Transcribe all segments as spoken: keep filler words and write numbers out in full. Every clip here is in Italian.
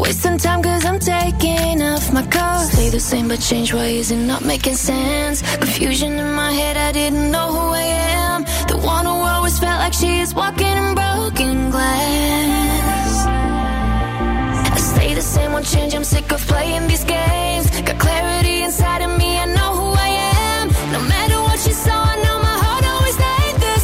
Wasting time cause I'm taking off my clothes. Stay the same but change ways and not making sense. Confusion in my head, I didn't know who I am. The one who always felt like she is walking in broken glass. I stay the same, won't change, I'm sick of playing these games. Got clarity inside of me, I know who I am. No matter what you saw, I know my heart always stayed the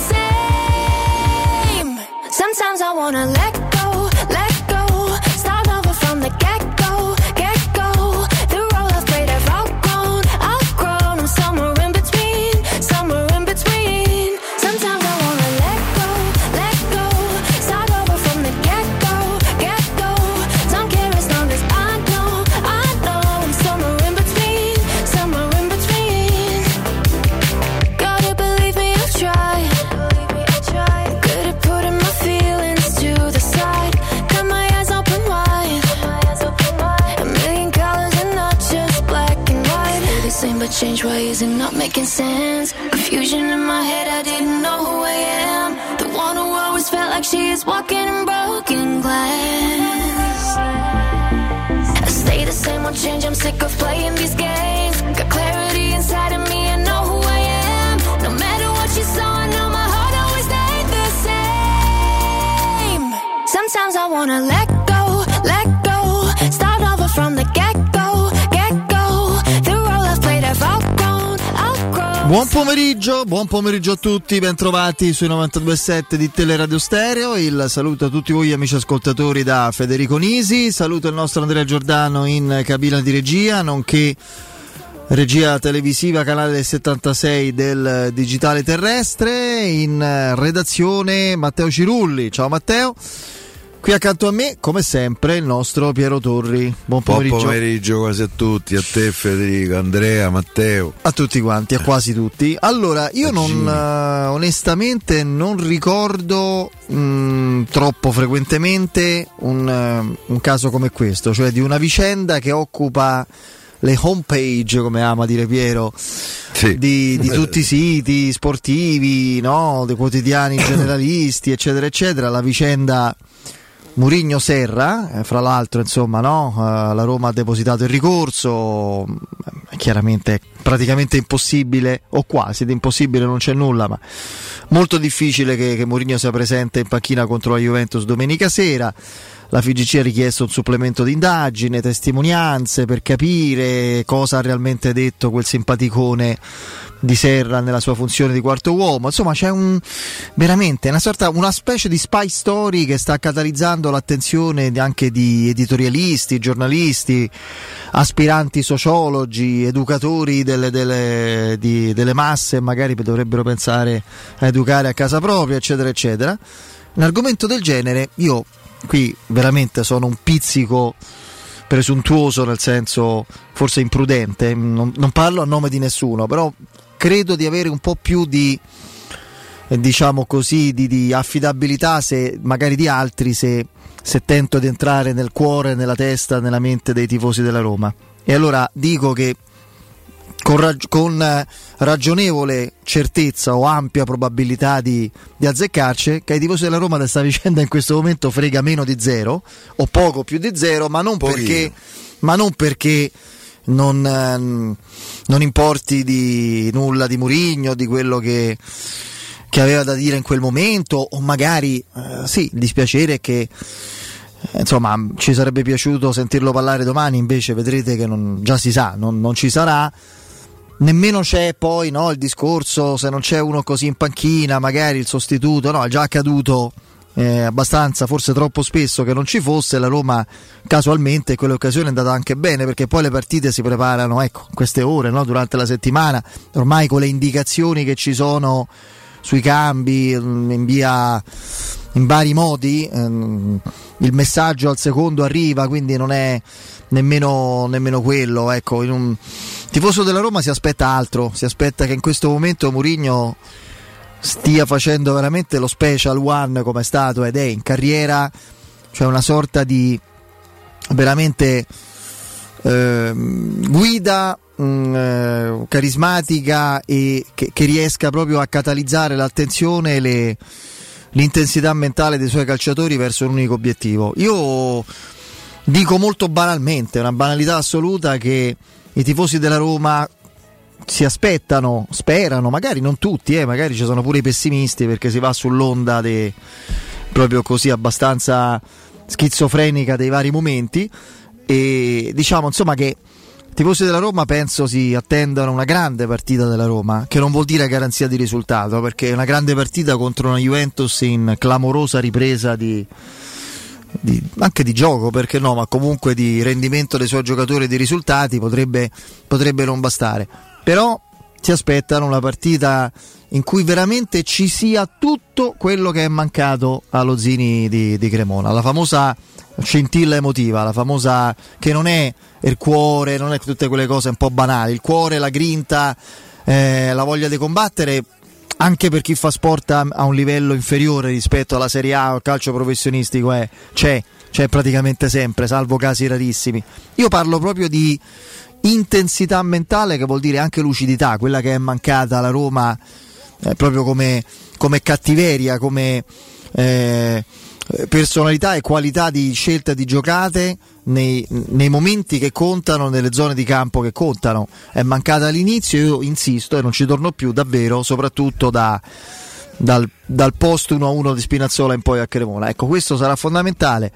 same. Sometimes I wanna let go, let go. Start over from the get-go, get-go. The role I've played, I've outgrown, outgrown. I'm somewhere in between, somewhere in between. Sometimes I wanna let go, let go. Start over from the get-go, get-go. Don't care as long as I know, I know. I'm somewhere in between, somewhere in between. Gotta believe me, I've tried. Good at putting my feelings to the side. Got my eyes open wide. A million colors and not just black and white. Stay the same but change ways and not making sense. Confusion in my head, I didn't know who I am. The one who always felt like she is walking in broken glass. I stay the same, won't change, I'm sick of playing these games. Got clarity inside of me, I know who I am. No matter what you saw, I know my heart always stayed the same. Sometimes I wanna let go, let go. Start over from the get-go, get-go. The role I've played, I've outgrown, outgrown. Buon pomeriggio, buon pomeriggio a tutti, bentrovati sui novantadue virgola sette di Teleradio Stereo. Il saluto a tutti voi amici ascoltatori da Federico Nisi, saluto il nostro Andrea Giordano in cabina di regia, nonché regia televisiva canale settantasei del digitale terrestre. In redazione Matteo Cirulli, ciao Matteo. Qui accanto a me, come sempre, il nostro Piero Torri. Buon pomeriggio. Buon pomeriggio quasi a tutti, a te Federico, Andrea, Matteo. A tutti quanti, a quasi tutti. Allora, io non uh, onestamente non ricordo mh, troppo frequentemente un, uh, un caso come questo, cioè di una vicenda che occupa le homepage, come ama dire Piero, sì. di, di tutti i siti sportivi, no? Dei quotidiani generalisti, eccetera, eccetera. La vicenda Mourinho Serra, eh, fra l'altro, insomma, no? Uh, la Roma ha depositato il ricorso, eh, chiaramente è praticamente impossibile, o quasi di impossibile non c'è nulla, ma molto difficile che, che Mourinho sia presente in panchina contro la Juventus domenica sera. La F I G C ha richiesto un supplemento di indagine, testimonianze per capire cosa ha realmente detto quel simpaticone di Serra nella sua funzione di quarto uomo. Insomma, c'è un veramente una sorta, una specie di spy story che sta catalizzando l'attenzione anche di editorialisti, giornalisti, aspiranti sociologi, educatori delle, delle, di, delle masse, magari dovrebbero pensare a educare a casa propria, eccetera, eccetera. Un argomento del genere, io qui veramente sono un pizzico presuntuoso, nel senso forse imprudente, non, non parlo a nome di nessuno, però credo di avere un po' più di, eh, diciamo così, di, di affidabilità, se magari di altri, se, se tento di entrare nel cuore, nella testa, nella mente dei tifosi della Roma. E allora dico che con, rag- con ragionevole certezza o ampia probabilità di, di azzeccarci, che ai tifosi della Roma questa vicenda in questo momento frega meno di zero o poco più di zero, ma non Pochino. perché ma non perché non, ehm, non importi di nulla di Mourinho, di quello che, che aveva da dire in quel momento, o magari eh, sì, il dispiacere è che eh, insomma ci sarebbe piaciuto sentirlo parlare domani, invece vedrete che non, già si sa, non, non ci sarà. Nemmeno c'è poi, no, il discorso, se non c'è uno così in panchina, magari il sostituto, no, è già accaduto eh, abbastanza, forse troppo spesso che non ci fosse. La Roma casualmente in quell'occasione è andata anche bene, perché poi le partite si preparano, ecco, in queste ore, no, durante la settimana, ormai con le indicazioni che ci sono sui cambi, in via, in vari modi, ehm, il messaggio al secondo arriva, quindi non è nemmeno, nemmeno quello, ecco. In un tifoso della Roma si aspetta altro, si aspetta che in questo momento Mourinho stia facendo veramente lo special one, come è stato ed è in carriera, cioè una sorta di veramente eh, guida mh, eh, carismatica e che, che riesca proprio a catalizzare l'attenzione e le, l'intensità mentale dei suoi calciatori verso un unico obiettivo. Io dico molto banalmente, una banalità assoluta, che i tifosi della Roma si aspettano, sperano, magari non tutti, eh, magari ci sono pure i pessimisti, perché si va sull'onda de, proprio così abbastanza schizofrenica dei vari momenti, e diciamo insomma che i tifosi della Roma penso si attendano una grande partita della Roma, che non vuol dire garanzia di risultato, perché è una grande partita contro una Juventus in clamorosa ripresa di, di anche di gioco, perché no, ma comunque di rendimento dei suoi giocatori e di risultati potrebbe, potrebbe non bastare. Però si aspettano una partita in cui veramente ci sia tutto quello che è mancato allo Zini di, di Cremona, la famosa scintilla emotiva, la famosa, che non è il cuore, non è tutte quelle cose un po' banali, il cuore, la grinta, eh, la voglia di combattere, anche per chi fa sport a, a un livello inferiore rispetto alla Serie A o al calcio professionistico, eh, c'è, c'è praticamente sempre, salvo casi rarissimi. Io parlo proprio di intensità mentale, che vuol dire anche lucidità, quella che è mancata alla Roma, eh, proprio come, come cattiveria, come eh, personalità e qualità di scelta di giocate nei, nei momenti che contano, nelle zone di campo che contano. È mancata all'inizio, io insisto e non ci torno più davvero, soprattutto da, dal, dal post uno a uno di Spinazzola in poi a Cremona. Ecco, questo sarà fondamentale.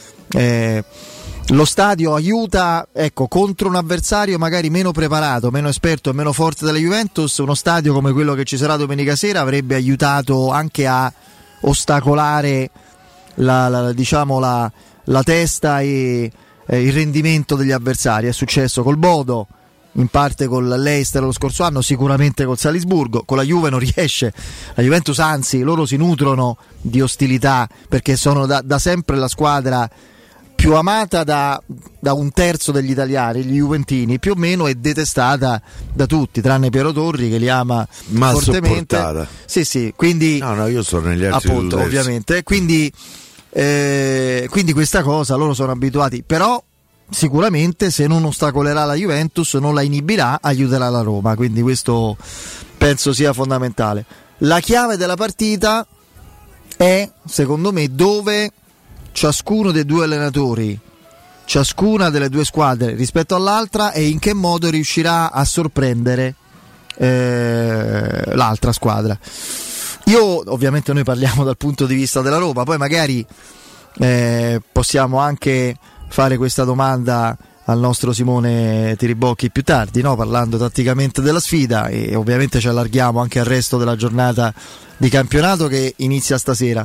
Eh, lo stadio aiuta, ecco, contro un avversario magari meno preparato, meno esperto e meno forte della Juventus. Uno stadio come quello che ci sarà domenica sera avrebbe aiutato anche a ostacolare la, la, diciamo la, la testa e eh, il rendimento degli avversari. È successo col Bodo, in parte con l'Leicester lo scorso anno, sicuramente col Salisburgo. Con la Juve non riesce, la Juventus anzi, loro si nutrono di ostilità, perché sono da, da sempre la squadra più amata da, da un terzo degli italiani, gli juventini più o meno, è detestata da tutti, tranne Piero Torri che li ama mal fortemente. Sopportata. Sì, sì, quindi no, no, io sono negli altri, appunto, ovviamente, quindi, eh, quindi questa cosa loro sono abituati, però sicuramente se non ostacolerà la Juventus, non la inibirà, aiuterà la Roma, quindi questo penso sia fondamentale. La chiave della partita è, secondo me, dove ciascuno dei due allenatori, ciascuna delle due squadre rispetto all'altra, e in che modo riuscirà a sorprendere eh, l'altra squadra. Io ovviamente, noi parliamo dal punto di vista della Roma, poi magari eh, possiamo anche fare questa domanda al nostro Simone Tiribocchi più tardi, no? Parlando tatticamente della sfida, e ovviamente ci allarghiamo anche al resto della giornata di campionato che inizia stasera.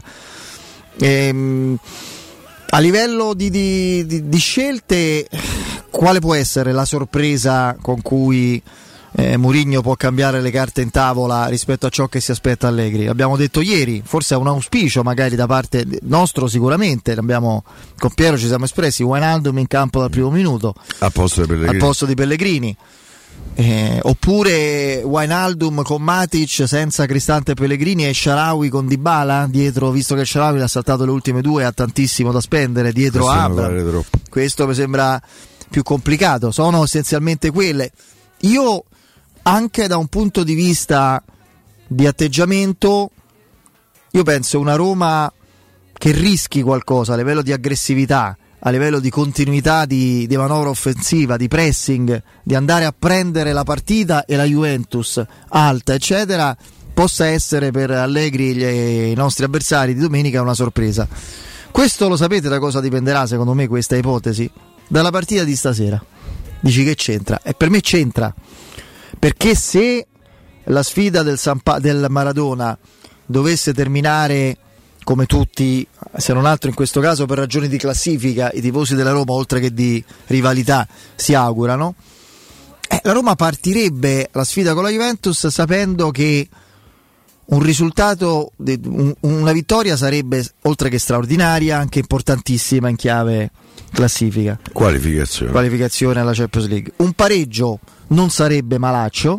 Ehm, a livello di, di, di, di scelte, quale può essere la sorpresa con cui eh, Mourinho può cambiare le carte in tavola rispetto a ciò che si aspetta Allegri? Abbiamo detto ieri, forse è un auspicio magari da parte nostro, sicuramente abbiamo, con Piero ci siamo espressi, Wijnaldum in campo dal primo minuto al posto di Pellegrini, al posto di Pellegrini. Eh, oppure Wijnaldum con Matic senza Cristante Pellegrini e Shaarawy con Dybala dietro, visto che Shaarawy l'ha saltato le ultime due, ha tantissimo da spendere dietro a Abraham. Questo mi sembra più complicato. Sono essenzialmente quelle. Io, anche da un punto di vista di atteggiamento, io penso una Roma che rischi qualcosa a livello di aggressività, a livello di continuità di, di manovra offensiva, di pressing, di andare a prendere la partita e la Juventus alta, eccetera, possa essere per Allegri e i nostri avversari di domenica una sorpresa. Questo lo sapete da cosa dipenderà, secondo me, questa ipotesi? Dalla partita di stasera. Dici che c'entra? E per me c'entra, perché se la sfida del, Sampa- del Maradona dovesse terminare come tutti, se non altro in questo caso per ragioni di classifica, i tifosi della Roma, oltre che di rivalità, si augurano, eh, la Roma partirebbe la sfida con la Juventus sapendo che un risultato, un, una vittoria sarebbe, oltre che straordinaria, anche importantissima in chiave classifica, qualificazione, qualificazione alla Champions League. Un pareggio non sarebbe malaccio,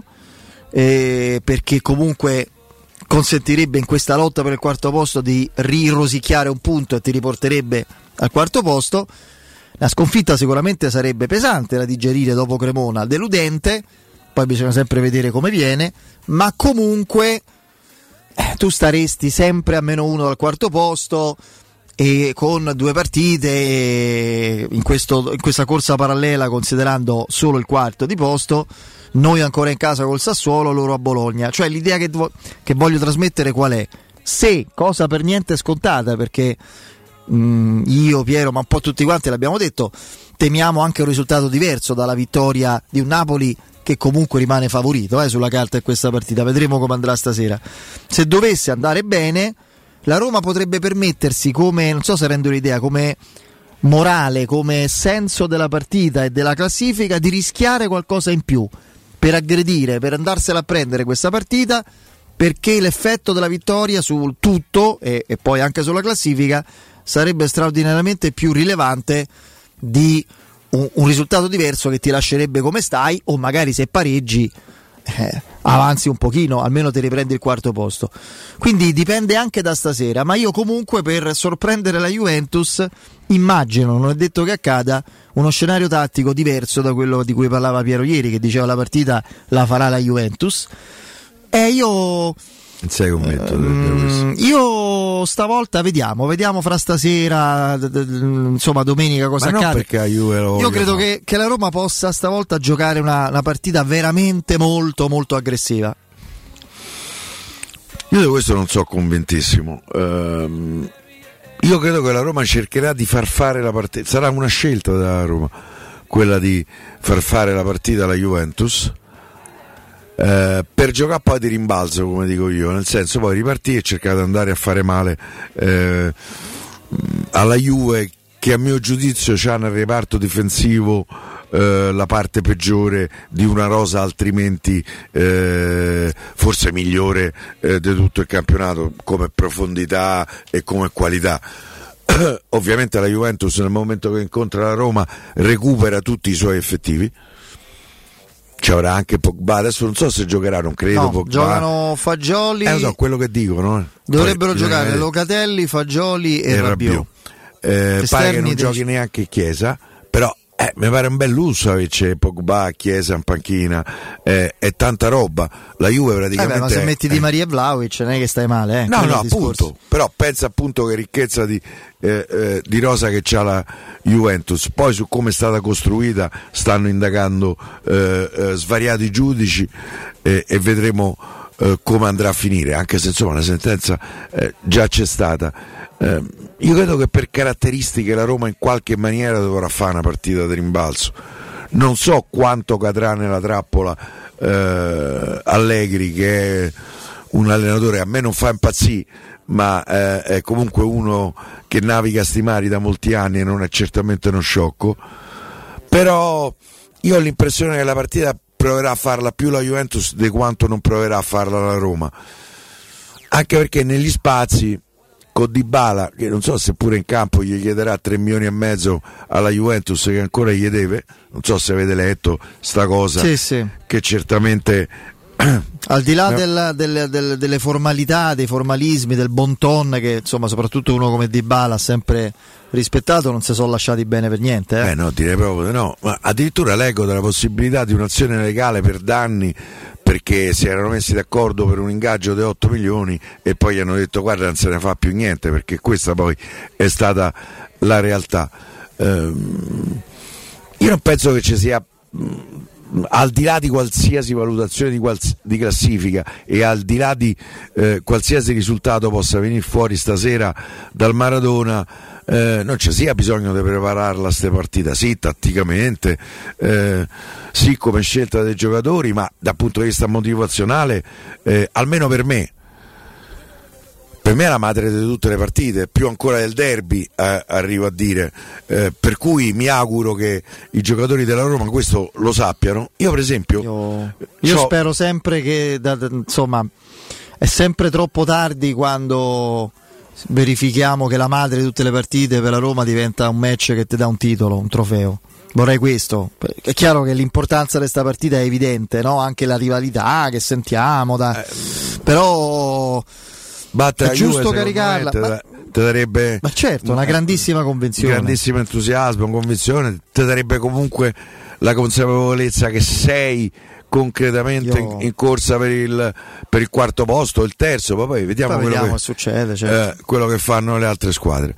eh, perché comunque consentirebbe in questa lotta per il quarto posto di rirosicchiare un punto e ti riporterebbe al quarto posto. La sconfitta sicuramente sarebbe pesante da digerire dopo Cremona, deludente, poi bisogna sempre vedere come viene, ma comunque eh, tu staresti sempre a meno uno dal quarto posto, e con due partite in, questo, in questa corsa parallela, considerando solo il quarto di posto, noi ancora in casa col Sassuolo, loro a Bologna. Cioè l'idea che, che voglio trasmettere qual è? Se, cosa per niente scontata, perché mh, io, Piero, ma un po' tutti quanti l'abbiamo detto, temiamo anche un risultato diverso dalla vittoria di un Napoli che comunque rimane favorito eh, sulla carta in questa partita. Vedremo come andrà stasera. Se dovesse andare bene, la Roma potrebbe permettersi, come, non so se rendo l'idea, come morale, come senso della partita e della classifica, di rischiare qualcosa in più per aggredire, per andarsela a prendere questa partita, perché l'effetto della vittoria sul tutto e, e poi anche sulla classifica sarebbe straordinariamente più rilevante di un, un risultato diverso che ti lascerebbe come stai, o magari se pareggi eh, avanzi un pochino, almeno ti riprendi il quarto posto. Quindi dipende anche da stasera, ma io comunque per sorprendere la Juventus immagino, non è detto che accada, uno scenario tattico diverso da quello di cui parlava Piero ieri, che diceva la partita la farà la Juventus. E io non sei convinto um, io stavolta vediamo vediamo fra stasera d- d- insomma domenica cosa ma accade. Non Juve lo io credo che, che la Roma possa stavolta giocare una, una partita veramente molto molto aggressiva. Io di questo non sono convintissimo. ehm, io credo che la Roma cercherà di far fare la partita, sarà una scelta della Roma quella di far fare la partita alla Juventus, Eh, per giocare poi di rimbalzo, come dico io, nel senso poi ripartire e cercare di andare a fare male eh, alla Juve, che a mio giudizio c'ha nel reparto difensivo eh, la parte peggiore di una rosa altrimenti eh, forse migliore eh, di tutto il campionato come profondità e come qualità. Ovviamente la Juventus nel momento che incontra la Roma recupera tutti i suoi effettivi. Ci avrà anche Pogba, adesso non so se giocherà, non credo. No, Pogba. giocano Fagioli, eh, so, quello che dicono. Dovrebbero Poi, giocare eh, Locatelli, Fagioli e, e Rabiot. Eh, pare che non dei... giochi neanche Chiesa, però eh, mi pare un bel lusso averci Pogba, Chiesa in panchina, eh, è tanta roba. La Juve praticamente. Eh beh, ma se metti eh, Di Maria e Vlahovic non è che stai male, eh? No, Quello no, appunto. Però pensa appunto che ricchezza di, eh, eh, di rosa che c'ha la Juventus. Poi su come è stata costruita stanno indagando eh, eh, svariati giudici eh, e vedremo eh, come andrà a finire, anche se insomma la sentenza eh, già c'è stata. Eh, io credo che per caratteristiche la Roma in qualche maniera dovrà fare una partita di rimbalzo. Non so quanto cadrà nella trappola eh, Allegri, che è un allenatore, a me non fa impazzire, ma eh, è comunque uno che naviga sti mari da molti anni e non è certamente uno sciocco. Però io ho l'impressione che la partita proverà a farla più la Juventus di quanto non proverà a farla la Roma, anche perché negli spazi con Dybala, che non so se pure in campo gli chiederà tre milioni e mezzo alla Juventus, che ancora gli deve, non so se avete letto sta cosa, sì, sì. Che certamente al di là no. del, del, del, delle formalità, dei formalismi, del bon ton che insomma soprattutto uno come Dybala ha sempre rispettato, non si sono lasciati bene per niente. Eh, eh no, direi proprio no, ma addirittura leggo della possibilità di un'azione legale per danni, perché si erano messi d'accordo per un ingaggio di otto milioni e poi gli hanno detto guarda non se ne fa più niente, perché questa poi è stata la realtà. Ehm, io non penso che ci sia, al di là di qualsiasi valutazione di, quals- di classifica e al di là di eh, qualsiasi risultato possa venire fuori stasera dal Maradona, eh, non ci sia bisogno di prepararla ste partita, sì tatticamente, eh, sì come scelta dei giocatori, ma dal punto di vista motivazionale, eh, almeno per me per me è la madre di tutte le partite, più ancora del derby, eh, arrivo a dire, eh, per cui mi auguro che i giocatori della Roma questo lo sappiano. Io per esempio io, io spero sempre che da, insomma è sempre troppo tardi quando verifichiamo che la madre di tutte le partite per la Roma diventa un match che ti dà un titolo, un trofeo. Vorrei questo. È chiaro che l'importanza di questa partita è evidente, no? Anche la rivalità che sentiamo da... eh, però Batte è giusto Juve, caricarla, te, ma, te darebbe, ma certo, una grandissima convinzione, grandissimo entusiasmo, convinzione, te darebbe comunque la consapevolezza che sei concretamente Io... in, in corsa per il, per il quarto posto, il terzo, poi vediamo, poi quello, vediamo che, che succede, certo. eh, quello che fanno le altre squadre.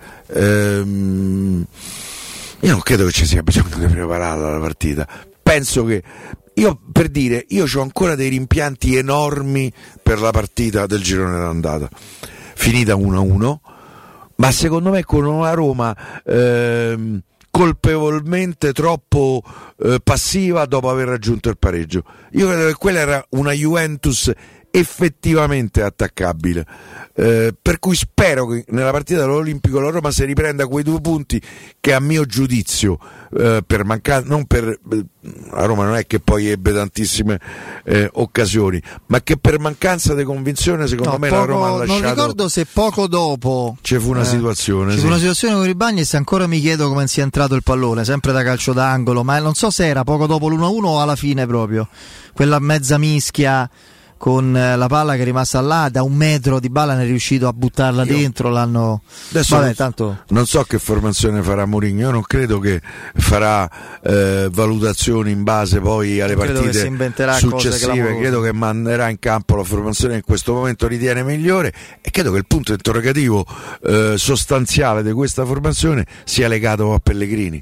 Ehm, io non credo che ci sia bisogno di preparare la partita. Penso che io, per dire, io ho ancora dei rimpianti enormi per la partita del girone d'andata, finita uno a uno, ma secondo me con una Roma ehm, colpevolmente troppo eh, passiva dopo aver raggiunto il pareggio. Io credo che quella era una Juventus effettivamente attaccabile, eh, per cui spero che nella partita dell'Olimpico la Roma si riprenda quei due punti che a mio giudizio eh, per mancanza, non per la Roma non è che poi ebbe tantissime eh, occasioni, ma che per mancanza di convinzione secondo no, me poco, la Roma ha lasciato. Non ricordo se poco dopo ci fu una eh, situazione ci sì. fu una situazione con Ribagnis, ancora mi chiedo come sia entrato il pallone, sempre da calcio d'angolo, ma non so se era poco dopo l'uno a uno o alla fine proprio quella mezza mischia con la palla che è rimasta là, da un metro di balla ne è riuscito a buttarla io, dentro, l'hanno adesso vabbè, non, tanto... non so che formazione farà Mourinho, io non credo che farà eh, valutazioni in base poi alle credo partite successive, credo che manderà in campo la formazione che in questo momento ritiene migliore, e credo che il punto interrogativo eh, sostanziale di questa formazione sia legato a Pellegrini.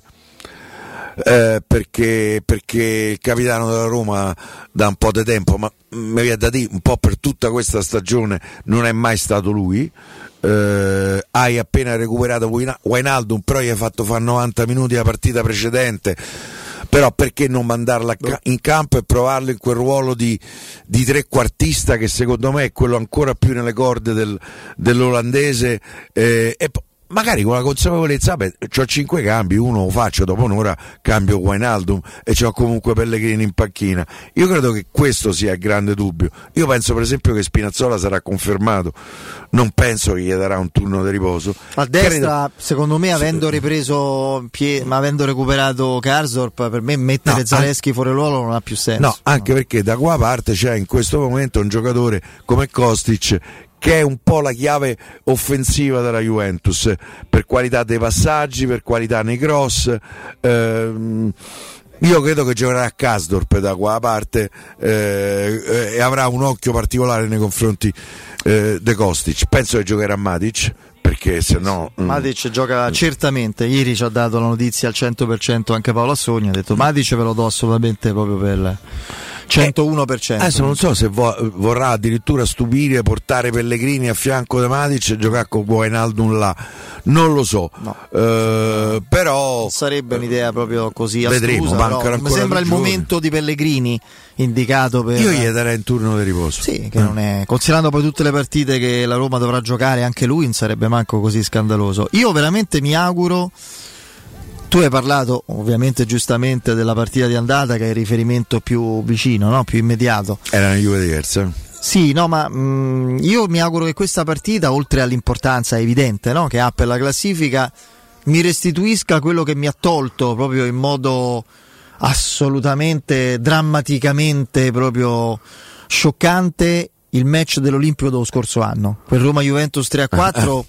Eh, perché, perché il capitano della Roma da un po' di tempo, ma mi viene da dire un po' per tutta questa stagione, non è mai stato lui. Eh, hai appena recuperato Wijnaldum, però gli hai fatto fare novanta minuti la partita precedente, però perché non mandarla in campo e provarlo in quel ruolo di, di trequartista che secondo me è quello ancora più nelle corde del, dell'olandese, eh, e magari con la consapevolezza, beh, c'ho cinque cambi, uno lo faccio, dopo un'ora cambio Wijnaldum e c'ho comunque Pellegrini in panchina. Io credo che questo sia il grande dubbio. Io penso per esempio che Spinazzola sarà confermato, non penso che gli darà un turno di riposo. A destra, credo... secondo me, avendo ripreso pie... ma avendo recuperato Karsdorp, per me mettere no, Zalewski an... fuori ruolo non ha più senso. No, anche no. perché da qua parte c'è in questo momento un giocatore come Kostic che è un po' la chiave offensiva della Juventus per qualità dei passaggi, per qualità nei cross. Ehm, io credo che giocherà a Karsdorp da qua a parte eh, e avrà un occhio particolare nei confronti eh, de Kostic. Penso che giocherà a Matic, perché se no Matic mm. gioca certamente. Ieri ci ha dato la notizia al cento per cento anche Paolo Assogni, ha detto Matic ve lo do assolutamente proprio per centouno per cento. Adesso non so se vo- vorrà addirittura stupire, portare Pellegrini a fianco di Matic e giocare con Wijnaldum là, non lo so, no. eh, però non sarebbe un'idea proprio così astrusa. Vedremo, però mi sembra il momento di Pellegrini indicato per... Io gli darei un turno di riposo. Sì, che eh. non è, considerando poi tutte le partite che la Roma dovrà giocare, anche lui non sarebbe manco così scandaloso. Io veramente mi auguro. Tu hai parlato ovviamente giustamente della partita di andata, che è il riferimento più vicino, no? Più immediato. Era una Juve diversa. Sì, no, ma mh, io mi auguro che questa partita, oltre all'importanza evidente, no, che ha per la classifica, mi restituisca quello che mi ha tolto proprio in modo assolutamente drammaticamente proprio scioccante il match dell'Olimpico dello scorso anno, quel Roma-Juventus tre a quattro.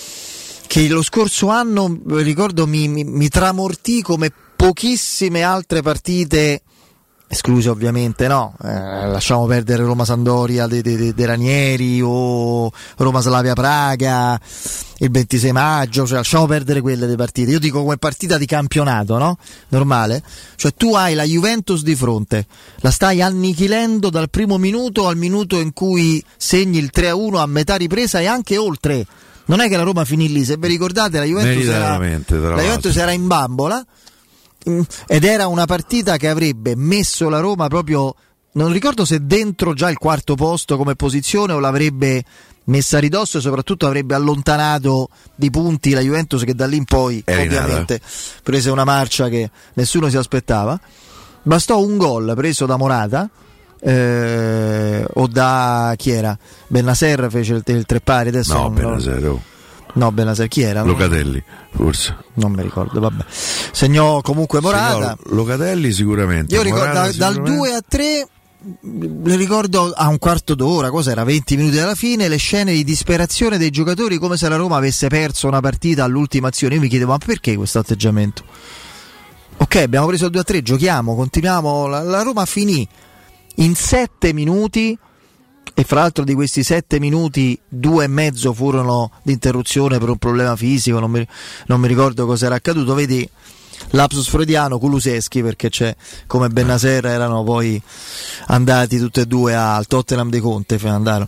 Che lo scorso anno, ricordo, mi, mi, mi tramortì come pochissime altre partite, escluse ovviamente, no? Eh, lasciamo perdere Roma-Sandoria dei de, de, de Ranieri o Roma-Slavia-Praga il ventisei maggio, cioè lasciamo perdere quelle delle partite. Io dico come partita di campionato, no? Normale. Cioè tu hai la Juventus di fronte, la stai annichilendo dal primo minuto al minuto in cui segni il tre a uno a metà ripresa e anche oltre. Non è che la Roma finì lì, se vi ricordate la Juventus, era, la Juventus era in bambola ed era una partita che avrebbe messo la Roma proprio, non ricordo se dentro già il quarto posto come posizione o l'avrebbe messa a ridosso e soprattutto avrebbe allontanato di punti la Juventus, che da lì in poi è ovviamente rinata. Prese una marcia che nessuno si aspettava. Bastò un gol preso da Morata Eh, o da chi era? Bennaser fece il, il tre pari adesso no non, Bennaser oh. no Bennaser chi era? Locatelli forse non mi ricordo, vabbè, segnò comunque Morata. Segnò Locatelli sicuramente. Io ricordo da, dal due a tre le ricordo a un quarto d'ora, cos'era, venti minuti dalla fine, le scene di disperazione dei giocatori, come se la Roma avesse perso una partita all'ultima azione. Io mi chiedevo, ma perché questo atteggiamento? Ok, abbiamo preso il due a tre, giochiamo, continuiamo, la, la Roma finì in sette minuti, e fra l'altro di questi sette minuti due e mezzo furono di interruzione per un problema fisico, non mi, non mi ricordo cosa era accaduto, vedi lapsus freudiano, Kulusevski, perché c'è, come Bennaser erano poi andati tutti e due al Tottenham dei Conte, andarono.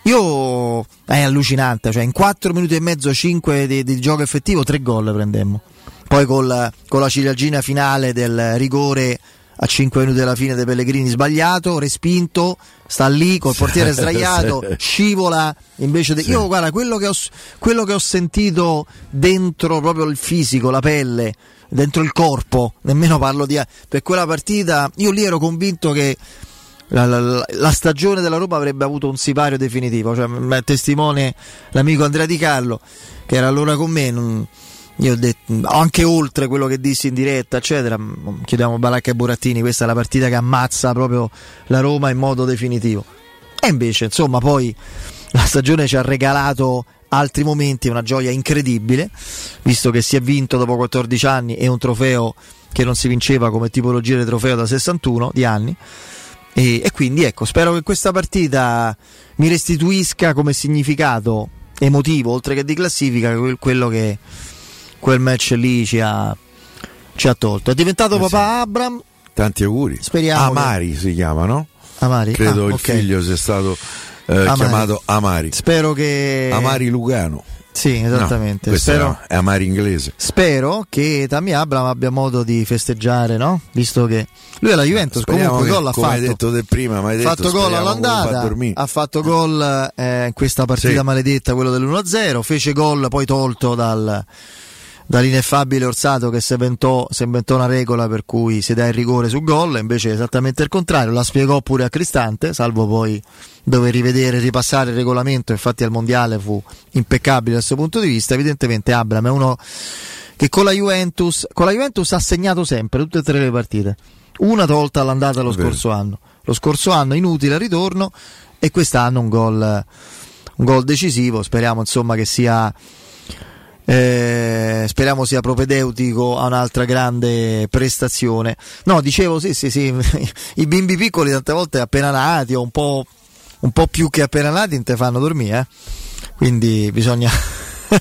Io è allucinante, cioè in quattro minuti e mezzo, cinque di, di gioco effettivo, tre gol prendemmo. Poi col, con la ciliegina finale del rigore a cinque minuti dalla fine dei Pellegrini sbagliato, respinto, sta lì col portiere sdraiato, scivola invece de... sì. Io guarda, quello che, ho, quello che ho sentito dentro proprio il fisico, la pelle, dentro il corpo, nemmeno parlo di... per quella partita, io lì ero convinto che la, la, la stagione della Roma avrebbe avuto un sipario definitivo, cioè m- testimone l'amico Andrea Di Carlo che era allora con me, non... io ho detto, anche oltre quello che dissi in diretta eccetera, chiediamo Baracca e Burattini, questa è la partita che ammazza proprio la Roma in modo definitivo. E invece insomma poi la stagione ci ha regalato altri momenti, una gioia incredibile, visto che si è vinto dopo quattordici anni e un trofeo che non si vinceva come tipologia di trofeo da sessantuno di anni, e, e quindi ecco, spero che questa partita mi restituisca come significato emotivo oltre che di classifica quello che quel match lì ci ha, ci ha tolto. È diventato eh papà sì. Abram, tanti auguri. Speriamo Amari che... si chiama, no? Amari. Credo ah, il okay. figlio sia stato eh, Amari. chiamato Amari. Spero che Amari Lugano. Sì, esattamente. No, spero... è Amari inglese. Spero che Tammy Abraham abbia modo di festeggiare, no? Visto che lui alla Juventus speriamo comunque che, gol ha come fatto. Hai detto te prima, ma hai detto, fatto gol all'andata, ha fatto gol eh, in questa partita sì. maledetta, quello dell'uno a zero, fece gol poi tolto dal dall'ineffabile Orsato che si inventò, si inventò una regola per cui si dà il rigore su gol, invece esattamente il contrario, la spiegò pure a Cristante, salvo poi dover rivedere, ripassare il regolamento. Infatti al mondiale fu impeccabile dal suo punto di vista. Evidentemente Abraham è uno che con la Juventus con la Juventus ha segnato sempre tutte e tre le partite, una tolta all'andata lo scorso anno, lo scorso anno inutile al ritorno, e quest'anno un gol un gol decisivo. Speriamo insomma che sia Eh, speriamo sia propedeutico a un'altra grande prestazione. No, dicevo sì sì sì i bimbi piccoli tante volte appena nati o un po', un po' più che appena nati non te fanno dormire, eh? Quindi bisogna eh,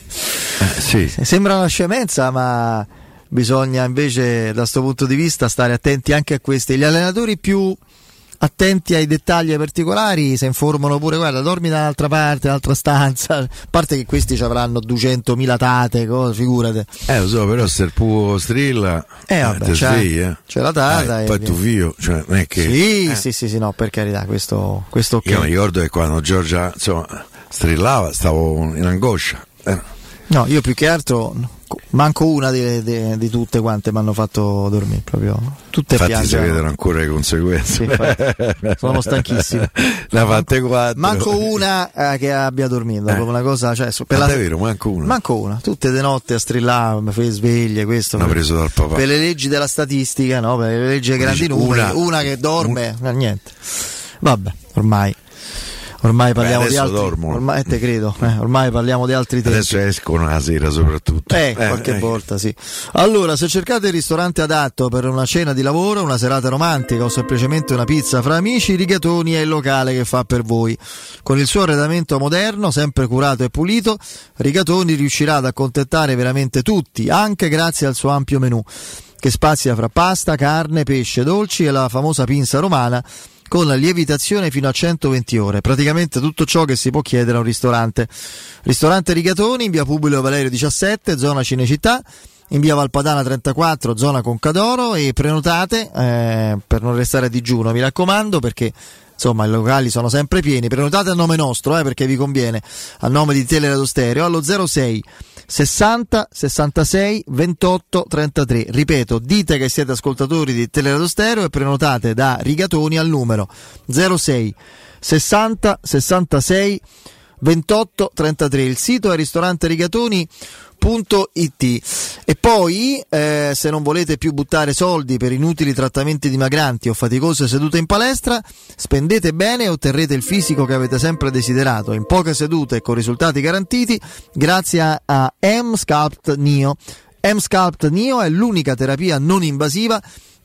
sì. Sembra una scemenza, ma bisogna invece da questo punto di vista stare attenti anche a questi. Gli allenatori più attenti ai dettagli e ai particolari si informano pure, guarda, dormi da un'altra parte, un'altra stanza, a parte che questi ci avranno duecentomila tate, cosa, figurate. Eh lo so, però se il può strilla eh, vabbè, eh, c'è, svegli, eh. c'è la tata eh, e poi tu figlio, cioè non è che sì, eh. sì sì sì no, per carità, questo, questo okay. Io mi ricordo che quando Giorgia insomma strillava stavo in angoscia, eh. No, io più che altro manco una di, di, di tutte quante mi hanno fatto dormire, proprio tutte infatti piangevano. Si vedono ancora le conseguenze, sì, sono stanchissimo. Ne ha fatte quattro, manco una eh, che abbia dormito, eh. una cosa, cioè, per ma la... è vero, manco una manco una, tutte le notte a strillare, mi fai sveglie, questo l'ho per... preso dal papà per le leggi della statistica, no? Per le leggi dei grandi numeri, una, una che dorme, un... niente, vabbè, ormai Ormai parliamo Beh, di altri, dormo. ormai te credo, eh, ormai parliamo di altri tempi. Adesso escono la sera soprattutto. Eh, eh qualche eh. volta sì. Allora, se cercate il ristorante adatto per una cena di lavoro, una serata romantica o semplicemente una pizza fra amici, Rigatoni è il locale che fa per voi. Con il suo arredamento moderno, sempre curato e pulito, Rigatoni riuscirà ad accontentare veramente tutti, anche grazie al suo ampio menù, che spazia fra pasta, carne, pesce, dolci e la famosa pinza romana, con la lievitazione fino a centoventi ore, praticamente tutto ciò che si può chiedere a un ristorante. Ristorante Rigatoni in via Publio Valerio diciassette, zona Cinecittà, in via Valpadana trentaquattro, zona Concadoro, e prenotate eh, per non restare a digiuno, mi raccomando, perché insomma i locali sono sempre pieni. Prenotate a nome nostro, eh, perché vi conviene, a nome di Teleradio Stereo, allo zero sei sessanta sessantasei ventotto trentatré. Ripeto, dite che siete ascoltatori di Teleradio Stereo e prenotate da Rigatoni al numero zero sei sessanta sessantasei ventotto trentatré. Il sito è ristorante rigatoni punto it. E poi eh, se non volete più buttare soldi per inutili trattamenti dimagranti o faticose sedute in palestra, spendete bene e otterrete il fisico che avete sempre desiderato in poche sedute e con risultati garantiti grazie a, a M-Sculpt Neo. M-Sculpt Neo è l'unica terapia non invasiva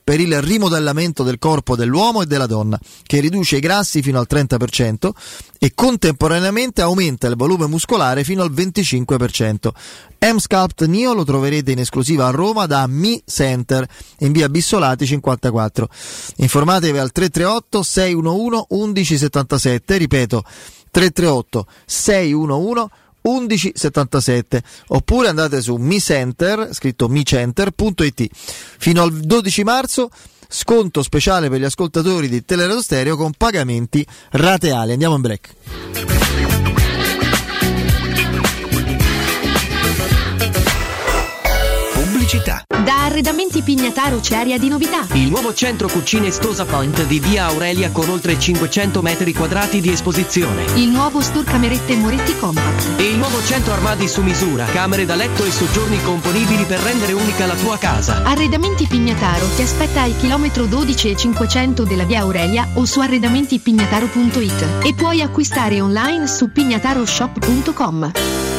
per il rimodellamento del corpo dell'uomo e della donna, che riduce i grassi fino al trenta per cento e contemporaneamente aumenta il volume muscolare fino al venticinque per cento. M-Sculpt Neo lo troverete in esclusiva a Roma da Mi Center in via Bissolati cinquantaquattro. Informatevi al tre tre otto sei uno uno uno uno sette sette, ripeto tre tre otto sei uno uno uno uno sette sette, oppure andate su Mi Center, scritto micenter punto it. Fino al dodici marzo sconto speciale per gli ascoltatori di Teleradio Stereo con pagamenti rateali. Andiamo in break. Pubblicità. Da Arredamenti Pignataro c'è aria di novità. Il nuovo centro cucine Stosa Point di via Aurelia con oltre cinquecento metri quadrati di esposizione. Il nuovo store camerette Moretti Compact. E il nuovo centro armadi su misura, camere da letto e soggiorni componibili per rendere unica la tua casa. Arredamenti Pignataro ti aspetta al chilometro dodici e cinquecento della via Aurelia o su arredamenti pignataro punto it e puoi acquistare online su pignataroshop punto com.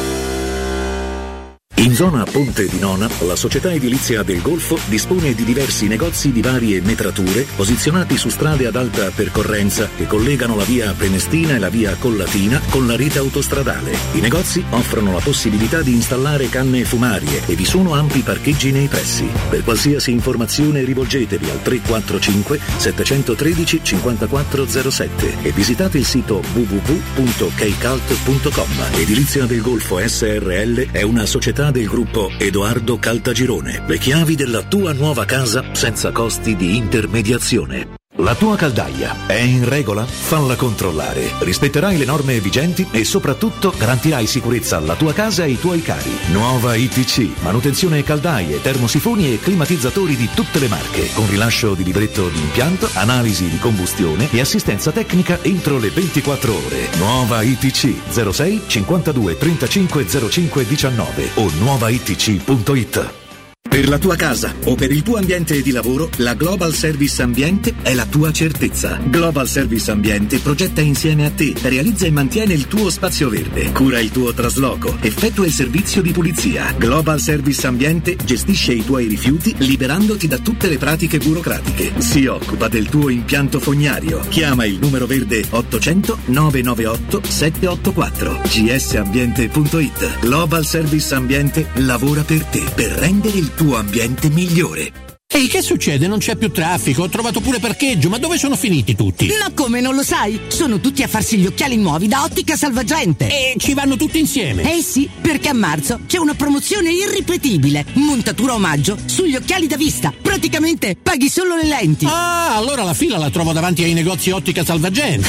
In zona Ponte di Nona, la società edilizia del Golfo dispone di diversi negozi di varie metrature posizionati su strade ad alta percorrenza che collegano la via Prenestina e la via Collatina con la rete autostradale. I negozi offrono la possibilità di installare canne fumarie e vi sono ampi parcheggi nei pressi. Per qualsiasi informazione rivolgetevi al tre quattro cinque sette uno tre cinque zero sette e visitate il sito w w w punto keicalt punto com. Edilizia del Golfo S R L è una società del gruppo Edoardo Caltagirone. Le chiavi della tua nuova casa senza costi di intermediazione. La tua caldaia è in regola? Falla controllare. Rispetterai le norme vigenti e soprattutto garantirai sicurezza alla tua casa e ai tuoi cari. Nuova I T C, manutenzione caldaie, termosifoni e climatizzatori di tutte le marche, con rilascio di libretto di impianto, analisi di combustione e assistenza tecnica entro le ventiquattro ore. Nuova I T C zero sei cinquantadue trentacinque zero cinque diciannove o nuova I T C punto it. Per la tua casa o per il tuo ambiente di lavoro, la Global Service Ambiente è la tua certezza. Global Service Ambiente progetta insieme a te, realizza e mantiene il tuo spazio verde, cura il tuo trasloco, effettua il servizio di pulizia. Global Service Ambiente gestisce i tuoi rifiuti liberandoti da tutte le pratiche burocratiche. Si occupa del tuo impianto fognario. Chiama il numero verde ottocento nove nove otto sette otto quattro g s ambiente punto it. Global Service Ambiente lavora per te, per rendere il tuo ambiente migliore. Ehi, che succede? Non c'è più traffico, ho trovato pure parcheggio, ma dove sono finiti tutti? Ma come, non lo sai? Sono tutti a farsi gli occhiali nuovi da Ottica Salvagente. E ci vanno tutti insieme? Eh sì, perché a marzo c'è una promozione irripetibile, montatura omaggio sugli occhiali da vista. Praticamente paghi solo le lenti. Ah, allora la fila la trovo davanti ai negozi Ottica Salvagente.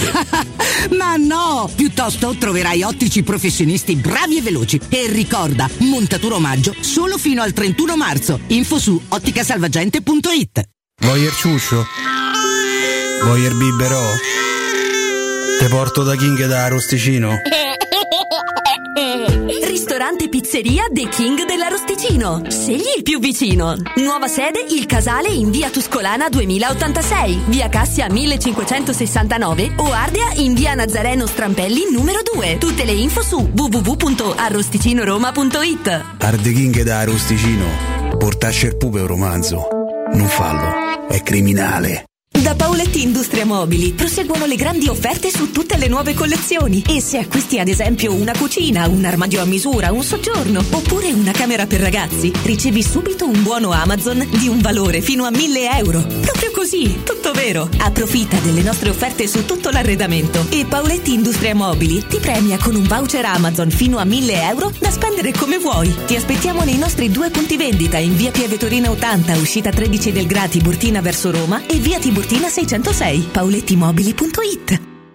Ma no, piuttosto troverai ottici professionisti bravi e veloci. E ricorda, montatura omaggio solo fino al trentuno marzo. Info su otticasalvagente punto it. Vuoi il ciuscio? Vuoi il biberò? Te porto da King da Arosticino? Ristorante Pizzeria The King dell'Arosticino. Scegli il più vicino. Nuova sede Il Casale in via Tuscolana duemilaottantasei, via Cassia millecinquecentosessantanove o Ardea in via Nazareno Strampelli numero due. Tutte le info su w w w punto arrosticinoroma punto it. Arde King da Arosticino. Portasce il pupe un romanzo. Non fallo, è criminale. Da Paoletti Industria Mobili proseguono le grandi offerte su tutte le nuove collezioni e se acquisti ad esempio una cucina, un armadio a misura, un soggiorno oppure una camera per ragazzi, ricevi subito un buono Amazon di un valore fino a mille euro. Proprio così, tutto vero. Approfitta delle nostre offerte su tutto l'arredamento e Paoletti Industria Mobili ti premia con un voucher Amazon fino a mille euro da spendere come vuoi. Ti aspettiamo nei nostri due punti vendita in via Piave Torina ottanta, uscita tredici del Gra Tiburtina verso Roma e via Tiburtina seicentosei. paolettimobili punto it.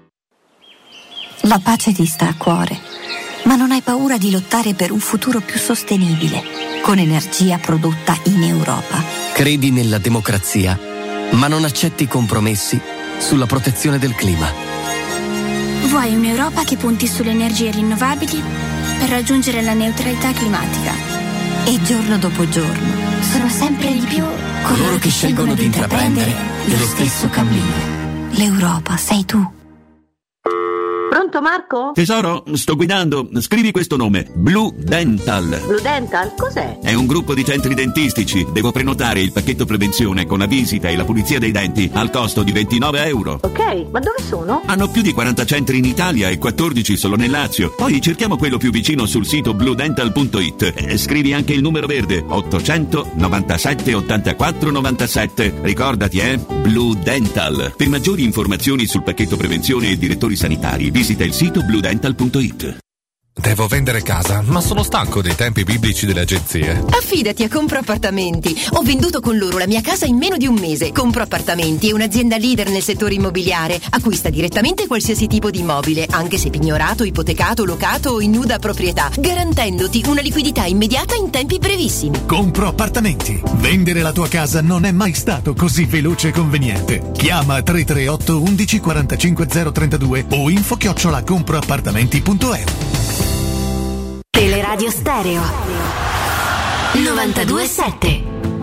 La pace ti sta a cuore, ma non hai paura di lottare per un futuro più sostenibile, con energia prodotta in Europa. Credi nella democrazia, ma non accetti compromessi sulla protezione del clima. Vuoi un'Europa che punti sulle energie rinnovabili per raggiungere la neutralità climatica. E giorno dopo giorno sono sempre di più coloro che scelgono di intraprendere lo stesso cammino. L'Europa sei tu. Pronto Marco? Tesoro, sto guidando. Scrivi questo nome: Blue Dental. Blue Dental? Cos'è? È un gruppo di centri dentistici. Devo prenotare il pacchetto prevenzione con la visita e la pulizia dei denti al costo di ventinove euro. Ok, ma dove sono? Hanno più di quaranta centri in Italia e quattordici solo nel Lazio. Poi cerchiamo quello più vicino sul sito blue dental punto it. E scrivi anche il numero verde: ottocento novantasette ottantaquattro novantasette. Ricordati, eh? Blue Dental. Per maggiori informazioni sul pacchetto prevenzione e direttori sanitari, visita il sito blue dental punto it. Devo vendere casa, ma sono stanco dei tempi biblici delle agenzie. Affidati a Compro Appartamenti. Ho venduto con loro la mia casa in meno di un mese. Compro Appartamenti è un'azienda leader nel settore immobiliare. Acquista direttamente qualsiasi tipo di immobile, anche se pignorato, ipotecato, locato o in nuda proprietà, garantendoti una liquidità immediata in tempi brevissimi. Compro Appartamenti. Vendere la tua casa non è mai stato così veloce e conveniente. Chiama tre tre otto undici quarantacinque zero trentadue o info chiocciola comproappartamenti punto e u. Teleradio Stereo novantadue sette.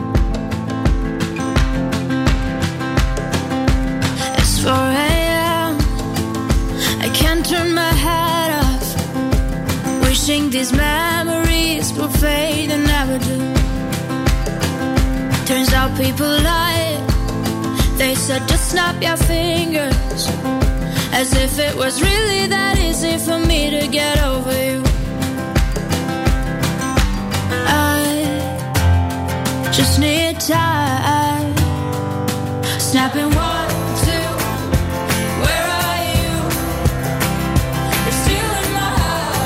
It's four a.m. I can't turn my head off. Wishing these memories will fade and never do. Turns out people lie. They said just snap your fingers, as if it was really that easy for me to get over you. I just need time. Snapping one, two. Where are you? You're still in my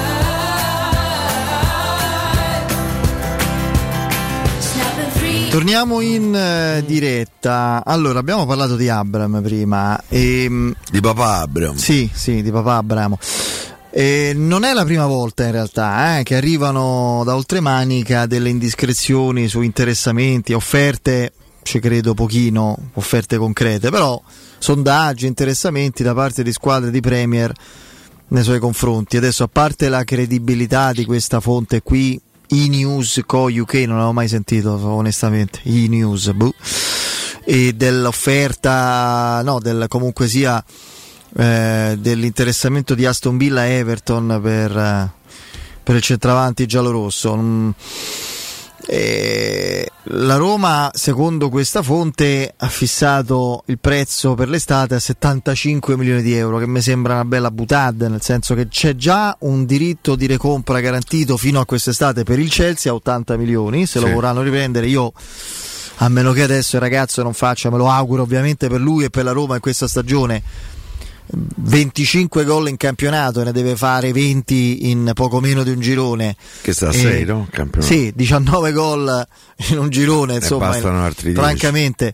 heart. Snapping three. Torniamo in eh, diretta. Allora, abbiamo parlato di Abram prima. E, di papà Abram. Sì, sì, di papà Abramo. E non è la prima volta in realtà eh, che arrivano da oltremanica delle indiscrezioni su interessamenti, offerte, ci credo pochino, offerte concrete, però sondaggi, interessamenti da parte di squadre di Premier nei suoi confronti. Adesso, a parte la credibilità di questa fonte qui, E-News Co U K, non l'avevo mai sentito onestamente, E-News, buh. E dell'offerta, no, del comunque sia Eh, dell'interessamento di Aston Villa e Everton per, eh, per il centravanti giallorosso. Mm, eh, la Roma, secondo questa fonte, ha fissato il prezzo per l'estate a settantacinque milioni di euro, che mi sembra una bella butade, nel senso che c'è già un diritto di recompra garantito fino a quest'estate per il Chelsea a ottanta milioni, se sì. Lo vorranno riprendere. Io, a meno che adesso il ragazzo non faccia, me lo auguro ovviamente per lui e per la Roma in questa stagione, venticinque gol in campionato, e ne deve fare venti in poco meno di un girone, che sta a sei, no? Campionato. Sì, diciannove gol in un girone, insomma, bastano altri francamente,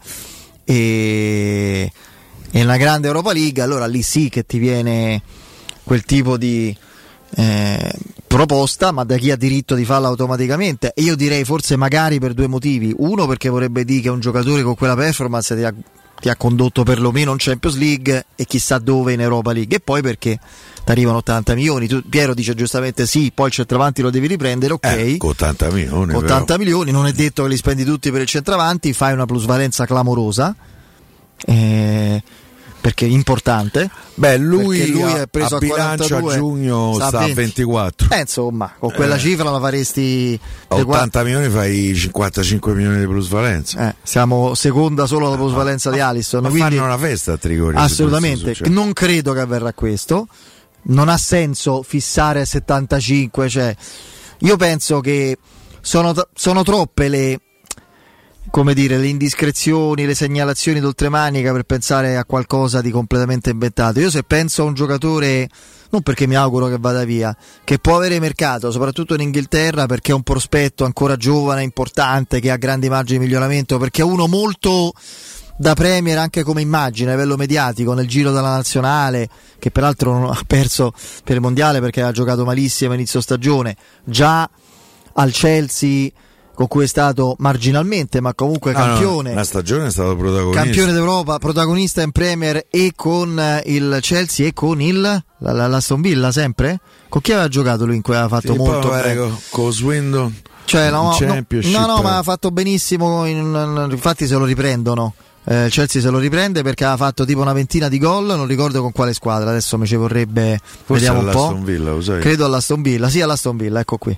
e è una grande Europa League. Allora lì sì che ti viene quel tipo di eh, proposta, ma da chi ha diritto di farla automaticamente? E io direi forse magari per due motivi: uno, perché vorrebbe dire che un giocatore con quella performance ti ha ti ha condotto perlomeno in Champions League e chissà dove in Europa League, e poi perché ti arrivano ottanta milioni. Tu, Piero dice giustamente sì, poi il centravanti lo devi riprendere, ok, eh, con ottanta milioni, ottanta milioni, non è detto che li spendi tutti per il centravanti, fai una plusvalenza clamorosa, eh, perché è importante. Beh, lui, lui è preso a, a bilancio quarantadue, a giugno sta, sta a ventiquattro. Eh, insomma, con quella eh. cifra la faresti a ottanta quattro... milioni, fai cinquantacinque milioni di plusvalenza. Eh, siamo seconda solo alla plusvalenza ah, di Alisson. Ma quindi fanno una festa a Trigori. Assolutamente, non credo che avverrà questo. Non ha senso fissare a settantacinque, cioè io penso che sono, sono troppe le, come dire, le indiscrezioni, le segnalazioni d'oltremanica per pensare a qualcosa di completamente inventato. Io, se penso a un giocatore, non perché mi auguro che vada via, che può avere mercato soprattutto in Inghilterra, perché è un prospetto ancora giovane, importante, che ha grandi margini di miglioramento, perché è uno molto da Premier anche come immagine a livello mediatico nel giro della nazionale, che peraltro non ha perso per il mondiale perché ha giocato malissimo a inizio stagione, già al Chelsea con cui è stato marginalmente ma comunque campione. Ah, no, la stagione è stato protagonista, campione d'Europa, protagonista in Premier, e con il Chelsea e con il la, la, l'Aston Villa sempre? Con chi aveva giocato lui in cui aveva fatto sì, molto bene? Con, con Swindon, cioè, no, no, no, no, ma ha fatto benissimo in, infatti se lo riprendono eh, il Chelsea se lo riprende perché ha fatto tipo una ventina di gol, non ricordo con quale squadra, adesso mi ci vorrebbe, forse vediamo un po'. all'Aston Villa, lo sai? Credo all'Aston Villa, sì, all'Aston Villa, ecco qui.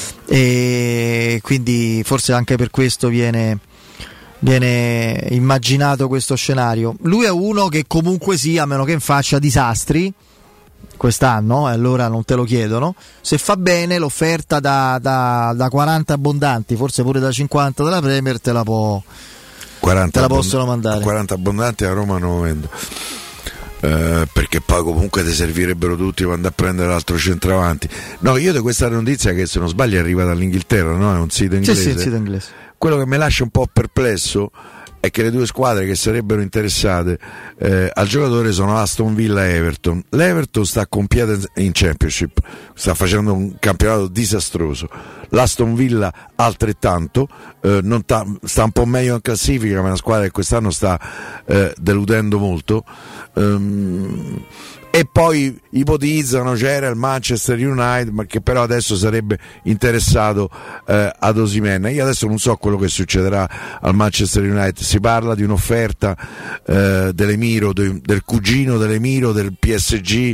E quindi forse anche per questo viene viene immaginato questo scenario. Lui è uno che comunque sia, a meno che faccia disastri quest'anno, e allora non te lo chiedono, se fa bene l'offerta da, da, da quaranta abbondanti, forse pure da cinquanta della Premier, te la può quaranta te la abbond- possono mandare. quaranta abbondanti a Roma non vendo, eh, perché poi comunque ti servirebbero tutti quando a prendere l'altro centravanti. No, io di questa notizia, che se non sbaglio arriva dall'Inghilterra, no? È un sito inglese. Sì, sì, un sito inglese. Quello che mi lascia un po' perplesso è che le due squadre che sarebbero interessate eh, al giocatore sono Aston Villa e Everton. L'Everton sta con piede in Championship, sta facendo un campionato disastroso. L'Aston Villa altrettanto, eh, non ta- sta un po' meglio in classifica, ma è una squadra che quest'anno sta eh, deludendo molto. Um, e poi ipotizzano, c'era il Manchester United, ma che però adesso sarebbe interessato eh, ad Osimhen. Io adesso non so quello che succederà al Manchester United, si parla di un'offerta eh, dell'Emiro, de, del cugino dell'Emiro del P S G,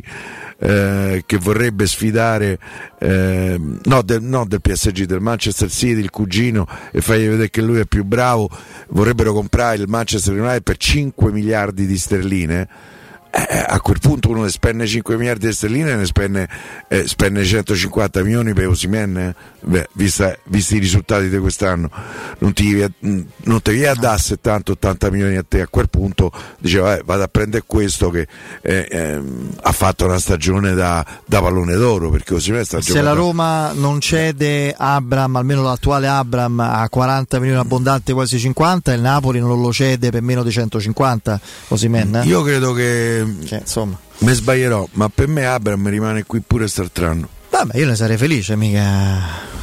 eh, che vorrebbe sfidare eh, no, del, no del P S G, del Manchester City, il cugino, e fargli vedere che lui è più bravo. Vorrebbero comprare il Manchester United per cinque miliardi di sterline. Eh, a quel punto uno ne spende cinque miliardi di sterline e ne spende, eh, spende centocinquanta milioni per Osimhen, eh? Beh, vista, visti i risultati di quest'anno, non ti non ti viene a dare settanta ottanta milioni a te. A quel punto diceva eh, vado a prendere questo che eh, eh, ha fatto una stagione da, da pallone d'oro, perché Osimhen sta se giocando. La Roma non cede Abram, almeno l'attuale Abram, a quaranta milioni abbondanti, quasi cinquanta, il Napoli non lo cede per meno di centocinquanta Osimhen, eh? Io credo che Cioè, insomma, mi sbaglierò, ma per me Abram rimane qui pure quest'altro. Vabbè, io ne sarei felice, mica.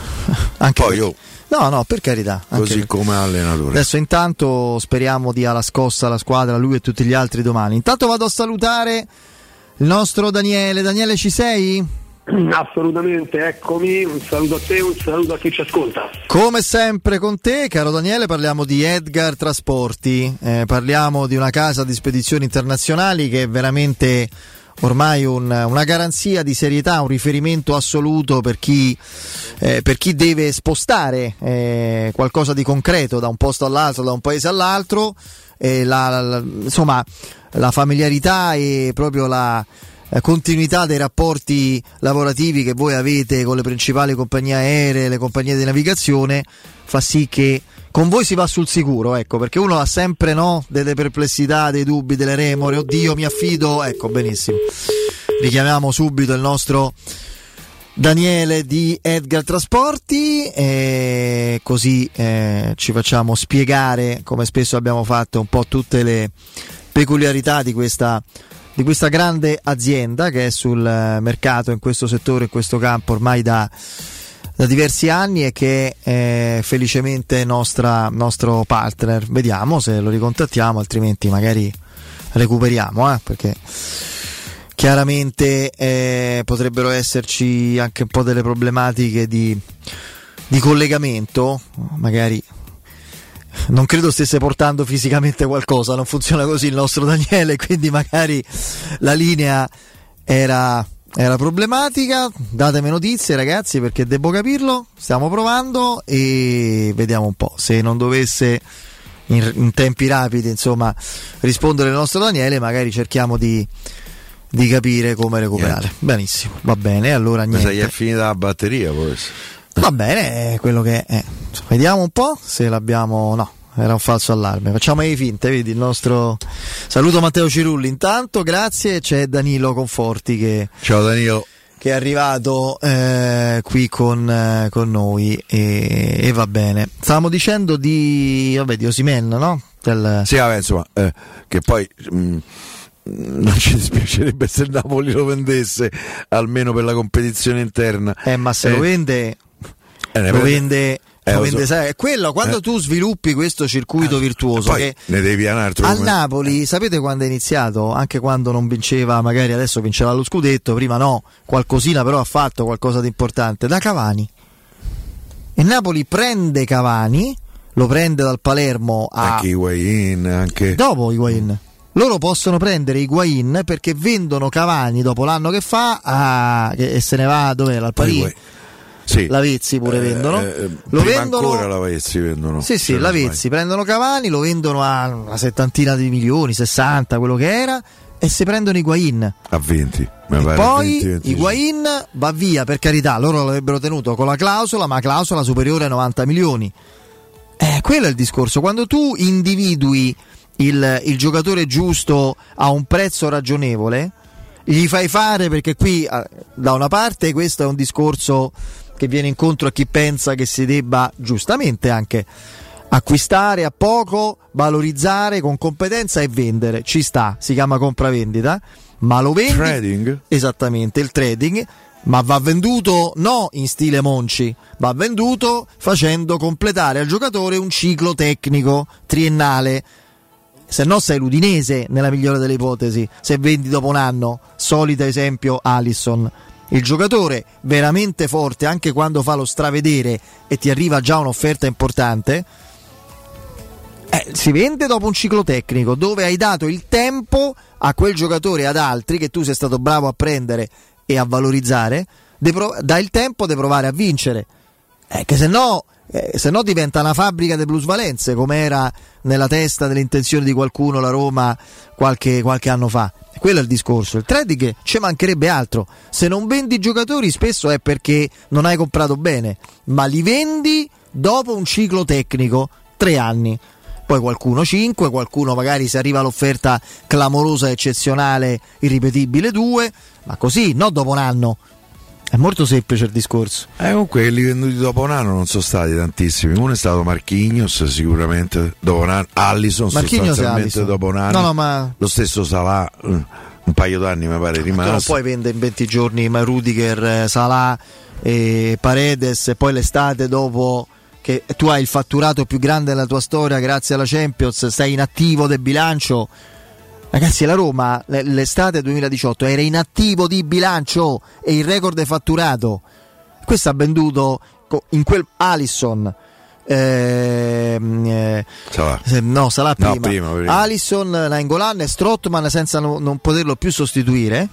Anche poi perché... io no, no, per carità. Così anche... come allenatore. Adesso intanto speriamo dia la scossa alla squadra, lui e tutti gli altri domani. Intanto vado a salutare il nostro Daniele. Daniele, ci sei? Assolutamente, eccomi, un saluto a te, un saluto a chi ci ascolta. Come sempre con te, caro Daniele, parliamo di Edgar Trasporti, eh, parliamo di una casa di spedizioni internazionali che è veramente ormai un, una garanzia di serietà, un riferimento assoluto per chi, eh, per chi deve spostare eh, qualcosa di concreto da un posto all'altro, da un paese all'altro, eh, la, la, insomma la familiarità e proprio la continuità dei rapporti lavorativi che voi avete con le principali compagnie aeree, le compagnie di navigazione, fa sì che con voi si va sul sicuro, ecco, perché uno ha sempre, no, delle perplessità, dei dubbi, delle remore, oddio mi affido, ecco, benissimo, richiamiamo subito il nostro Daniele di Edgar Trasporti e così eh, ci facciamo spiegare, come spesso abbiamo fatto, un po' tutte le peculiarità di questa di questa grande azienda che è sul mercato in questo settore, in questo campo ormai da, da diversi anni e che è felicemente nostra, nostro partner. Vediamo se lo ricontattiamo, altrimenti magari recuperiamo, eh, perché chiaramente eh, potrebbero esserci anche un po' delle problematiche di, di collegamento, magari. Non credo stesse portando fisicamente qualcosa, non funziona così il nostro Daniele, quindi magari la linea era, era problematica. Datemi notizie, ragazzi, perché devo capirlo, stiamo provando e vediamo un po'. Se non dovesse in, in tempi rapidi, insomma, rispondere il nostro Daniele, magari cerchiamo di, di capire come recuperare. Niente. Benissimo, va bene, allora niente. Ma se gli è finita la batteria, può essere. Va bene, è quello che è. Vediamo un po' se l'abbiamo. No, era un falso allarme. Facciamo le finte, vedi il nostro. Saluto Matteo Cirulli intanto, grazie. C'è Danilo Conforti che. Ciao Danilo. Che è arrivato eh, qui con, eh, con noi e, e va bene. Stavamo dicendo di. Vabbè, di Osimhen, no? Del... Sì, vabbè, insomma, eh, che poi. Mh... non ci dispiacerebbe se il Napoli lo vendesse almeno per la competizione interna. Eh, ma se eh, lo vende, eh, lo vende, eh, lo vende so. sai, è quello quando eh. tu sviluppi questo circuito eh, virtuoso. Poi che ne devi un altro. Al come... Napoli, eh. sapete quando è iniziato? Anche quando non vinceva, magari adesso vinceva lo scudetto, prima no, qualcosina però ha fatto qualcosa di importante. Da Cavani. E Napoli prende Cavani, lo prende dal Palermo a... anche Higuain, anche... dopo Higuain. Loro possono prendere Higuain perché vendono Cavani dopo l'anno che fa a... e se ne va dov'è? Al Parigi. Sì. Lavezzi pure eh, vendono. Eh, lo prima vendono ancora Lavezzi vendono. Sì, sì, Lavezzi prendono Cavani, lo vendono a una settantina di milioni, sessanta, quello che era, e si prendono Higuain. A venti. E poi Higuain va via, per carità, loro l'avrebbero tenuto con la clausola, ma clausola superiore ai novanta milioni. Eh, quello è il discorso. Quando tu individui il, il giocatore giusto a un prezzo ragionevole, gli fai fare, perché qui da una parte questo è un discorso che viene incontro a chi pensa che si debba giustamente anche acquistare a poco, valorizzare con competenza e vendere. Ci sta, si chiama compravendita, ma lo vendi trading. Esattamente, il trading, ma va venduto no in stile Monci, va venduto facendo completare al giocatore un ciclo tecnico triennale. Se no sei l'Udinese nella migliore delle ipotesi, se vendi dopo un anno. Solito esempio Alisson, il giocatore veramente forte anche quando fa lo stravedere e ti arriva già un'offerta importante, eh, si vende dopo un ciclo tecnico dove hai dato il tempo a quel giocatore e ad altri che tu sei stato bravo a prendere e a valorizzare, prov- dai il tempo di provare a vincere, eh, che se no Eh, se no diventa una fabbrica di plusvalenze, come era nella testa delle intenzioni di qualcuno la Roma qualche, qualche anno fa. Quello è il discorso. Il trading ci mancherebbe altro. Se non vendi giocatori spesso è perché non hai comprato bene, ma li vendi dopo un ciclo tecnico, tre anni, poi qualcuno cinque, qualcuno magari se arriva l'offerta clamorosa, eccezionale, irripetibile due, ma così, no dopo un anno. È molto semplice il discorso. Eh, comunque quelli venduti dopo un anno non sono stati tantissimi. Uno è stato Marquinhos, sicuramente dopo un anno. Alisson sostanzialmente dopo un anno. No, no, ma... Lo stesso Salah, un paio d'anni mi pare rimasto. Non puoi vendere in venti giorni Rudiger, Salah e Paredes e poi l'estate dopo che tu hai il fatturato più grande della tua storia grazie alla Champions, sei in attivo del bilancio. Ragazzi, la Roma l'estate duemiladiciotto era in attivo di bilancio e il record è fatturato. Questo ha venduto in quel Alisson, ehm, eh, Salah. no Salah prima, no, prima, prima. Alisson, Nainggolan e Strootman senza no, non poterlo più sostituire.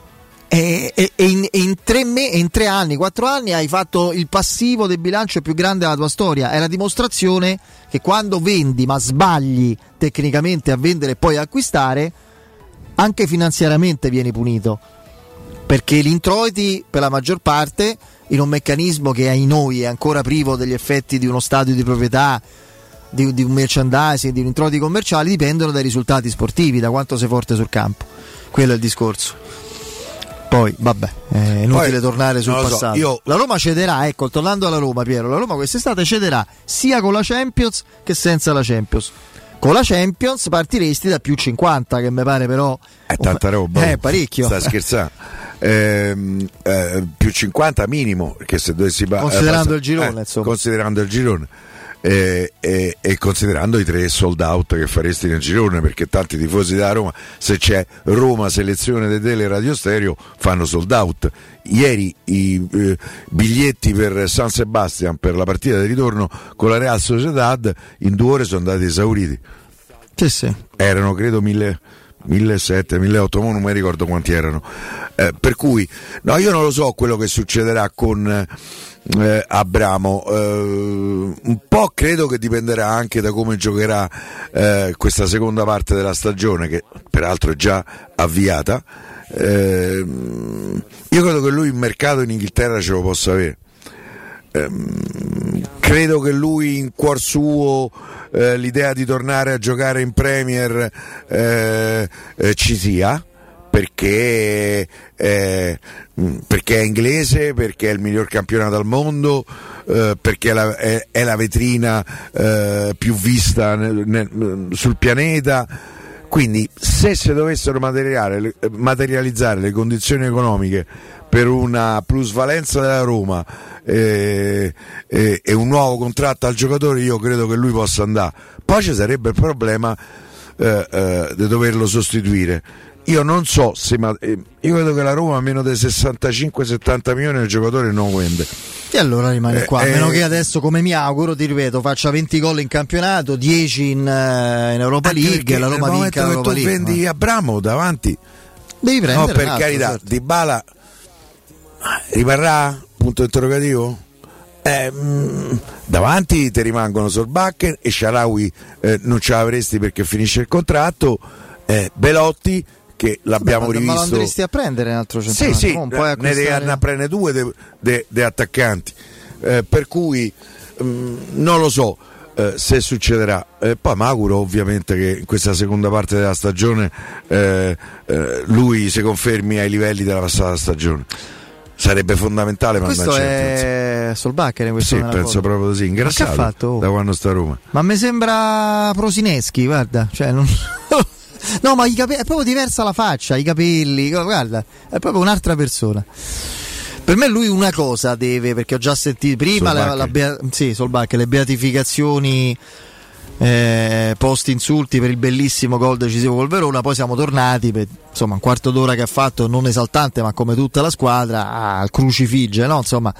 E, e, e, in, e in, tre me, in tre anni, quattro anni hai fatto il passivo del bilancio più grande della tua storia. È la dimostrazione che quando vendi ma sbagli tecnicamente a vendere e poi a acquistare, anche finanziariamente vieni punito, perché gli introiti per la maggior parte, in un meccanismo che ai noi è ancora privo degli effetti di uno stadio di proprietà, di, di un merchandising, di introiti commerciali, dipendono dai risultati sportivi, da quanto sei forte sul campo. Quello è il discorso. Poi vabbè, è inutile Poi, tornare sul passato. So, io... La Roma cederà, ecco, tornando alla Roma, Piero, la Roma quest'estate cederà sia con la Champions che senza la Champions. Con la Champions partiresti da più cinquanta, che mi pare però è tanta roba. È parecchio. Sta scherzando. Eh, eh, più cinquanta minimo, perché se dovessi considerando passa, il girone, eh, insomma. Considerando il girone. E, e, e considerando i tre sold out che faresti nel girone, perché tanti tifosi da Roma, se c'è Roma selezione delle tele Radio Stereo, fanno sold out. Ieri i eh, biglietti per San Sebastian per la partita di ritorno con la Real Sociedad in due ore sono andati esauriti. Sì, sì. Erano credo mille millesettecento, milleottocento, non mi ricordo quanti erano. Eh, per cui no, io non lo so quello che succederà con Eh, Abramo, eh, un po' credo che dipenderà anche da come giocherà eh, questa seconda parte della stagione, che peraltro è già avviata. Eh, io credo che lui il mercato in Inghilterra ce lo possa avere. Eh, credo che lui in cuor suo eh, l'idea di tornare a giocare in Premier eh, eh, ci sia, perché eh, perché è inglese, perché è il miglior campionato al mondo, eh, perché è la, è, è la vetrina eh, più vista nel, nel, sul pianeta. Quindi se si dovessero materializzare le condizioni economiche per una plusvalenza della Roma eh, eh, e un nuovo contratto al giocatore, io credo che lui possa andare. Poi ci sarebbe il problema eh, eh, di doverlo sostituire. io non so se ma, eh, io credo che la Roma a meno dei sessantacinque settanta milioni di giocatori non vende. E allora rimane Eh, qua, a eh, meno che adesso, come mi auguro, ti ripeto, faccia venti gol in campionato, dieci in, eh, in Europa Anche League perché e la Roma nel vinca momento l'Europa che tu League. vendi Abramo davanti, devi prendere no, per un altro, carità, certo. Dybala rimarrà? Punto interrogativo? Eh, mh, davanti ti rimangono Solbakken e Shaarawy, eh, non ce l'avresti perché finisce il contratto, eh, Belotti che l'abbiamo Vabbè, ma- rivisto. Ma lo andresti a prendere un altro Sì, centravanti? sì, non puoi ne acquistare- devi andare a prendere due dei attaccanti, eh, per cui mh, non lo so eh, se succederà. Eh, poi mi auguro ovviamente che in questa seconda parte della stagione eh, eh, lui si confermi ai livelli della passata stagione. Sarebbe fondamentale per Questo è Solbakken, questo sì, nella penso foto. proprio così, Ma che ha ingrassato fatto? Oh. da quando sta a Roma. Ma mi sembra Prosineschi, guarda, cioè non... no, ma i cape... è proprio diversa la faccia, i capelli, guarda, è proprio un'altra persona. Per me lui una cosa deve, perché ho già sentito prima la, la bea... sì, Solbakken, le beatificazioni eh, post insulti per il bellissimo gol decisivo col Verona, poi siamo tornati per, insomma, un quarto d'ora che ha fatto non esaltante, ma come tutta la squadra, al crucifige, no? Insomma,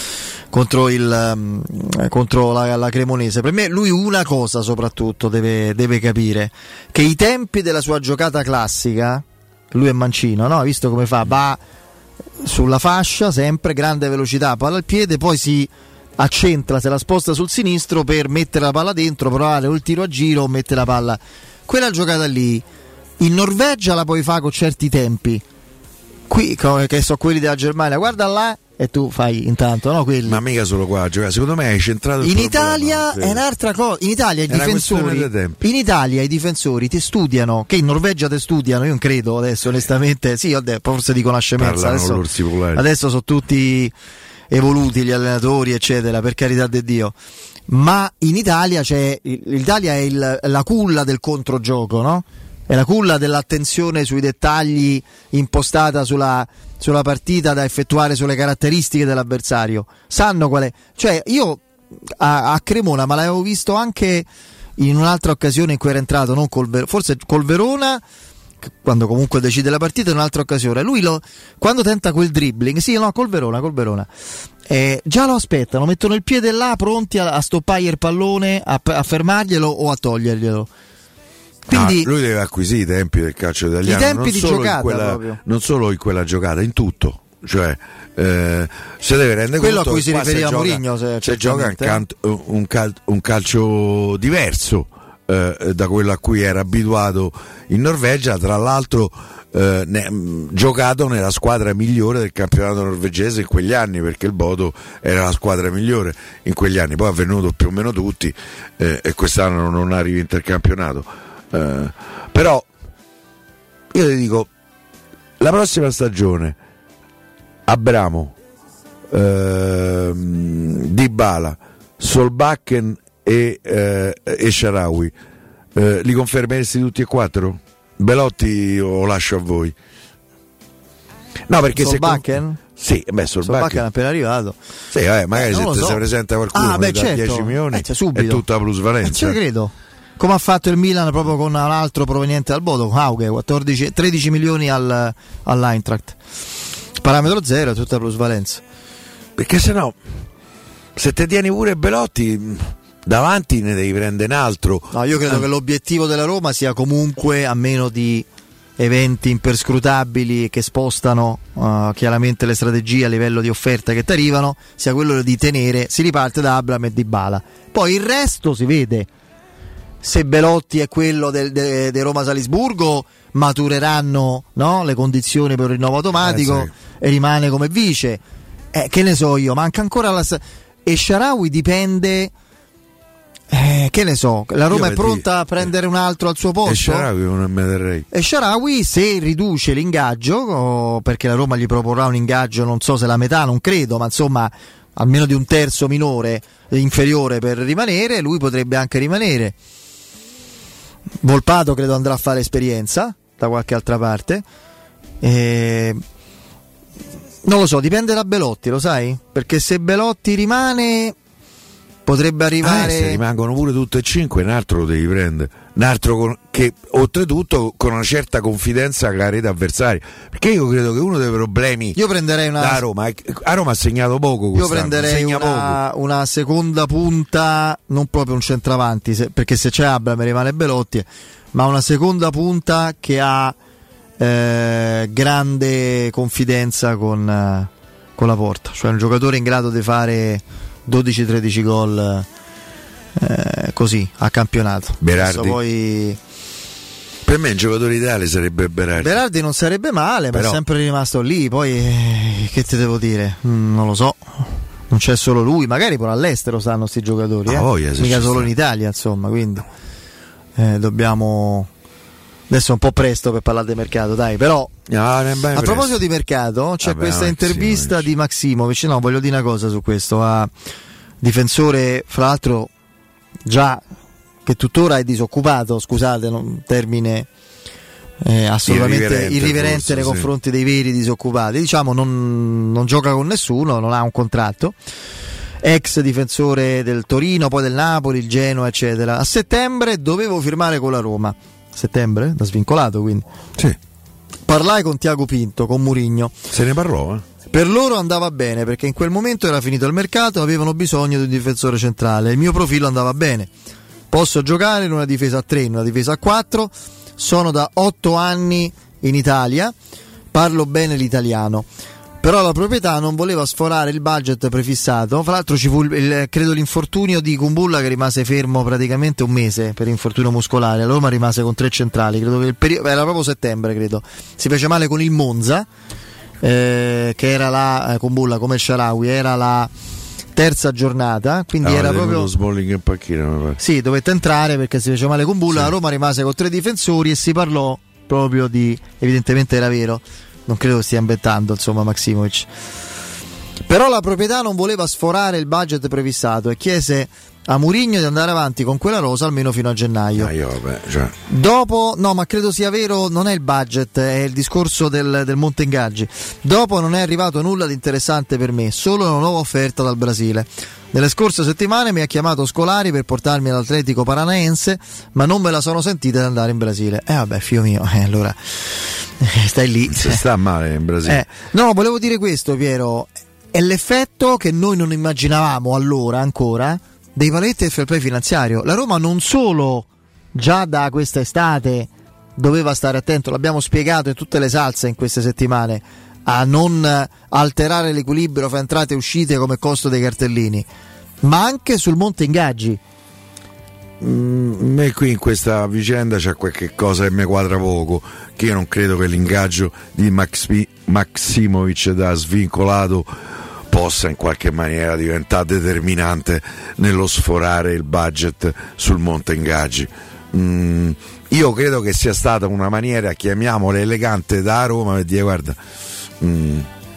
contro il um, contro la, la Cremonese. Per me lui una cosa soprattutto deve, deve capire, che i tempi della sua giocata classica, lui è mancino, no? Hai visto come fa? Va sulla fascia, sempre grande velocità, palla al piede, poi si accentra, se la sposta sul sinistro per mettere la palla dentro, provare o il tiro a giro o mettere la palla. Quella giocata lì in Norvegia la puoi fare con certi tempi, qui che so quelli della Germania, guarda là e tu fai intanto, no, quelli. Ma mica solo qua a giocare, secondo me hai centrato il in problema, Italia è un'altra cosa. In Italia i È una questione difensori di tempi. in Italia i difensori ti studiano, che in Norvegia ti studiano, io non credo adesso onestamente, sì, vabbè, forse dico una scemenza, Parlano adesso, l'orsi popolari. adesso sono tutti evoluti gli allenatori eccetera, per carità di Dio, ma in Italia c'è, l'Italia è il, la culla del controgioco, no? È la culla dell'attenzione sui dettagli impostata sulla, sulla partita da effettuare sulle caratteristiche dell'avversario. Sanno qual è, cioè io a, a Cremona, ma l'avevo visto anche in un'altra occasione in cui era entrato, non col Ver- forse col Verona, quando comunque decide la partita, in un'altra occasione lui lo, quando tenta quel dribbling, sì, no, col Verona, col Verona eh, già lo aspettano, mettono il piede là pronti a, a stoppare il pallone, a, a fermarglielo o a toglierglielo. Quindi no, lui deve acquisire i tempi del calcio italiano, i tempi non di solo giocata in quella, proprio. non solo in quella giocata, in tutto, cioè eh, se deve rendere quello conto a cui si qua riferiva se gioca- Mourinho, se se gioca un, certamente, can- un, cal- un calcio diverso eh, da quello a cui era abituato in Norvegia, tra l'altro eh, ne- mh, giocato nella squadra migliore del campionato norvegese in quegli anni, perché il Bodo era la squadra migliore in quegli anni, poi ha venuto più o meno tutti eh, e quest'anno non ha rivinto il campionato. Uh, però io ti dico, la prossima stagione Abramo, uh, Dybala, Solbakken e, uh, e Shaarawy, uh, li confermeresti tutti e quattro? Belotti o lascio a voi? No, perché Solbakken? se con... Sì, beh, Solbakken. Solbakken è appena arrivato. Sì, vabbè, magari Eh, se non ti lo so. si presenta qualcuno Ah, beh, da certo. dieci milioni Eh, cioè, subito. è tutta la plusvalenza. Eh, ce credo. Come ha fatto il Milan proprio con un altro proveniente dal Bodo, Hauge, quattordici, tredici milioni al, all'Eintracht. Parametro zero, tutta la plusvalenza. Perché se no, se te tieni pure Belotti davanti ne devi prendere un altro. No, io credo eh. che l'obiettivo della Roma sia comunque, a meno di eventi imperscrutabili che spostano uh, chiaramente le strategie a livello di offerta che ti arrivano, sia quello di tenere, si riparte da Abraham e Dybala. Poi il resto si vede. Se Belotti è quello del de, de Roma-Salisburgo, matureranno, no, le condizioni per il rinnovo automatico, eh, sì. e rimane come vice. Eh, che ne so io, manca ancora la... E Shaarawy dipende... Eh, che ne so, la Roma Io è pronta a prendere un altro al suo posto? E Shaarawy non me terrei. E Shaarawy, se riduce l'ingaggio, oh, perché la Roma gli proporrà un ingaggio, non so se la metà, non credo, ma insomma almeno di un terzo minore, inferiore per rimanere, lui potrebbe anche rimanere. Volpato credo andrà a fare esperienza da qualche altra parte. E... non lo so, dipende da Belotti, lo sai? Perché se Belotti rimane potrebbe arrivare... Eh, se rimangono pure tutte e cinque, un altro lo devi prendere. Un altro con, che oltretutto con una certa confidenza con la rete avversaria, perché io credo che uno dei problemi io prenderei una da Roma a Roma ha segnato poco io quest'anno, prenderei segna una, poco. una seconda punta, non proprio un centravanti, se, perché se c'è Abram rimane Belotti, ma una seconda punta che ha eh, grande confidenza con, eh, con la porta, cioè un giocatore in grado di fare dodici tredici gol eh, così a campionato. Berardi. Adesso poi per me un giocatore ideale sarebbe Berardi. Berardi non sarebbe male, Però... ma è sempre rimasto lì. Poi eh, che ti devo dire? Mm, non lo so. Non c'è solo lui, magari pure all'estero stanno sti giocatori, eh? Ah, voglia, mica solo sta. in Italia, insomma. Quindi eh, dobbiamo. Adesso è un po' presto per parlare di mercato, dai, però. No, a presto. Proposito di mercato, c'è Vabbè, questa intervista Maksimovic. di Maksimovic. No, voglio dire una cosa su questo. A difensore, fra l'altro, già che tuttora è disoccupato, scusate, un termine eh, assolutamente irriverente, irriverente forse, nei sì. confronti dei veri disoccupati. Diciamo, non, non gioca con nessuno, non ha un contratto. Ex difensore del Torino, poi del Napoli, il Genoa, eccetera. A settembre dovevo firmare con la Roma. Settembre? Da svincolato, quindi. Sì. Parlai con Tiago Pinto, con Mourinho. Se ne parlò, eh? Per loro andava bene perché in quel momento era finito il mercato, avevano bisogno di un difensore centrale. Il mio profilo andava bene. Posso giocare in una difesa a tre, in una difesa a quattro. Sono da otto anni in Italia, parlo bene l'italiano. Però la proprietà non voleva sforare il budget prefissato. Fra l'altro ci fu il, il, credo l'infortunio di Kumbulla che rimase fermo praticamente un mese per infortunio muscolare. La Roma rimase con tre centrali, credo che il periodo era proprio settembre, credo. Si fece male con il Monza, eh, che era la eh, Kumbulla come il Shaarawy, era la terza giornata, quindi ah, era proprio Smalling e Pacchino, mi pare. Sì, dovette entrare perché si fece male Kumbulla. Sì. La Roma rimase con tre difensori e si parlò proprio di, evidentemente era vero, non credo stia inventando, insomma, Maksimovic. Però la proprietà non voleva sforare il budget prefissato e chiese a Mourinho di andare avanti con quella rosa almeno fino a gennaio. Ah, io, vabbè, cioè. Dopo, no, ma credo sia vero, non è il budget, è il discorso del, del monte ingaggi. Dopo non è arrivato nulla di interessante per me, solo una nuova offerta dal Brasile. Nelle scorse settimane mi ha chiamato Scolari per portarmi all'Atletico Paranaense, ma non me la sono sentita di andare in Brasile. Eh vabbè, figlio mio, eh, allora eh, stai lì. Si sta male in Brasile. Eh, no, volevo dire questo, Piero. È l'effetto che noi non immaginavamo allora ancora dei paletti del fair play finanziario. La Roma non solo già da questa estate doveva stare attento, l'abbiamo spiegato in tutte le salse in queste settimane, a non alterare l'equilibrio fra entrate e uscite come costo dei cartellini, ma anche sul monte ingaggi. Mm, e qui in questa vicenda c'è qualche cosa che mi quadra poco, che io non credo che l'ingaggio di Maxi, Maksimovic da svincolato possa in qualche maniera diventare determinante nello sforare il budget sul monte ingaggi. Mm, io credo che sia stata una maniera, chiamiamola elegante, da Roma per dire guarda, mm,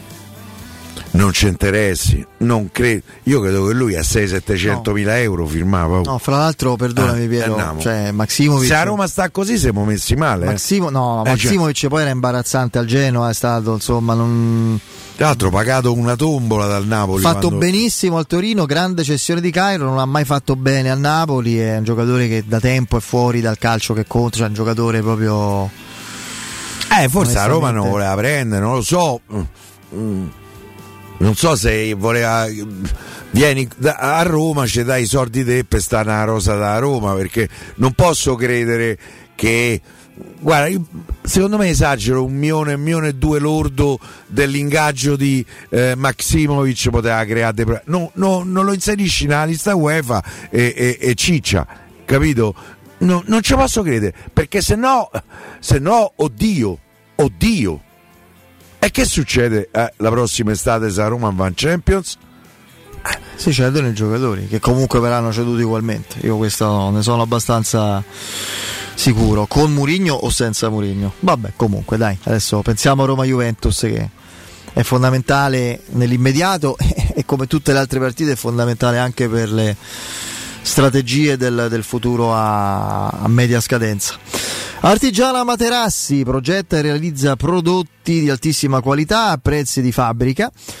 non ci interessi, non credo. Io credo che lui a sei settecento mila no. euro firmava. No, fra l'altro, perdonami eh, Piero, andiamo. Cioè Maksimovic. Se a Roma sta così siamo messi male. Maksimo, eh. no, eh, Maksimovic cioè. poi era imbarazzante al Genoa, è stato, insomma, non. Tra l'altro pagato una tombola dal Napoli. Fatto quando... benissimo al Torino, grande cessione di Cairo, non ha mai fatto bene al Napoli, è un giocatore che da tempo è fuori dal calcio che conta, cioè un giocatore proprio. Eh, forse a Roma non voleva prendere, non lo so. Mm. Non so se voleva. Vieni a Roma, ci dai i soldi te per stare nella rosa da Roma, perché non posso credere che. Guarda, io, secondo me esagero, un milione, un milione e due lordo dell'ingaggio di eh, Maksimovic poteva creare dei problemi. No, no, non lo inserisci nella lista UEFA e, e, e ciccia, capito? No, non ci posso credere, perché se no, se no, oddio, oddio. E che succede eh, la prossima estate se a Roma va in Champions? Eh. Si cedono i giocatori, che comunque verranno ceduti ugualmente. Io questo no, ne sono abbastanza sicuro, con Mourinho o senza Mourinho. Vabbè, comunque dai, adesso pensiamo a Roma-Juventus, che è fondamentale nell'immediato e come tutte le altre partite è fondamentale anche per le strategie del, del futuro a, a media scadenza. Artigiana Materassi progetta e realizza prodotti di altissima qualità a prezzi di fabbrica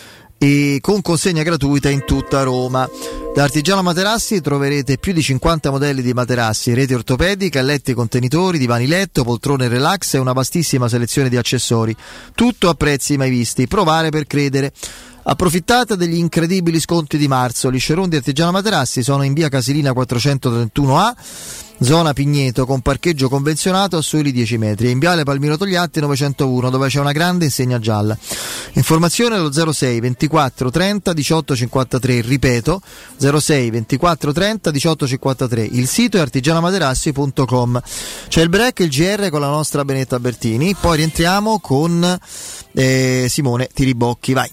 e con consegna gratuita in tutta Roma. Da Artigiano Materassi troverete più di cinquanta modelli di materassi, rete ortopedica, letti contenitori, divani letto, poltrone relax e una vastissima selezione di accessori. Tutto a prezzi mai visti. Provare per credere. Approfittate degli incredibili sconti di marzo. Gli showroom di Artigiano Materassi sono in via Casilina quattrocentotrentuno A, zona Pigneto, con parcheggio convenzionato a soli dieci metri, e in viale Palmiro Togliatti novecentouno, dove c'è una grande insegna gialla. Informazione allo zero sei ventiquattro trenta diciotto cinquantatré, ripeto zero sei ventiquattro trenta diciotto cinquantatré. Il sito è artigianomaterassi punto com. C'è il break, il G R con la nostra Benetta Bertini, poi rientriamo con eh, Simone Tiribocchi. Vai.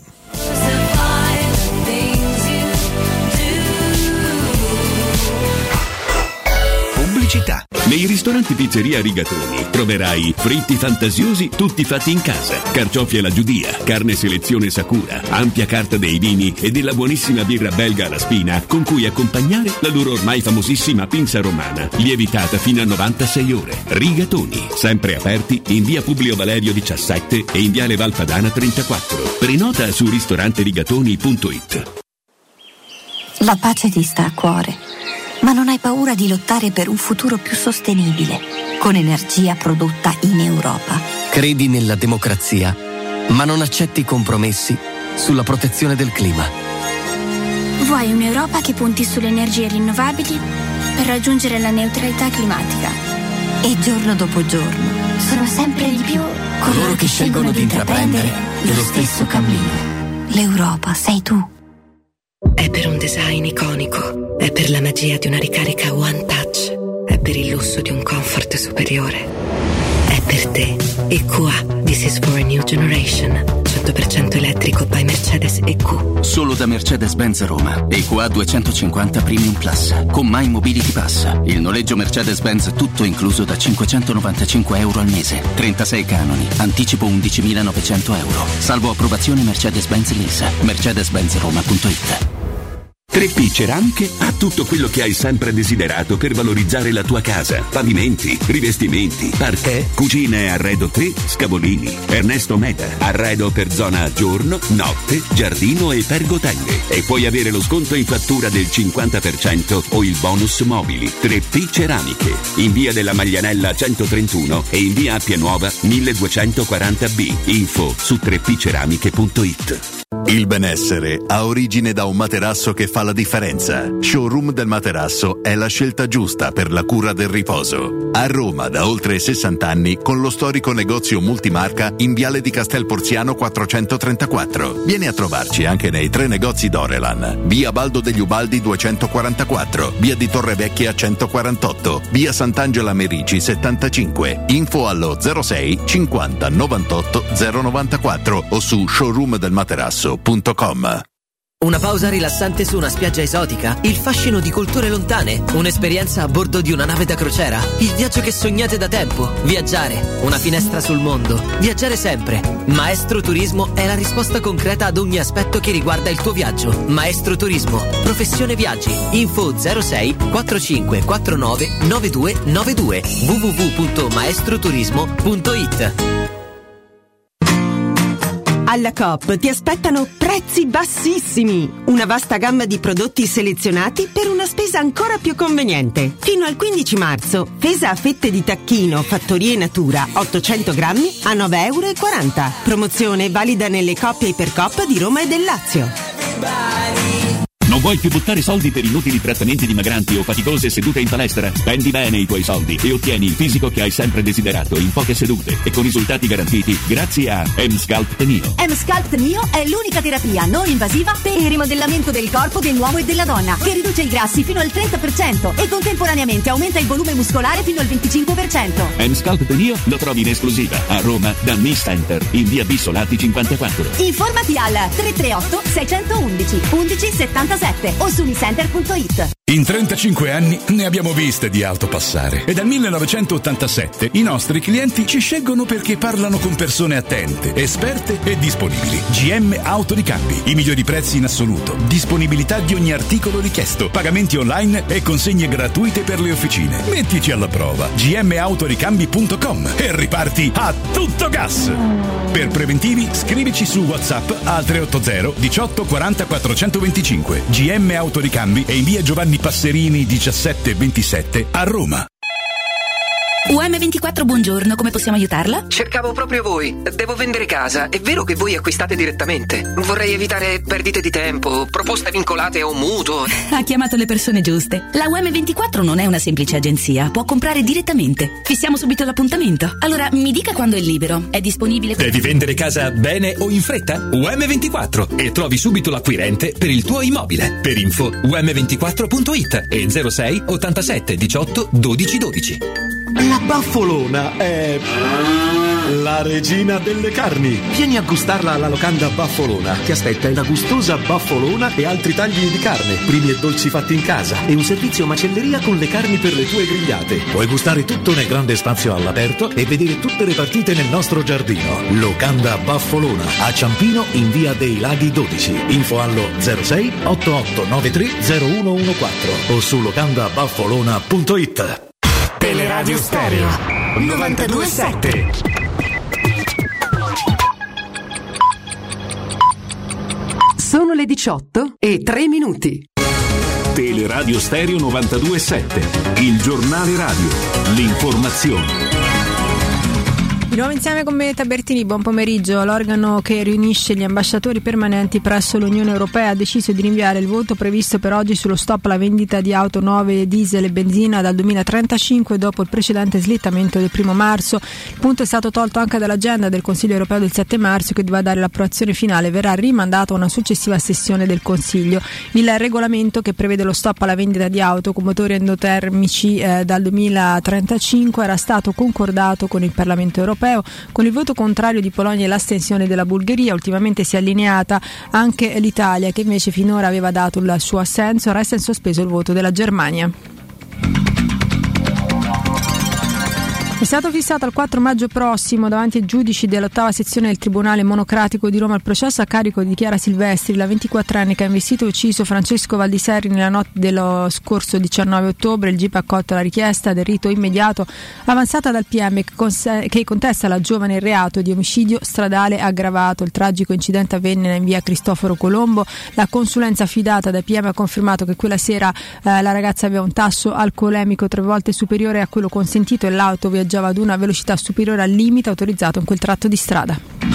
Pubblicità. Nei ristoranti Pizzeria Rigatoni troverai fritti fantasiosi tutti fatti in casa, carciofi alla giudia, carne selezione Sakura, ampia carta dei vini e della buonissima birra belga alla spina con cui accompagnare la loro ormai famosissima pinza romana, lievitata fino a novantasei ore. Rigatoni, sempre aperti in via Publio Valerio diciassette e in viale Valpadana trentaquattro. Prenota su ristoranterigatoni punto it. La pace ti sta a cuore, ma non hai paura di lottare per un futuro più sostenibile, con energia prodotta in Europa. Credi nella democrazia, ma non accetti compromessi sulla protezione del clima. Vuoi un'Europa che punti sulle energie rinnovabili per raggiungere la neutralità climatica. E giorno dopo giorno sono sempre di più coloro che scelgono di intraprendere lo stesso cammino. L'Europa sei tu. È per un design iconico, è per la magia di una ricarica One Touch, è per il lusso di un comfort superiore. È per te. E Q A, This is for a new generation. cento per cento elettrico by Mercedes E Q. Solo da Mercedes-Benz Roma. E Q A duecentocinquanta Premium Plus. Con My Mobility Pass. Il noleggio Mercedes-Benz tutto incluso da cinquecentonovantacinque euro al mese. trentasei canoni. Anticipo undicimilanovecento euro. Salvo approvazione Mercedes-Benz Lease. mercedes benz roma punto it. tre P Ceramiche ha tutto quello che hai sempre desiderato per valorizzare la tua casa. Pavimenti, rivestimenti, parquet, cucina e arredo tre, Scavolini. Ernesto Meda, arredo per zona giorno, notte, giardino e pergotelle. E puoi avere lo sconto in fattura del cinquanta per cento o il bonus mobili. tre P Ceramiche, in via della Maglianella centotrentuno e in via Appia Nuova milleduecentoquaranta B. Info su tre p ceramiche punto it. Il benessere ha origine da un materasso che fa la differenza. Showroom del Materasso è la scelta giusta per la cura del riposo. A Roma da oltre sessanta anni con lo storico negozio multimarca in Viale di Castel Porziano quattrocentotrentaquattro. Vieni a trovarci anche nei tre negozi Dorelan. Via Baldo degli Ubaldi duecentoquarantaquattro, via di Torrevecchia centoquarantotto, via Sant'Angela Merici settantacinque. Info allo zero sei cinquanta novantotto zero novantaquattro o su showroom del materasso punto com. Una pausa rilassante su una spiaggia esotica? Il fascino di culture lontane? Un'esperienza a bordo di una nave da crociera? Il viaggio che sognate da tempo? Viaggiare, una finestra sul mondo. Viaggiare sempre. Maestro Turismo è la risposta concreta ad ogni aspetto che riguarda il tuo viaggio. Maestro Turismo, professione viaggi. Info zero sei quattrocinque quattronove novedue novedue w w w punto maestroturismo punto it. Alla Coop ti aspettano prezzi bassissimi, una vasta gamma di prodotti selezionati per una spesa ancora più conveniente. Fino al quindici marzo, pesa a fette di tacchino Fattorie Natura ottocento grammi a nove euro e quaranta. Promozione valida nelle Coop e Ipercoop di Roma e del Lazio. Non vuoi più buttare soldi per inutili trattamenti dimagranti o faticose sedute in palestra? Spendi bene i tuoi soldi e ottieni il fisico che hai sempre desiderato in poche sedute e con risultati garantiti grazie a M-Sculpt Neo. M-Sculpt Neo è l'unica terapia non invasiva per il rimodellamento del corpo dell'uomo e della donna, che riduce i grassi fino al trenta per cento e contemporaneamente aumenta il volume muscolare fino al venticinque per cento. M-Sculpt Neo lo trovi in esclusiva a Roma da Miss Center in via Bissolati cinquantaquattro. Informati al tre tre otto sei uno uno undici settantasei. sette o su unicenter punto it. In trentacinque anni ne abbiamo viste di auto passare e dal millenovecentottantasette i nostri clienti ci scelgono perché parlano con persone attente, esperte e disponibili. G M Autoricambi, i migliori prezzi in assoluto, disponibilità di ogni articolo richiesto, pagamenti online e consegne gratuite per le officine. Mettici alla prova g m autoricambi punto com e riparti a tutto gas. Per preventivi scrivici su WhatsApp al tre otto zero diciotto quaranta quattrocentoventicinque. G M Autoricambi e in via Giovanni Passerini diciassette ventisette a Roma. U M ventiquattro, buongiorno, come possiamo aiutarla? Cercavo proprio voi. Devo vendere casa. È vero che voi acquistate direttamente? Vorrei evitare perdite di tempo, proposte vincolate o mutuo. Ha chiamato le persone giuste. La U M ventiquattro non è una semplice agenzia, può comprare direttamente. Fissiamo subito l'appuntamento. Allora, mi dica quando è libero. È disponibile per... Devi vendere casa bene o in fretta? U M ventiquattro e trovi subito l'acquirente per il tuo immobile. Per info u m ventiquattro punto it e zero sei ottantasette diciotto dodici dodici. La Baffolona è la regina delle carni. Vieni a gustarla alla locanda Baffolona. Ti aspetta una gustosa baffolona e altri tagli di carne, primi e dolci fatti in casa e un servizio macelleria con le carni per le tue grigliate. Puoi gustare tutto nel grande spazio all'aperto e vedere tutte le partite nel nostro giardino. Locanda Baffolona a Ciampino in via dei Laghi dodici. Info allo zero sei otto otto nove tre zero uno uno quattro o su locanda baffolona punto it. Teleradio Stereo novantadue sette. Sono le diciotto e tre minuti. Teleradio Stereo novantadue sette, il giornale radio, l'informazione. Di nuovo insieme con me Tabertini, buon pomeriggio. L'organo che riunisce gli ambasciatori permanenti presso l'Unione Europea ha deciso di rinviare il voto previsto per oggi sullo stop alla vendita di auto nuove diesel e benzina dal duemilatrentacinque dopo il precedente slittamento del primo marzo. Il punto è stato tolto anche dall'agenda del Consiglio Europeo del sette marzo che doveva dare l'approvazione finale, verrà rimandato a una successiva sessione del Consiglio. Il regolamento che prevede lo stop alla vendita di auto con motori endotermici eh, dal duemilatrentacinque era stato concordato con il Parlamento Europeo. Con il voto contrario di Polonia e l'astensione della Bulgaria, ultimamente si è allineata anche l'Italia, che invece finora aveva dato il suo assenso. Resta in sospeso il voto della Germania. È stato fissato al quattro maggio prossimo davanti ai giudici dell'ottava sezione del Tribunale Monocratico di Roma il processo a carico di Chiara Silvestri, la ventiquattrorenne che ha investito e ucciso Francesco Valdiserri nella notte dello scorso diciannove ottobre. Il G I P ha accolto la richiesta del rito immediato avanzata dal P M che, conse- che contesta alla giovane il reato di omicidio stradale aggravato. Il tragico incidente avvenne in via Cristoforo Colombo. La consulenza affidata dal P M ha confermato che quella sera eh, la ragazza aveva un tasso alcolemico tre volte superiore a quello consentito e l'auto viaggiava ad una velocità superiore al limite autorizzato in quel tratto di strada.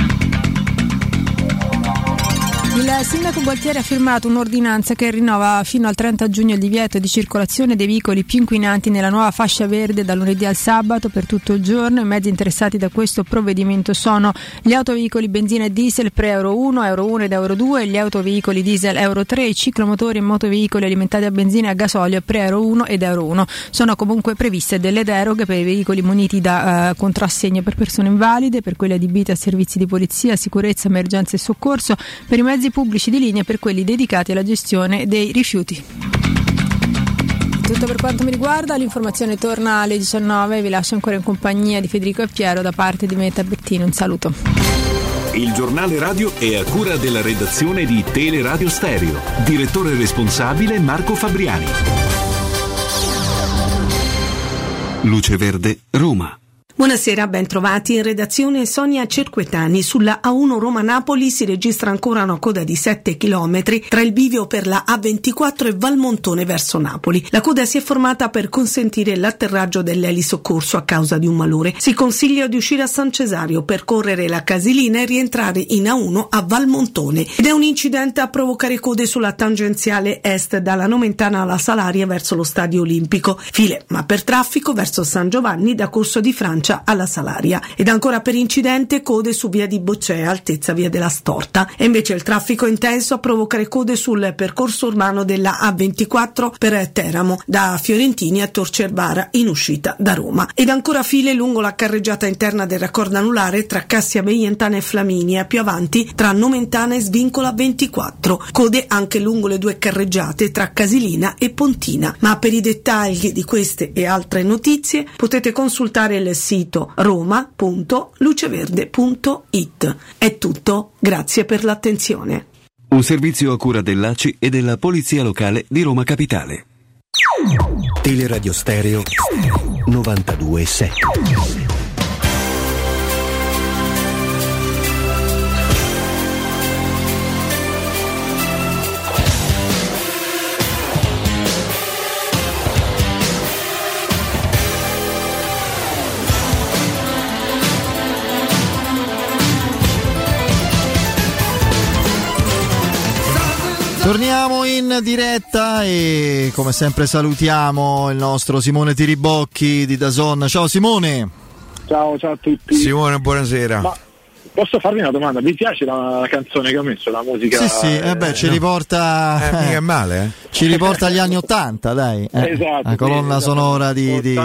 Il sindaco Gualtieri ha firmato un'ordinanza che rinnova fino al trenta giugno il divieto di circolazione dei veicoli più inquinanti nella nuova fascia verde dal lunedì al sabato per tutto il giorno. I mezzi interessati da questo provvedimento sono gli autoveicoli benzina e diesel pre Euro uno, Euro uno ed Euro due, gli autoveicoli diesel Euro tre, i ciclomotori e motoveicoli alimentati a benzina e a gasolio pre Euro uno ed Euro uno. Sono comunque previste delle deroghe per i veicoli muniti da uh, contrassegno per persone invalide, per quelli adibiti a servizi di polizia, sicurezza, emergenza e soccorso, per i mezzi pubblici di linea e per quelli dedicati alla gestione dei rifiuti. Tutto per quanto mi riguarda, l'informazione torna alle diciannove, vi lascio ancora in compagnia di Federico e Piero. Da parte di me Tabertino, un saluto. Il giornale radio è a cura della redazione di Teleradio Stereo. Direttore responsabile Marco Fabriani. Luce Verde, Roma. Buonasera, ben trovati. In redazione Sonia Cerquetani. Sulla A uno Roma-Napoli si registra ancora una coda di sette chilometri tra il bivio per la A ventiquattro e Valmontone verso Napoli. La coda si è formata per consentire l'atterraggio dell'elisoccorso a causa di un malore. Si consiglia di uscire a San Cesario, percorrere la Casilina e rientrare in A uno a Valmontone. Ed è un incidente a provocare code sulla tangenziale est dalla Nomentana alla Salaria verso lo Stadio Olimpico. File, ma per traffico verso San Giovanni da Corso di Francia Francia alla Salaria. Ed ancora per incidente code su via di Boccea, altezza via della Storta. E invece il traffico intenso a provocare code sul percorso urbano della A ventiquattro per Teramo, da Fiorentini a Tor Cervara in uscita da Roma. Ed ancora file lungo la carreggiata interna del raccordo anulare tra Cassia Veientana e Flaminia, più avanti tra Nomentana e Svincola ventiquattro. Code anche lungo le due carreggiate tra Casilina e Pontina. Ma per i dettagli di queste e altre notizie potete consultare il sito roma punto luceverde punto it. È tutto, grazie per l'attenzione. Un servizio a cura dell'A C I e della Polizia Locale di Roma Capitale. Teleradio Stereo novantadue sette. Torniamo in diretta e come sempre salutiamo il nostro Simone Tiribocchi di DAZN. Ciao Simone. Ciao, ciao a tutti. Simone, buonasera. Ma posso farvi una domanda? Vi piace la, la canzone che ho messo, la musica? Sì, sì, eh beh, ci no. riporta eh, mica è male, eh? Ci riporta agli anni ottanta, dai. Eh, esatto. La colonna sì, sonora di di,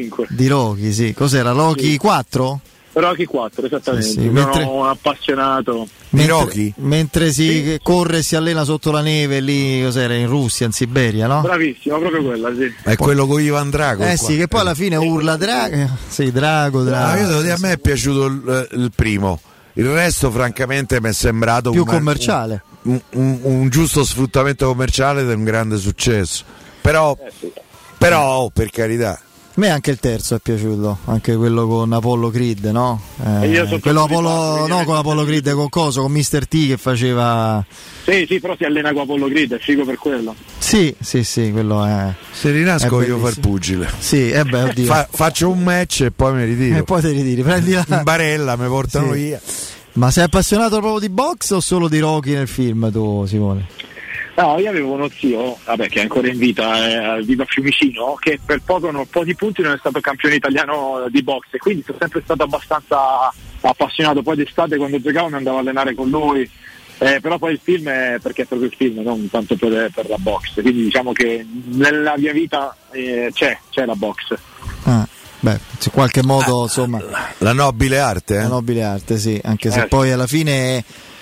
di Rocky, sì. Cos'era? Rocky sì. quattro? Rocky quattro, esattamente. Sì, sì. Sono mentre, un appassionato di Rocky. Mentre si sì. corre e si allena sotto la neve lì, cos'era, in Russia, in Siberia, no? Bravissimo, proprio quella, sì. È quello con Ivan Drago. Eh qua. sì, che poi alla fine urla Drago. Sì, Drago, Drago. No, io devo dire, a me è piaciuto il, il primo. Il resto, francamente, mi è sembrato più una, commerciale. Un, un, un giusto sfruttamento commerciale di un grande successo. Però, eh sì. però oh, per carità. A me anche il terzo è piaciuto, anche quello con Apollo Creed, no? Eh, io sono quello Apollo, no, con Apollo Creed, con coso, con mister T che faceva. Sì, sì, però si allena con Apollo Creed, è figo per quello. Sì, sì, sì, quello è. Se rinasco io far pugile. Sì, eh beh, oddio. Fa, faccio un match e poi mi ritiro. E poi ti ritiri, prendi la. In barella, mi portano sì. via. Ma sei appassionato proprio di box o solo di Rocky nel film tu, Simone? No, io avevo uno zio, vabbè, che è ancora in vita, eh, vive a Fiumicino, che per poco, un po' di punti non è stato campione italiano di box, e quindi sono sempre stato abbastanza appassionato. Poi d'estate quando giocavo mi andavo a allenare con lui, eh, però poi il film è perché è proprio il film, non tanto per, per la box, quindi diciamo che nella mia vita eh, c'è, c'è la box. Ah. Beh, in qualche modo, insomma, la nobile arte, eh? La nobile arte, sì, anche se eh, poi alla fine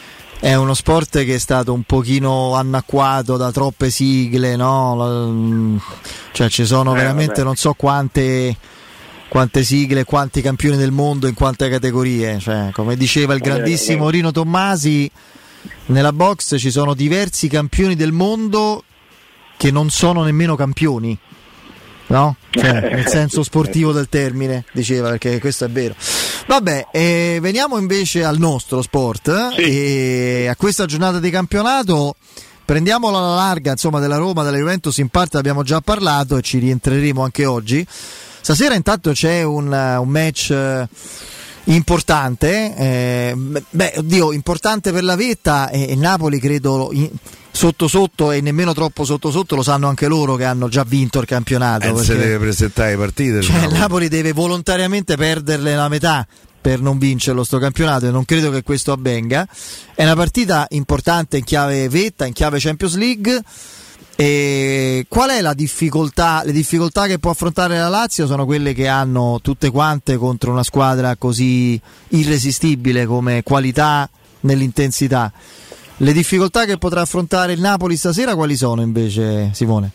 è uno sport che è stato un pochino annacquato da troppe sigle, no? Cioè ci sono eh, veramente vabbè. non so quante quante sigle, quanti campioni del mondo in quante categorie, cioè, come diceva il grandissimo Rino Tommasi, nella box ci sono diversi campioni del mondo che non sono nemmeno campioni. No? Cioè, nel senso sportivo del termine, diceva, perché questo è vero. Vabbè, eh, veniamo invece al nostro sport, sì. E a questa giornata di campionato prendiamola alla larga, insomma, della Roma, della Juventus in parte abbiamo già parlato e ci rientreremo anche oggi. Stasera intanto c'è un, un match eh, importante, eh, beh, oddio, importante per la vetta, e, e Napoli credo in, sotto sotto e nemmeno troppo sotto sotto lo sanno anche loro che hanno già vinto il campionato. Eh, se deve presentare le partite. Cioè, Napoli. Napoli deve volontariamente perderle la metà per non vincerlo sto campionato e non credo che questo avvenga. È una partita importante in chiave vetta, in chiave Champions League. E qual è la difficoltà? Le difficoltà che può affrontare la Lazio sono quelle che hanno tutte quante contro una squadra così irresistibile come qualità nell'intensità. Le difficoltà che potrà affrontare il Napoli stasera quali sono invece, Simone?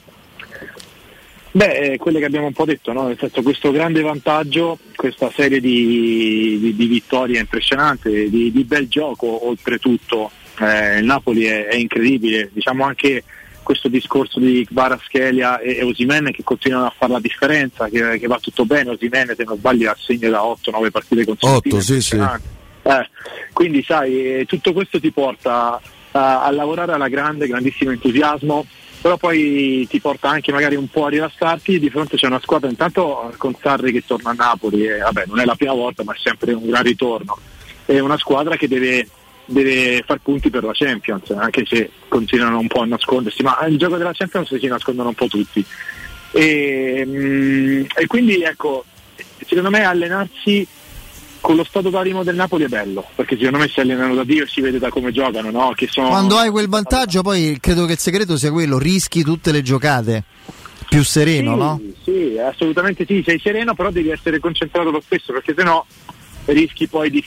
Beh, quelle che abbiamo un po' detto, no? Nel senso, questo grande vantaggio, questa serie di, di, di vittorie impressionante, di, di bel gioco oltretutto. Eh, il Napoli è, è incredibile, diciamo anche questo discorso di Kvaratskhelia e Osimhen che continuano a fare la differenza, che, che va tutto bene. Osimhen, se non sbaglio, assegna da otto nove partite consecutive. otto, sì, sì. Eh, quindi sai, tutto questo ti porta a, a lavorare alla grande, grandissimo entusiasmo, però poi ti porta anche magari un po' a rilassarti. Di fronte c'è una squadra intanto con Sarri che torna a Napoli, e vabbè, non è la prima volta ma è sempre un gran ritorno, è una squadra che deve, deve far punti per la Champions, anche se continuano un po' a nascondersi, ma il gioco della Champions si nascondono un po' tutti, e, e quindi ecco, secondo me allenarsi con lo stato d'animo del Napoli è bello, perché secondo me si allenano da Dio e si vede da come giocano, no? Che sono... Quando hai quel vantaggio poi credo che il segreto sia quello, rischi tutte le giocate, più sereno, sì, no? Sì, assolutamente sì, sei sereno, però devi essere concentrato lo stesso, perché sennò rischi poi di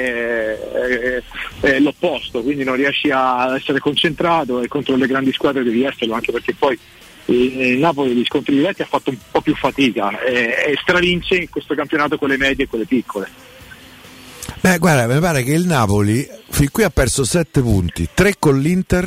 fare eh, eh, l'opposto, quindi non riesci a essere concentrato, e contro le grandi squadre devi esserlo, anche perché poi il Napoli gli scontri diretti ha fatto un po' più fatica e, e stravince in questo campionato con le medie e con le piccole. Beh, guarda, mi pare che il Napoli fin qui ha perso sette punti, tre con l'Inter,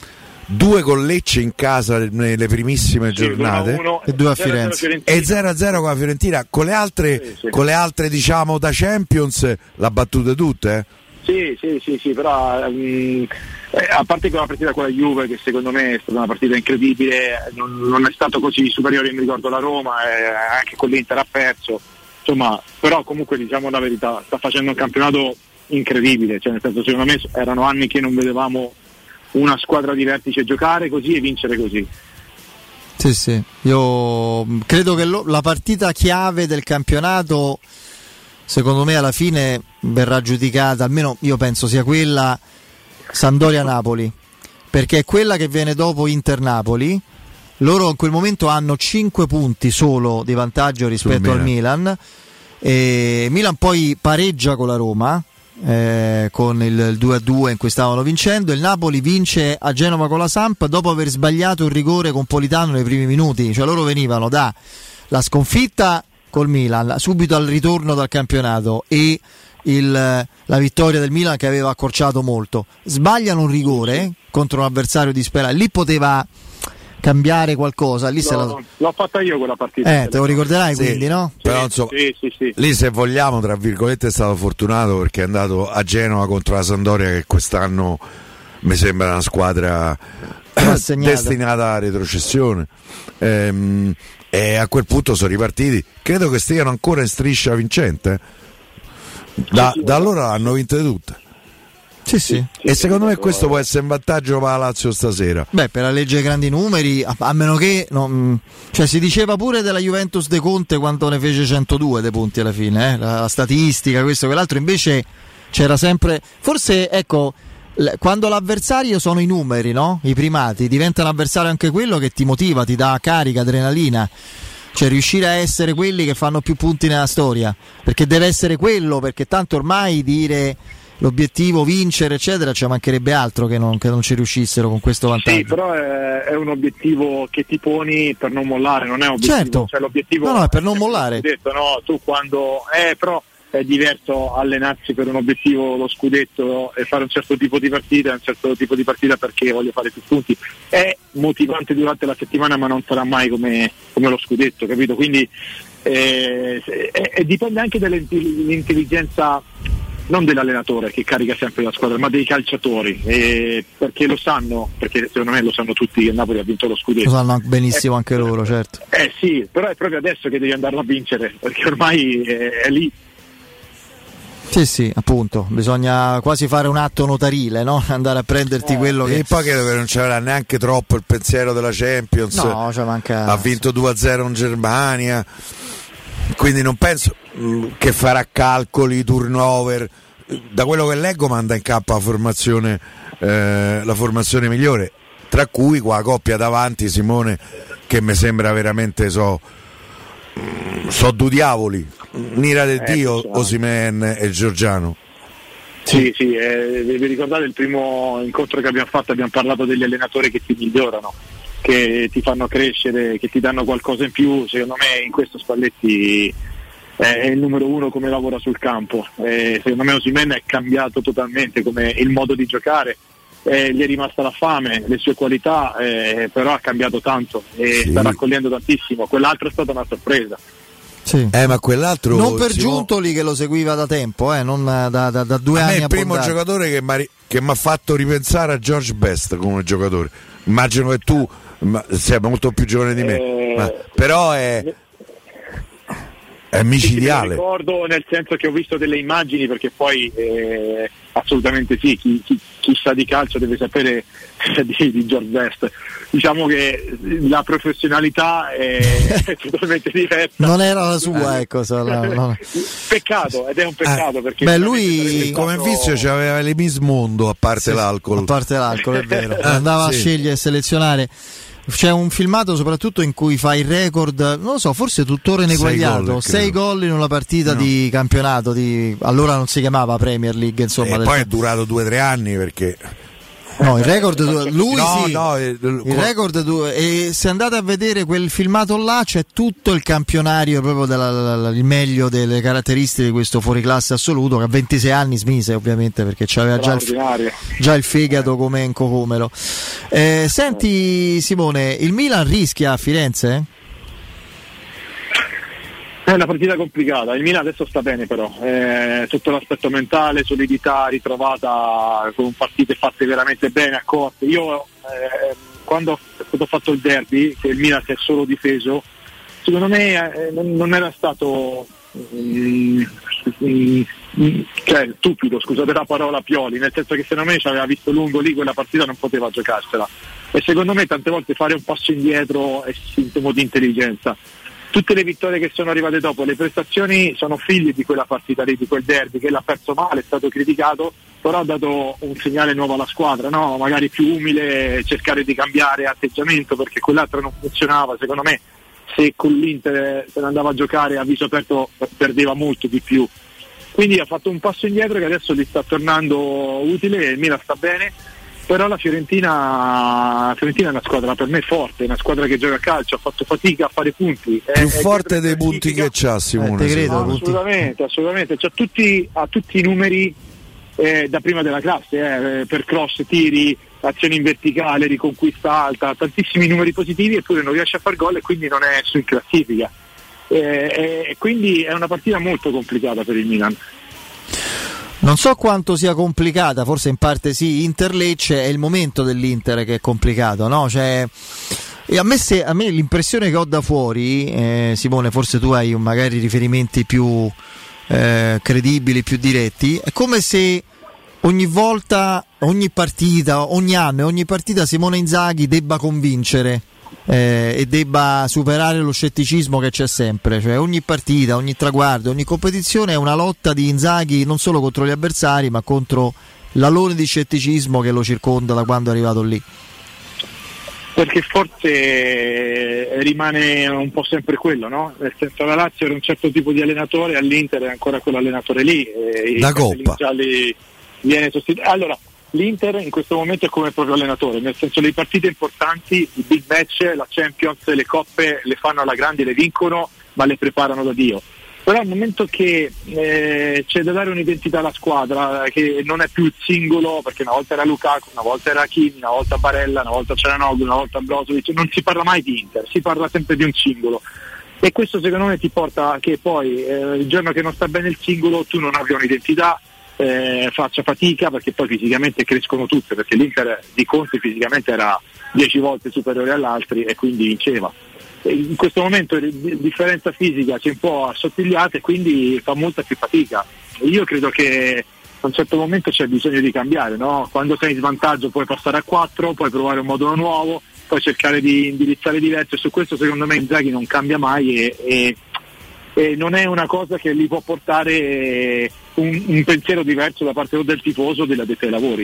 due con Lecce in casa nelle primissime sì, giornate uno, uno, e due a Firenze e zero a zero con la Fiorentina. Con le altre, sì, sì. con le altre diciamo da Champions l'ha battute tutte, eh? Sì, sì, sì, sì, però um, eh, a parte con la partita con la Juve, che secondo me è stata una partita incredibile, non, non è stato così superiore, mi ricordo la Roma, eh, anche con l'Inter ha perso, insomma, però comunque diciamo la verità, sta facendo un campionato incredibile, cioè nel senso, secondo me erano anni che non vedevamo una squadra di vertice giocare così e vincere così. Sì, sì, io credo che lo, la partita chiave del campionato secondo me alla fine verrà giudicata, almeno io penso sia quella Sampdoria-Napoli, perché è quella che viene dopo Inter-Napoli. Loro in quel momento hanno cinque punti solo di vantaggio rispetto al Milan, e Milan poi pareggia con la Roma eh, con il, il due a due in cui stavano vincendo. Il Napoli vince a Genova con la Samp dopo aver sbagliato il rigore con Politano nei primi minuti, cioè loro venivano da la sconfitta col Milan subito al ritorno dal campionato e il, la vittoria del Milan che aveva accorciato molto, sbagliano un rigore contro un avversario disperato, lì poteva cambiare qualcosa, lì no, se la... l'ho fatta io quella partita, eh, te lo ricorderai, sì, quindi no? Sì, però insomma, sì, sì, sì. Lì se vogliamo tra virgolette è stato fortunato perché è andato a Genova contro la Sampdoria, che quest'anno mi sembra una squadra destinata alla retrocessione, ehm, e a quel punto sono ripartiti, credo che stiano ancora in striscia vincente, da, da allora hanno vinte tutte. Sì, sì. E secondo me questo può essere un vantaggio per la Lazio stasera. Beh, per la legge dei grandi numeri, a, a meno che non, cioè si diceva pure della Juventus de Conte quando ne fece centodue dei punti alla fine, eh? la, la statistica, questo e quell'altro, invece c'era sempre, forse ecco, l- quando l'avversario sono i numeri, no? I primati, diventa un avversario anche quello che ti motiva, ti dà carica, adrenalina. Cioè riuscire a essere quelli che fanno più punti nella storia, perché deve essere quello, perché tanto ormai dire l'obiettivo vincere eccetera ci mancherebbe altro che non, che non ci riuscissero con questo vantaggio. Sì, però è, è un obiettivo che ti poni per non mollare, non è un obiettivo, certo. Cioè l'obiettivo no, no, è per non mollare. Detto, no, tu quando eh, però è diverso allenarsi per un obiettivo, lo scudetto, e fare un certo tipo di partita, un certo tipo di partita perché voglio fare più punti. È motivante durante la settimana, ma non sarà mai come, come lo scudetto, capito? Quindi eh, e, e dipende anche dall'intelligenza, non dell'allenatore che carica sempre la squadra, ma dei calciatori, eh, perché lo sanno, perché secondo me lo sanno tutti che il Napoli ha vinto lo scudetto. Lo sanno benissimo eh, anche loro, certo. Eh sì, però è proprio adesso che devi andarlo a vincere, perché ormai è, è lì. Sì, sì, appunto, bisogna quasi fare un atto notarile, no? Andare a prenderti eh, quello che... E poi credo che non c'era neanche troppo il pensiero della Champions. No, cioè manca... Ha vinto due a zero in Germania, quindi non penso che farà calcoli, turnover. Da quello che leggo manda in campo la formazione, eh, la formazione migliore, tra cui qua la coppia davanti, Simone, che mi sembra veramente so, so due diavoli, Nira del eh, Dio, diciamo. Osimhen e Giorgiano. Sì, sì, eh, vi ricordate il primo incontro che abbiamo fatto, abbiamo parlato degli allenatori che ti migliorano, che ti fanno crescere, che ti danno qualcosa in più. Secondo me in questo Spalletti è il numero uno come lavora sul campo, eh, secondo me Osimhen è cambiato totalmente come il modo di giocare, eh, gli è rimasta la fame, le sue qualità, eh, però ha cambiato tanto e sì. sta raccogliendo tantissimo. Quell'altro è stata una sorpresa. Sì. Eh, ma quell'altro non per Simone... Giuntoli che lo seguiva da tempo, eh, non da, da, da due a anni. Me è il primo abbondati. giocatore che mi ha fatto ripensare a George Best come giocatore. Immagino che tu ma, sei molto più giovane di me, Eh, ma, però è è micidiale. Sì, ricordo, nel senso che ho visto delle immagini, perché poi eh, assolutamente sì, chi, chi, chi sa di calcio deve sapere di, di George Best. Diciamo che la professionalità è, è totalmente diversa. Non era la sua, eh. ecco. So, no, no. Peccato, ed è un peccato eh. perché beh, lui come stato... vizio c'aveva le Miss Mondo, a parte sì, l'alcol. A parte l'alcol, è vero. Eh, andava sì. a scegliere e selezionare. C'è un filmato soprattutto in cui fa il record, non lo so, forse tuttora ineguagliato, sei gol in una partita no. di campionato, di, allora non si chiamava Premier League, insomma. E del... poi è durato due o tre anni perché... No, il record lui no, sì. no, il, il record e se andate a vedere quel filmato là c'è tutto il campionario proprio del meglio delle caratteristiche di questo fuoriclasse assoluto, che a ventisei anni smise ovviamente perché c'aveva già il, già il fegato come in cocomero. Eh, senti Simone, il Milan rischia a Firenze? È una partita complicata, il Milan adesso sta bene però, eh, sotto l'aspetto mentale, solidità ritrovata, con partite fatte veramente bene, accorte. Io eh, quando ho fatto il derby, che il Milan si è solo difeso, secondo me eh, non era stato mm, mm, cioè stupido, scusate la parola, Pioli, nel senso che secondo me ci aveva visto lungo lì, quella partita non poteva giocarsela, e secondo me tante volte fare un passo indietro è sintomo di intelligenza. Tutte le vittorie che sono arrivate dopo, le prestazioni sono figlie di quella partita lì, di quel derby, che l'ha perso male, è stato criticato, però ha dato un segnale nuovo alla squadra, no? Magari più umile, cercare di cambiare atteggiamento, perché quell'altra non funzionava. Secondo me se con l'Inter se ne andava a giocare a viso aperto perdeva molto di più. Quindi ha fatto un passo indietro che adesso gli sta tornando utile, il Milan sta bene. Però la Fiorentina, la Fiorentina è una squadra per me forte, è una squadra che gioca a calcio, ha fatto fatica a fare punti. Più è, forte è dei punti che c'ha Simone. Eh, credo, no, assolutamente, assolutamente. C'ha tutti, ha tutti i numeri eh, da prima della classe, eh, per cross, tiri, azioni in verticale, riconquista alta, tantissimi numeri positivi, eppure non riesce a far gol e quindi non è su in classifica. E eh, eh, quindi è una partita molto complicata per il Milan. Non so quanto sia complicata, forse in parte sì. Inter-Lecce è il momento dell'Inter che è complicato, no? Cioè, e a me, se, a me l'impressione che ho da fuori, eh, Simone, forse tu hai magari riferimenti più eh, credibili, più diretti, è come se ogni volta, ogni partita, ogni anno, ogni partita Simone Inzaghi debba convincere eh, e debba superare lo scetticismo che c'è sempre, cioè ogni partita, ogni traguardo, ogni competizione è una lotta di Inzaghi non solo contro gli avversari ma contro l'alone di scetticismo che lo circonda da quando è arrivato lì. Perché forse rimane un po' sempre quello, no? Nel senso, la Lazio era un certo tipo di allenatore, all'Inter è ancora quell'allenatore lì, e da Coppa li viene sostituito. Allora, l'Inter in questo momento è come il proprio allenatore, nel senso, le partite importanti, i big match, la Champions, le coppe le fanno alla grande, le vincono, ma le preparano da Dio. Però al momento che eh, c'è da dare un'identità alla squadra, che non è più il singolo, perché una volta era Lukaku, una volta era Hakimi, una volta Barella, una volta Çalhanoğlu, una volta Brozovic, non si parla mai di Inter, si parla sempre di un singolo. E questo secondo me ti porta che poi eh, il giorno che non sta bene il singolo tu non abbia un'identità, Eh, faccia fatica, perché poi fisicamente crescono tutte, perché l'Inter di Conte fisicamente era dieci volte superiore agli altri e quindi vinceva. E in questo momento la differenza fisica si è un po' assottigliata e quindi fa molta più fatica. E io credo che a un certo momento c'è bisogno di cambiare, no? Quando sei in svantaggio puoi passare a quattro, puoi provare un modulo nuovo, puoi cercare di indirizzare diverso, e su questo secondo me Inzaghi non cambia mai e, e e non è una cosa che gli può portare un, un pensiero diverso da parte del tifoso o della detta ai lavori.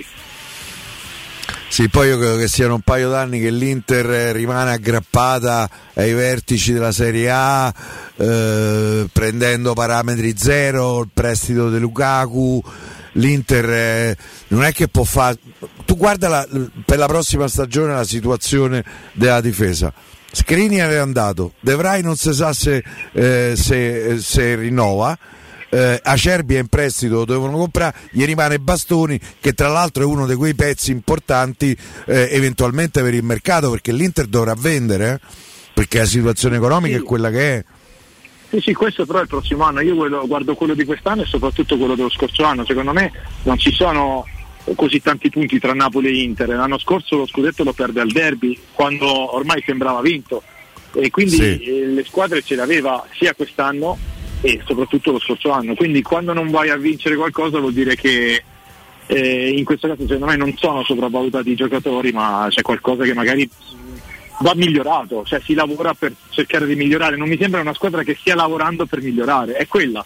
Sì, poi io credo che siano un paio d'anni che l'Inter rimane aggrappata ai vertici della Serie A, eh, prendendo parametri zero, il prestito di Lukaku. L'Inter eh, non è che può fare. Tu guarda la, per la prossima stagione la situazione della difesa. Skriniar è andato, De Vrij non si sa se, eh, se, se rinnova, eh, Acerbi è in prestito, lo devono comprare, gli rimane Bastoni, che tra l'altro è uno di quei pezzi importanti eh, eventualmente per il mercato, perché l'Inter dovrà vendere, eh, perché la situazione economica sì. è quella che è. Sì, sì, questo però è il prossimo anno. Io quello, guardo quello di quest'anno e soprattutto quello dello scorso anno. Secondo me non ci sono così tanti punti tra Napoli e Inter. L'anno scorso lo scudetto lo perde al derby, quando ormai sembrava vinto, e quindi sì. eh, le squadre ce le aveva sia quest'anno, e soprattutto lo scorso anno. Quindi quando non vai a vincere qualcosa vuol dire che eh, in questo caso secondo me non sono sopravvalutati i giocatori, ma c'è qualcosa che magari va migliorato, cioè si lavora per cercare di migliorare. Non mi sembra una squadra che stia lavorando per migliorare, è quella.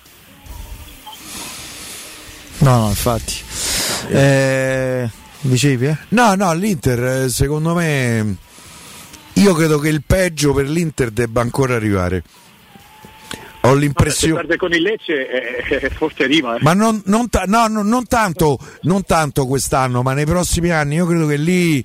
No, no, infatti. Eh, dicevi? Eh? No, no, l'Inter secondo me, io credo che il peggio per l'Inter debba ancora arrivare. Ho l'impressione. No, se perde con il Lecce eh, forse arriva. Eh. Ma non, non, ta- no, no, non, tanto, non tanto quest'anno, ma nei prossimi anni io credo che lì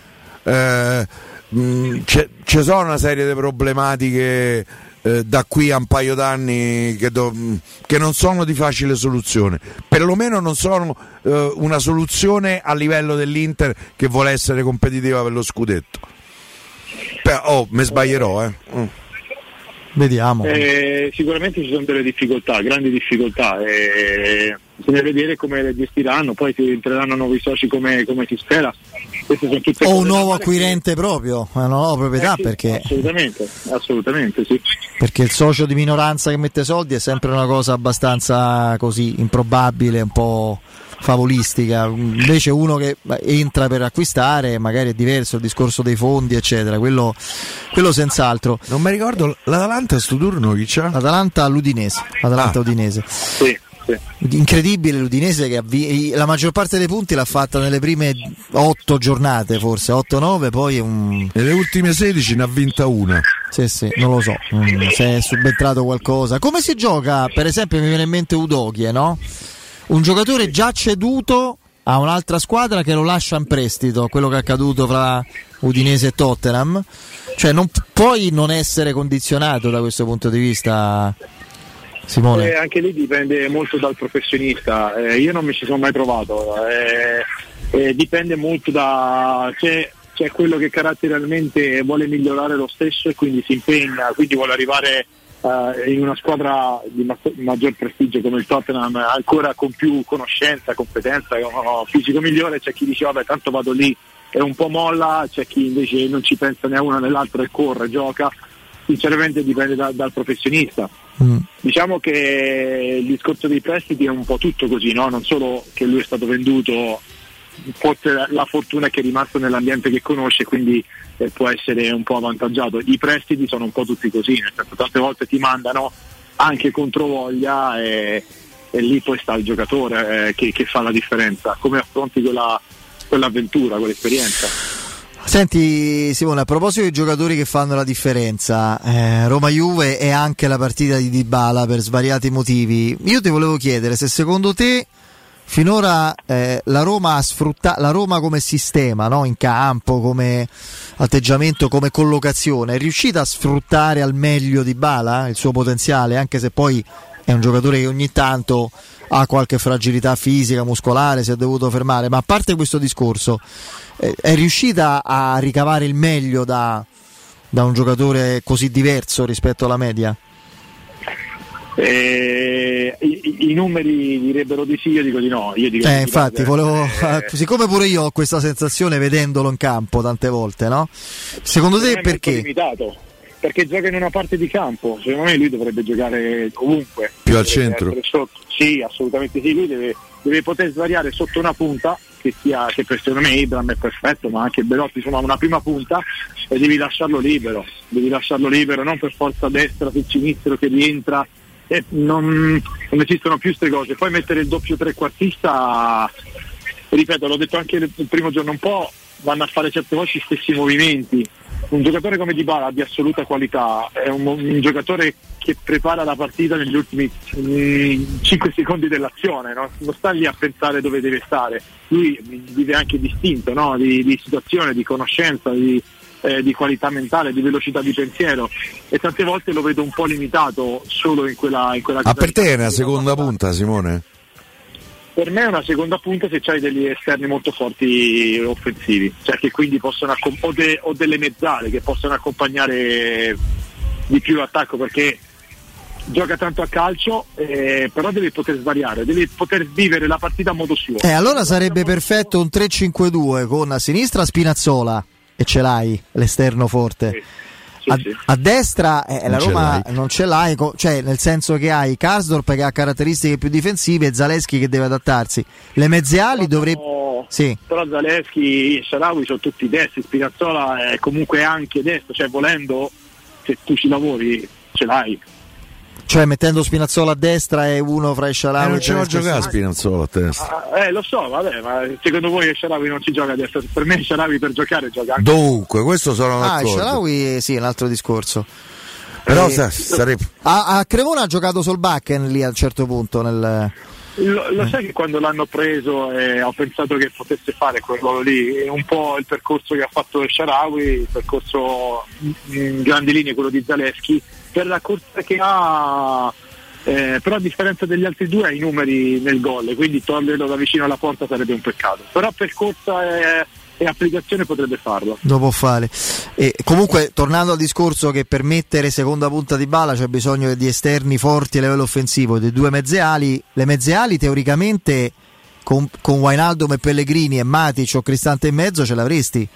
eh, mh, c'è, ci sono una serie di problematiche eh, da qui a un paio d'anni che, do, che non sono di facile soluzione. Perlomeno non sono eh, una soluzione a livello dell'Inter che vuole essere competitiva per lo scudetto. Però, oh, mi sbaglierò, eh. Mm. Vediamo. Eh, sicuramente ci sono delle difficoltà, grandi difficoltà, e bisogna vedere come le gestiranno. Poi se entreranno nuovi soci come, come si spera. Queste sono tutte o un nuovo acquirente che... proprio, una nuova proprietà, eh sì, perché assolutamente, assolutamente sì. Perché il socio di minoranza che mette soldi è sempre una cosa abbastanza così improbabile, un po' favolistica. Invece uno che entra per acquistare magari è diverso, il discorso dei fondi eccetera, quello, quello senz'altro. Non mi ricordo l'Atalanta sto turno chi c'ha? L'Atalanta all'Udinese, l'Atalanta ah. Udinese. Sì. Sì. Incredibile l'Udinese che avvi- la maggior parte dei punti l'ha fatta nelle prime otto giornate, forse otto nove, poi un... nelle ultime sedici ne ha vinta una. Sì, sì, non lo so mm, se è subentrato qualcosa. Come si gioca, per esempio mi viene in mente Udogie, no? Un giocatore già ceduto a un'altra squadra che lo lascia in prestito, quello che è accaduto fra Udinese e Tottenham, cioè non puoi non essere condizionato da questo punto di vista, Simone. Eh, anche lì dipende molto dal professionista, eh, io non mi ci sono mai provato, eh, eh, dipende molto da c'è, c'è quello che caratterialmente vuole migliorare lo stesso e quindi si impegna, quindi vuole arrivare uh, in una squadra di ma- maggior prestigio come il Tottenham, ancora con più conoscenza, competenza, con uno fisico migliore. C'è chi dice vabbè tanto vado lì e un po' molla, c'è chi invece non ci pensa né a uno né all'altro e corre, gioca. Sinceramente dipende da, dal professionista. Mm. Diciamo che il discorso dei prestiti è un po' tutto così, no? Non solo che lui è stato venduto, forse la fortuna è che è rimasto nell'ambiente che conosce, quindi eh, può essere un po' avvantaggiato. I prestiti sono un po' tutti così, nel senso tante volte ti mandano anche contro voglia e, e lì poi sta il giocatore eh, che, che fa la differenza. Come affronti quella, quell'avventura, quell'esperienza? Senti Simone, a proposito dei giocatori che fanno la differenza, eh, Roma-Juve è anche la partita di Dybala per svariati motivi. Io ti volevo chiedere se secondo te finora eh, la Roma ha sfruttato, la Roma come sistema, no? In campo, come atteggiamento, come collocazione, è riuscita a sfruttare al meglio Dybala, il suo potenziale, anche se poi è un giocatore che ogni tanto ha qualche fragilità fisica, muscolare, si è dovuto fermare, ma a parte questo discorso è riuscita a ricavare il meglio da, da un giocatore così diverso rispetto alla media? Eh, i, i numeri direbbero di sì, io dico di no. Io dico eh, di infatti, no, volevo, eh, siccome pure io ho questa sensazione vedendolo in campo tante volte, no? Secondo te perché? Limitato, perché gioca in una parte di campo, secondo me lui dovrebbe giocare ovunque. Più al centro? Sì, assolutamente sì, lui deve, deve poter svariare sotto una punta, che sia, che per secondo me Ibram è perfetto, ma anche Belotti, insomma una prima punta, e devi lasciarlo libero, devi lasciarlo libero, non per forza a destra, sul sinistro che rientra, e non, non esistono più queste cose. Poi mettere il doppio trequartista, ripeto, l'ho detto anche il primo giorno, un po' vanno a fare certe volte gli stessi movimenti. Un giocatore come Dybala di assoluta qualità è un, un giocatore che prepara la partita negli ultimi mm, cinque secondi dell'azione, no? Non sta lì a pensare dove deve stare, lui vive anche distinto, no? di, di situazione, di conoscenza, di, eh, di qualità mentale, di velocità di pensiero, e tante volte lo vedo un po' limitato solo in quella in quella ah, per te è una seconda punta, Simone? Per me è una seconda punta se c'hai degli esterni molto forti offensivi, cioè che quindi possono accom- o, de- o delle mezzale che possono accompagnare di più l'attacco, perché gioca tanto a calcio, eh, però deve poter svariare, deve poter vivere la partita a modo suo. Eh, allora sarebbe perfetto un tre cinque due con a sinistra Spinazzola, e ce l'hai, l'esterno forte. Sì. sì, a, sì. a destra eh, la Non ce Roma l'hai. non ce l'hai, co- cioè nel senso che hai Karsdorp che ha caratteristiche più difensive e Zalewski che deve adattarsi. Le mezze ali dovrebbe sì. Però Zalewski e Shaarawy sono tutti destri, Spinazzola è comunque anche destro, cioè volendo, se tu ci lavori ce l'hai. Cioè mettendo Spinazzola a destra e uno fra i Shaarawy Eh, non e ce l'ho Zalewski. giocato Spinazzola a testa. Ah, eh lo so, vabbè, ma secondo voi Shaarawy non ci gioca adesso? Per me Shaarawy per giocare gioca anche. Dunque, questo sono Ah, d'accordo. Shaarawy sì, è un altro discorso. Però Eh, sa- sarebbe a, a Cremona ha giocato Solbakken lì a un certo punto nel... Lo, lo sai che quando l'hanno preso eh, ho pensato che potesse fare quel ruolo lì, è un po' il percorso che ha fatto Shaarawy, il percorso in, in grandi linee quello di Zalewski, per la corsa che ha, eh, però a differenza degli altri due ha i numeri nel gol, quindi toglierlo da vicino alla porta sarebbe un peccato, però per corsa e, e applicazione potrebbe farlo. Lo può fare. E comunque, tornando al discorso che per mettere seconda punta di bala c'è bisogno di esterni forti a livello offensivo, di due mezze ali. Le mezze ali teoricamente con, con Wijnaldum e Pellegrini e Matic o Cristante in mezzo ce l'avresti.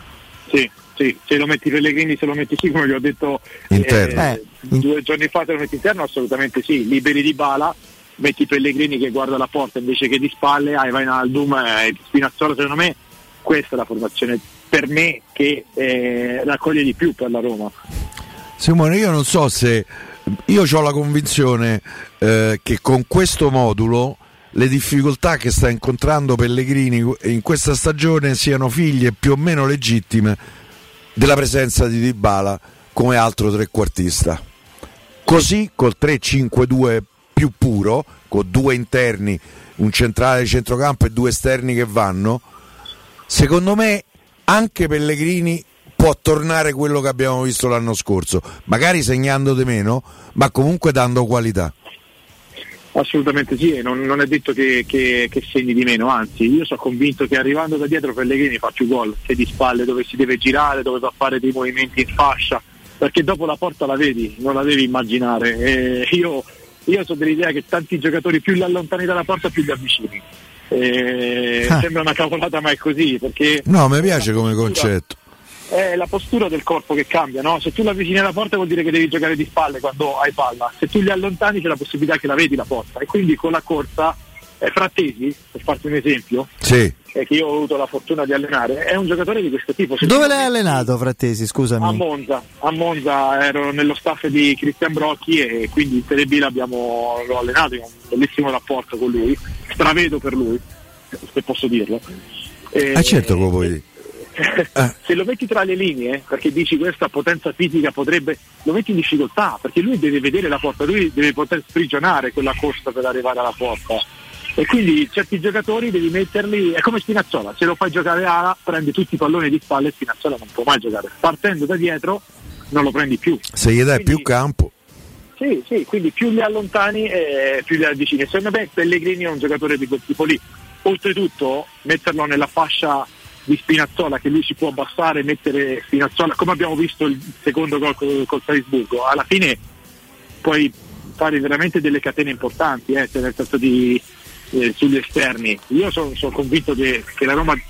Sì, sì, se lo metti Pellegrini, se lo metti sì, come vi ho detto Interno. eh, Eh, in- due giorni fa, se lo metti interno assolutamente sì, liberi di bala, metti Pellegrini che guarda la porta invece che di spalle, hai Wijnaldum e Spinazzola. Secondo me questa è la formazione per me che eh, raccoglie di più per la Roma. Simone, io non so se io ho la convinzione eh, che con questo modulo le difficoltà che sta incontrando Pellegrini in questa stagione siano figlie più o meno legittime della presenza di Dybala come altro trequartista. Così col tre cinque due più puro, con due interni, un centrale di centrocampo e due esterni che vanno, secondo me anche Pellegrini può tornare quello che abbiamo visto l'anno scorso, magari segnando di meno, ma comunque dando qualità. Assolutamente sì, e non, non è detto che, che, che segni di meno, anzi io sono convinto che arrivando da dietro Pellegrini fa più gol che di spalle, dove si deve girare, dove va a fare dei movimenti in fascia, perché dopo la porta la vedi, non la devi immaginare. E io, io sono dell'idea che tanti giocatori più li allontani dalla porta più li avvicini. E Ah. Sembra una cavolata, ma è così, perché No, mi piace come concetto. è la postura del corpo che cambia, no? Se tu la avvicini alla porta vuol dire che devi giocare di spalle quando hai palla, se tu li allontani c'è la possibilità che la vedi la porta, e quindi con la corsa eh, Frattesi, per farti un esempio, Sì. eh, che io ho avuto la fortuna di allenare, è un giocatore di questo tipo. Se Dove tu- l'hai allenato, Frattesi? Scusami. A Monza, a Monza ero nello staff di Cristian Brocchi e quindi in Serie B l'abbiamo l'ho allenato, ho un bellissimo rapporto con lui, stravedo per lui, se posso dirlo. E- Ah, certo che puoi dire. se lo metti tra le linee, perché dici questa potenza fisica potrebbe, lo metti in difficoltà, perché lui deve vedere la porta, lui deve poter sprigionare quella corsa per arrivare alla porta, e quindi certi giocatori devi metterli, è come Spinazzola, se lo fai giocare ala prende tutti i palloni di spalle, Spinazzola non può mai giocare, partendo da dietro non lo prendi più. Se gli dai più campo. Sì, sì, quindi più li allontani e più li avvicini. Secondo me Pellegrini è un giocatore di quel tipo lì. Oltretutto metterlo nella fascia di Spinazzola, che lui si può abbassare e mettere Spinazzola, come abbiamo visto il secondo gol col, col Salisburgo, alla fine puoi fare veramente delle catene importanti, eh, nel senso di eh, sugli esterni. Io sono son convinto che, che la Roma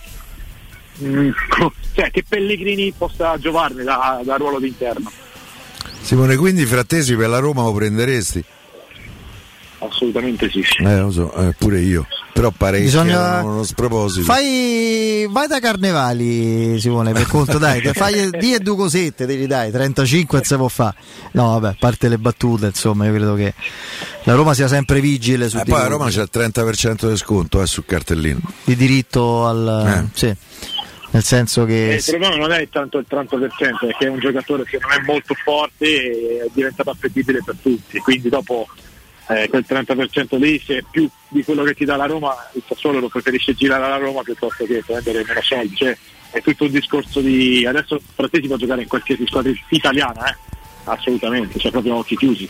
mh, cioè che Pellegrini possa giovarne da, da ruolo d'interno. Simone, quindi Frattesi per la Roma lo prenderesti? Assolutamente sì. Eh, lo so, eh, pure io. Però parecchio Bisogna- erano uno sproposito. Fai, vai da Carnevali, Simone, per conto, dai, te fai di e due cosette, te li dai, trentacinque se può fare. No, vabbè, a parte le battute, insomma, io credo che la Roma sia sempre vigile su Eh, di poi a lui. Roma c'è il trenta per cento di sconto eh, sul cartellino. Di diritto al... Eh. sì, nel senso che... Eh, il problema non è tanto il trenta per cento, è che è un giocatore che non è molto forte e è diventato appetibile per tutti, quindi dopo eh, quel trenta per cento lì, se è più di quello che ti dà la Roma, il Sassuolo lo preferisce girare alla Roma piuttosto che prendere meno soldi, cioè è tutto un discorso di adesso Frattesi può giocare in qualsiasi squadra italiana, eh? Assolutamente, cioè proprio a occhi chiusi.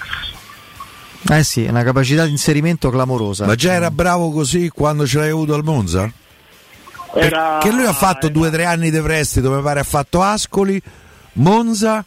Eh sì, è una capacità di inserimento clamorosa. Ma già era bravo così quando ce l'hai avuto al Monza? Era... Che lui ha fatto due o tre anni di prestito, mi pare ha fatto Ascoli, Monza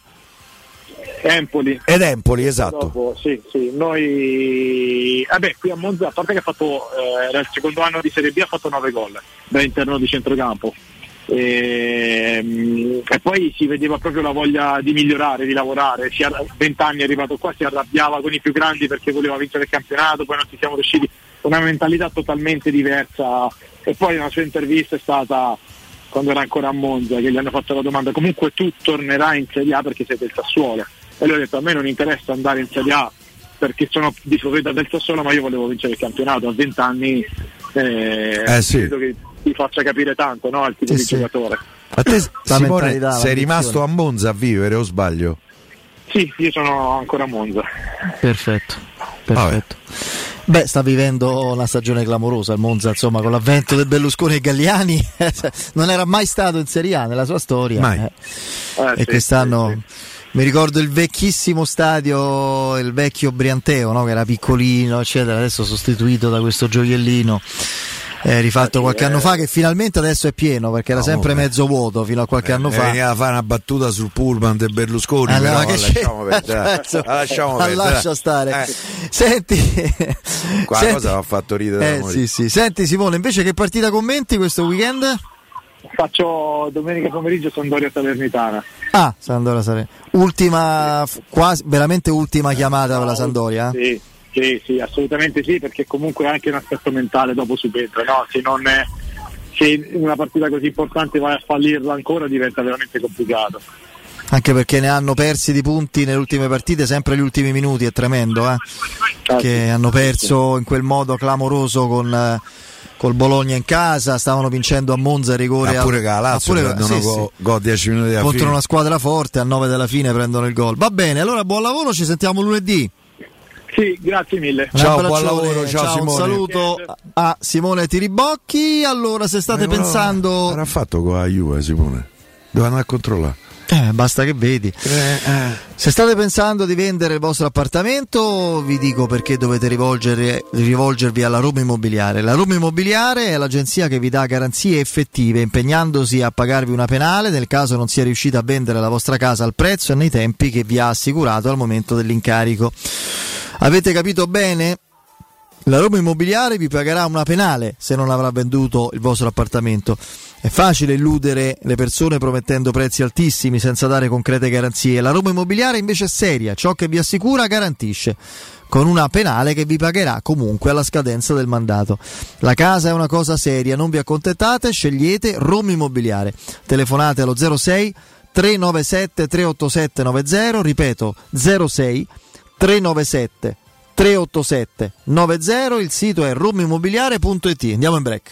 Empoli ed Empoli, esatto. Dopo, sì, sì, noi vabbè, qui a Monza, a parte che ha fatto eh, era il secondo anno di Serie B, ha fatto nove gol da interno di centrocampo, e, e poi si vedeva proprio la voglia di migliorare, di lavorare. Si a venti anni è arrivato qua, si arrabbiava con i più grandi perché voleva vincere il campionato, poi non ci siamo riusciti, una mentalità totalmente diversa. E poi una sua intervista è stata quando era ancora a Monza, che gli hanno fatto la domanda: comunque tu tornerai in Serie A perché sei del Sassuolo? E lui ha detto: a me non interessa andare in Serie A perché sono di proprietà del Sassuolo, ma io volevo vincere il campionato. A venti anni eh, eh sì. credo che ti faccia capire tanto, no, il tipo sì, di sì. giocatore. A te, Simone, sei rimasto a Monza a vivere o sbaglio? Sì, io sono ancora a Monza. Perfetto, perfetto. Vabbè. Beh, sta vivendo una stagione clamorosa il Monza, insomma, con l'avvento del Berlusconi e Galliani non era mai stato in Serie A nella sua storia. Mai. Eh. Eh, e sì, quest'anno sì, sì. Mi ricordo il vecchissimo stadio, il vecchio Brianteo, no? Che era piccolino, eccetera, adesso sostituito da questo gioiellino. Eh, rifatto qualche anno fa, che finalmente adesso è pieno perché era no, sempre beh. mezzo vuoto fino a qualche eh, anno fa. Veniva a fare una battuta sul pullman del Berlusconi, allora, però che lasciamo perdere. lasciamo perdere. Lascia stare. Eh. Senti, qua senti, cosa mi ha fatto ridere. Eh, sì, sì. Senti Simone, invece che partita commenti questo weekend? Faccio domenica pomeriggio Sampdoria Salernitana. Ah, Sampdoria Salernitana. Ultima, quasi, veramente ultima chiamata no, per la Sampdoria? Sì. Sì, sì, assolutamente sì, perché comunque è anche un aspetto mentale dopo subentro, no? Se non è, se in una partita così importante vai a fallirla ancora diventa veramente complicato. Anche perché ne hanno persi di punti nelle ultime partite, sempre gli ultimi minuti, è tremendo, eh? Ah, che sì. Hanno perso in quel modo clamoroso con eh, col Bologna in casa, stavano vincendo a Monza a rigore. Ma pure che la Lazio prendono sì, go, sì. go dieci minuti alla contro fine. Una squadra forte, a nove della fine prendono il gol. Va bene, allora buon lavoro, ci sentiamo lunedì. Sì, grazie mille. Ciao, buon lavoro, ciao, ciao Simone. Un saluto a Simone Tiribocchi. Allora, se state Ma pensando... Era fatto con la Juve, Simone? Dove andare a controllare? Eh, basta che vedi. Eh, eh. Se state pensando di vendere il vostro appartamento, vi dico perché dovete rivolgervi alla Roma Immobiliare. La Roma Immobiliare è l'agenzia che vi dà garanzie effettive, impegnandosi a pagarvi una penale nel caso non sia riuscita a vendere la vostra casa al prezzo e nei tempi che vi ha assicurato al momento dell'incarico. Avete capito bene? La Roma Immobiliare vi pagherà una penale se non avrà venduto il vostro appartamento. È facile illudere le persone promettendo prezzi altissimi senza dare concrete garanzie. La Roma Immobiliare invece è seria, ciò che vi assicura garantisce, con una penale che vi pagherà comunque alla scadenza del mandato. La casa è una cosa seria, non vi accontentate, scegliete Roma Immobiliare. Telefonate allo zero sei tre nove sette tre otto sette nove zero, ripeto zero sei tre nove sette tre otto sette nove zero, il sito è romimmobiliare punto it. Andiamo in break.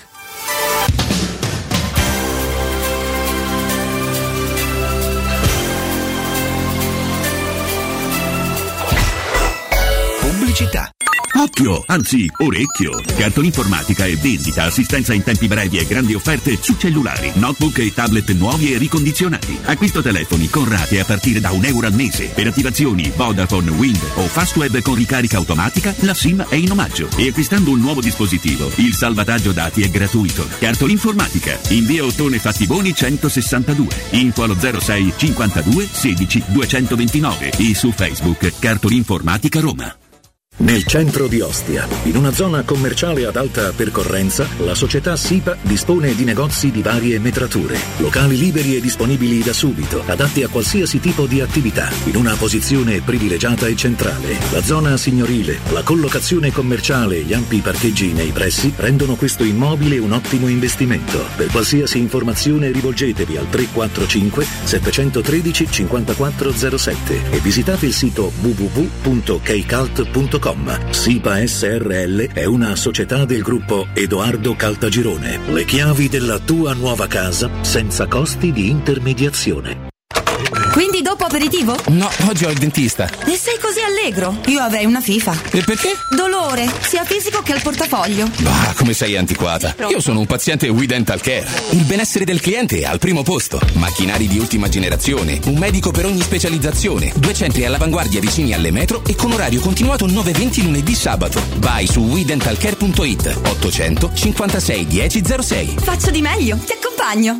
Pubblicità. Occhio, anzi orecchio. Cartolinformatica e vendita, assistenza in tempi brevi e grandi offerte su cellulari, notebook e tablet nuovi e ricondizionati. Acquisto telefoni con rate a partire da un euro al mese. Per attivazioni Vodafone, Wind o Fastweb con ricarica automatica, la SIM è in omaggio. E acquistando un nuovo dispositivo, il salvataggio dati è gratuito. Cartolinformatica, in via Ottone Fattiboni centosessantadue. Info allo zero sei cinquantadue sedici duecentoventinove e su Facebook Cartolinformatica Roma. Nel centro di Ostia, in una zona commerciale ad alta percorrenza, la società SIPA dispone di negozi di varie metrature, locali liberi e disponibili da subito, adatti a qualsiasi tipo di attività, in una posizione privilegiata e centrale. La zona signorile, la collocazione commerciale e gli ampi parcheggi nei pressi rendono questo immobile un ottimo investimento. Per qualsiasi informazione rivolgetevi al tre quattro cinque sette uno tre cinque zero sette e visitate il sito w w w punto keycult punto com. SIPA S R L è una società del gruppo Edoardo Caltagirone. Le chiavi della tua nuova casa senza costi di intermediazione. Quindi dopo aperitivo? No, oggi ho il dentista. E sei così allegro? Io avrei una FIFA. E perché? Dolore, sia fisico che al portafoglio. Bah, come sei antiquata. Io sono un paziente We Dental Care. Il benessere del cliente è al primo posto. Macchinari di ultima generazione, un medico per ogni specializzazione, due centri all'avanguardia vicini alle metro e con orario continuato nove venti lunedì sabato. Vai su we dental care punto it ottocento cinquantasei dieci zero sei. Faccio di meglio, ti accompagno.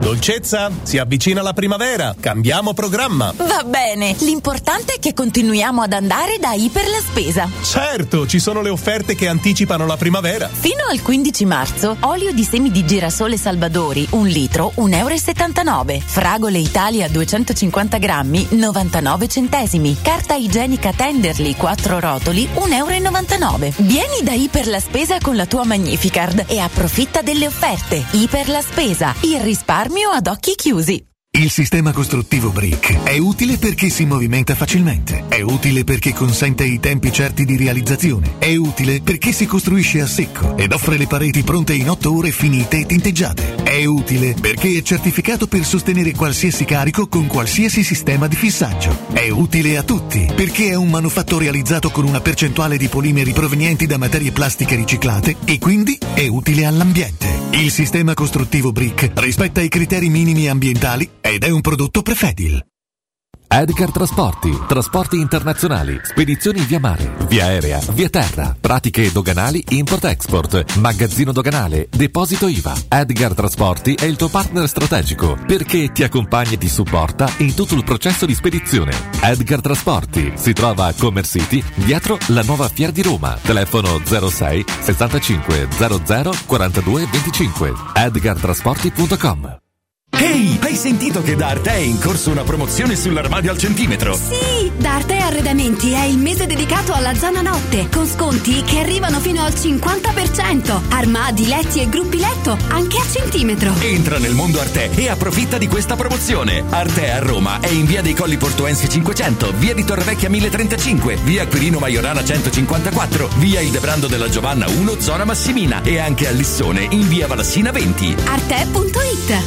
Dolcezza, si avvicina la primavera, cambiamo programma. Va bene, l'importante è che continuiamo ad andare da Iper La Spesa. Certo, ci sono le offerte che anticipano la primavera. Fino al quindici marzo, olio di semi di girasole Salvadori, un litro, un euro e settantanove. Fragole Italia duecentocinquanta grammi, novantanove centesimi. Carta igienica Tenderly, quattro rotoli, un euro e novantanove. Vieni da Iper La Spesa con la tua Magnificard e approfitta delle offerte. Iper La Spesa, il risparmio ad occhi chiusi. Il sistema costruttivo Brick è utile perché si movimenta facilmente, è utile perché consente i tempi certi di realizzazione, è utile perché si costruisce a secco ed offre le pareti pronte in otto ore finite e tinteggiate, è utile perché è certificato per sostenere qualsiasi carico con qualsiasi sistema di fissaggio, è utile a tutti perché è un manufatto realizzato con una percentuale di polimeri provenienti da materie plastiche riciclate e quindi è utile all'ambiente. Il sistema costruttivo Brick rispetta i criteri minimi ambientali ed è un prodotto Prefedil. Edgar Trasporti, trasporti internazionali, spedizioni via mare, via aerea, via terra, pratiche doganali import-export, magazzino doganale, deposito I V A. Edgar Trasporti è il tuo partner strategico perché ti accompagna e ti supporta in tutto il processo di spedizione. Edgar Trasporti si trova a Commerce City, dietro la nuova Fiera di Roma. Telefono zero sei sessantacinque zero zero quarantadue venticinque. edgar trasporti punto com. Ehi, hai sentito che da Arte è in corso una promozione sull'armadio al centimetro? Sì, da Arte Arredamenti è il mese dedicato alla zona notte, con sconti che arrivano fino al cinquanta per cento. Armadi, letti e gruppi letto, anche a centimetro. Entra nel mondo Arte e approfitta di questa promozione. Arte a Roma è in via dei Colli Portuensi cinquecento, via di Torrevecchia mille trentacinque, via Quirino Maiorana centocinquantaquattro, via Il Debrando della Giovanna uno, zona Massimina, e anche a Lissone in via Valassina venti. Arte punto it.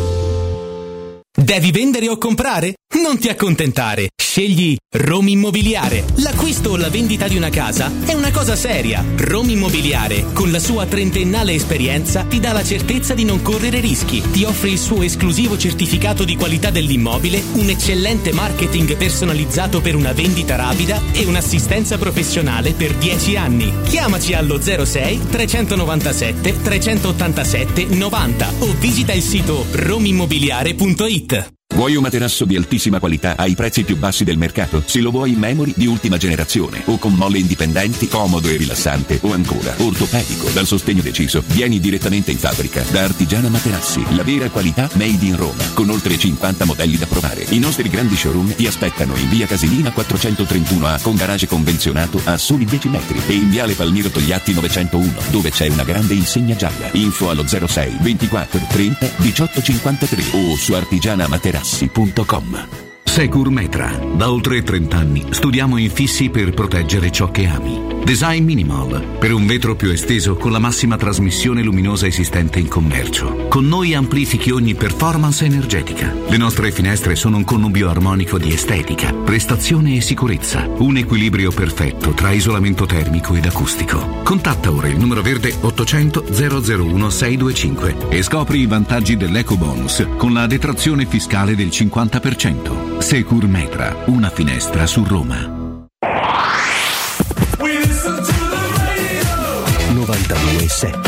Devi vendere o comprare? Non ti accontentare. Scegli Roma Immobiliare. L'acquisto o la vendita di una casa è una cosa seria. Roma Immobiliare, con la sua trentennale esperienza, ti dà la certezza di non correre rischi. Ti offre il suo esclusivo certificato di qualità dell'immobile, un eccellente marketing personalizzato per una vendita rapida e un'assistenza professionale per dieci anni. Chiamaci allo zero sei trecentonovantasette trecentottantasette novanta o visita il sito romimmobiliare punto it. Vuoi un materasso di altissima qualità ai prezzi più bassi del mercato? Se lo vuoi in memory di ultima generazione o con molle indipendenti, comodo e rilassante, o ancora ortopedico dal sostegno deciso, vieni direttamente in fabbrica da Artigiana Materassi, la vera qualità made in Roma, con oltre cinquanta modelli da provare. I nostri grandi showroom ti aspettano in via Casilina quattrocentotrentuno A con garage convenzionato a soli dieci metri e in viale Palmiro Togliatti novecentouno, dove c'è una grande insegna gialla. Info allo zero sei ventiquattro trenta diciotto cinquantatré o su artigiana materassi punto com. Securmetra. Da oltre trenta anni studiamo infissi per proteggere ciò che ami. Design Minimal, per un vetro più esteso con la massima trasmissione luminosa esistente in commercio. Con noi amplifichi ogni performance energetica. Le nostre finestre sono un connubio armonico di estetica, prestazione e sicurezza. Un equilibrio perfetto tra isolamento termico ed acustico. Contatta ora il numero verde ottocento zero zero uno sei due cinque e scopri i vantaggi dell'Eco Bonus con la detrazione fiscale del cinquanta per cento. Securmetra, una finestra su Roma. novantadue sette.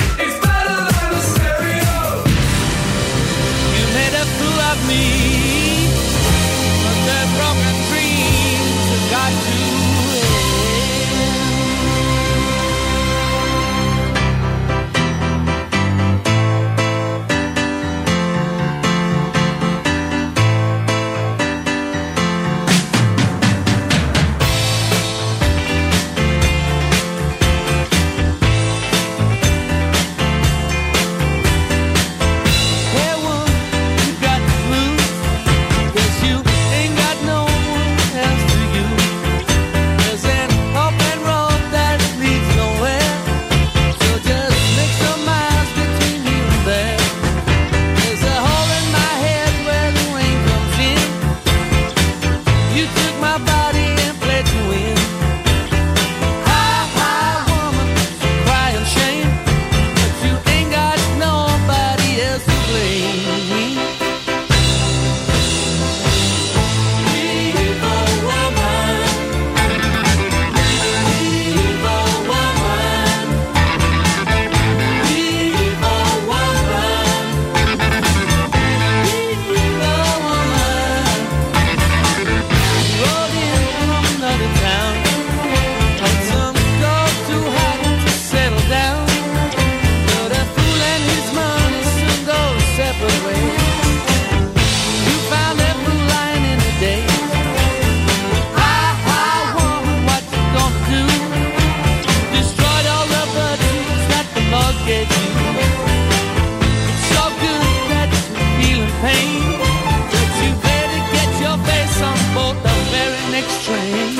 forget you. It's so good that you're feeling pain, but you better get your face on board the very next train.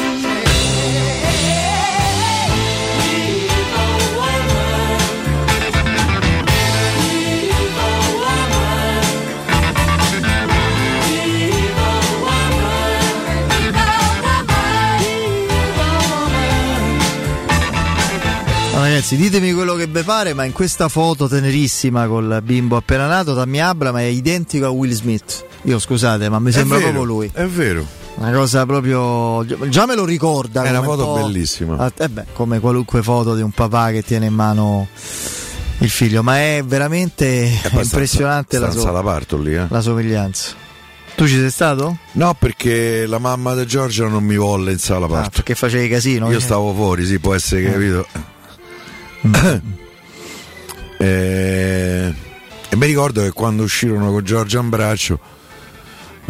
Ragazzi, ditemi quello che vi pare, ma in questa foto tenerissima col bimbo appena nato, Tammy Abraham è identico a Will Smith. Io scusate, ma mi sembra vero, proprio lui. È vero. Una cosa proprio. Già me lo ricorda. È una foto un bellissima. Eh beh, come qualunque foto di un papà che tiene in mano il figlio, ma è veramente è impressionante la, so- la, parto lì, eh. la somiglianza. Tu ci sei stato? No, perché la mamma di Giorgia non mi volle in sala parto. Ah, perché facevi casino? Io stavo fuori, sì, può essere, eh. capito. e, e mi ricordo che quando uscirono con Giorgia in braccio eh,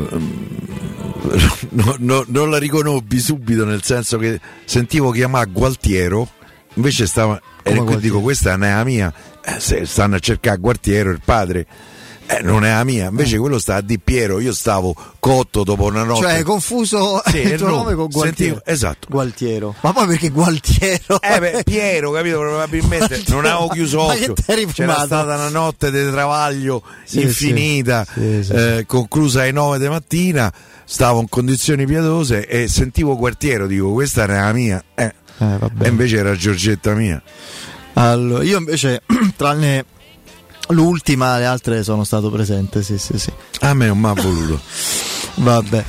no, no, non la riconobbi subito, nel senso che sentivo chiamare Gualtiero, invece stava e qui dico questa non è la mia, eh, se stanno a cercare Gualtiero il padre, eh, non è la mia, invece mm. quello sta a di Piero, io stavo cotto dopo una notte, cioè confuso sì, il tuo nome con Gualtiero. Sentivo, esatto, Gualtiero, ma poi perché Gualtiero? Eh beh, Piero, capito, probabilmente Gualtiero. Non avevo chiuso occhio, c'era stata una notte di travaglio sì, infinita sì. Sì, sì, eh, sì. conclusa alle nove di mattina, stavo in condizioni pietose e sentivo Gualtiero, dico questa era la mia, eh. Eh, e invece era Giorgetta mia. Allora, io invece tranne l'ultima, le altre sono stato presente, sì, sì, sì. A me non mi ha voluto. Vabbè.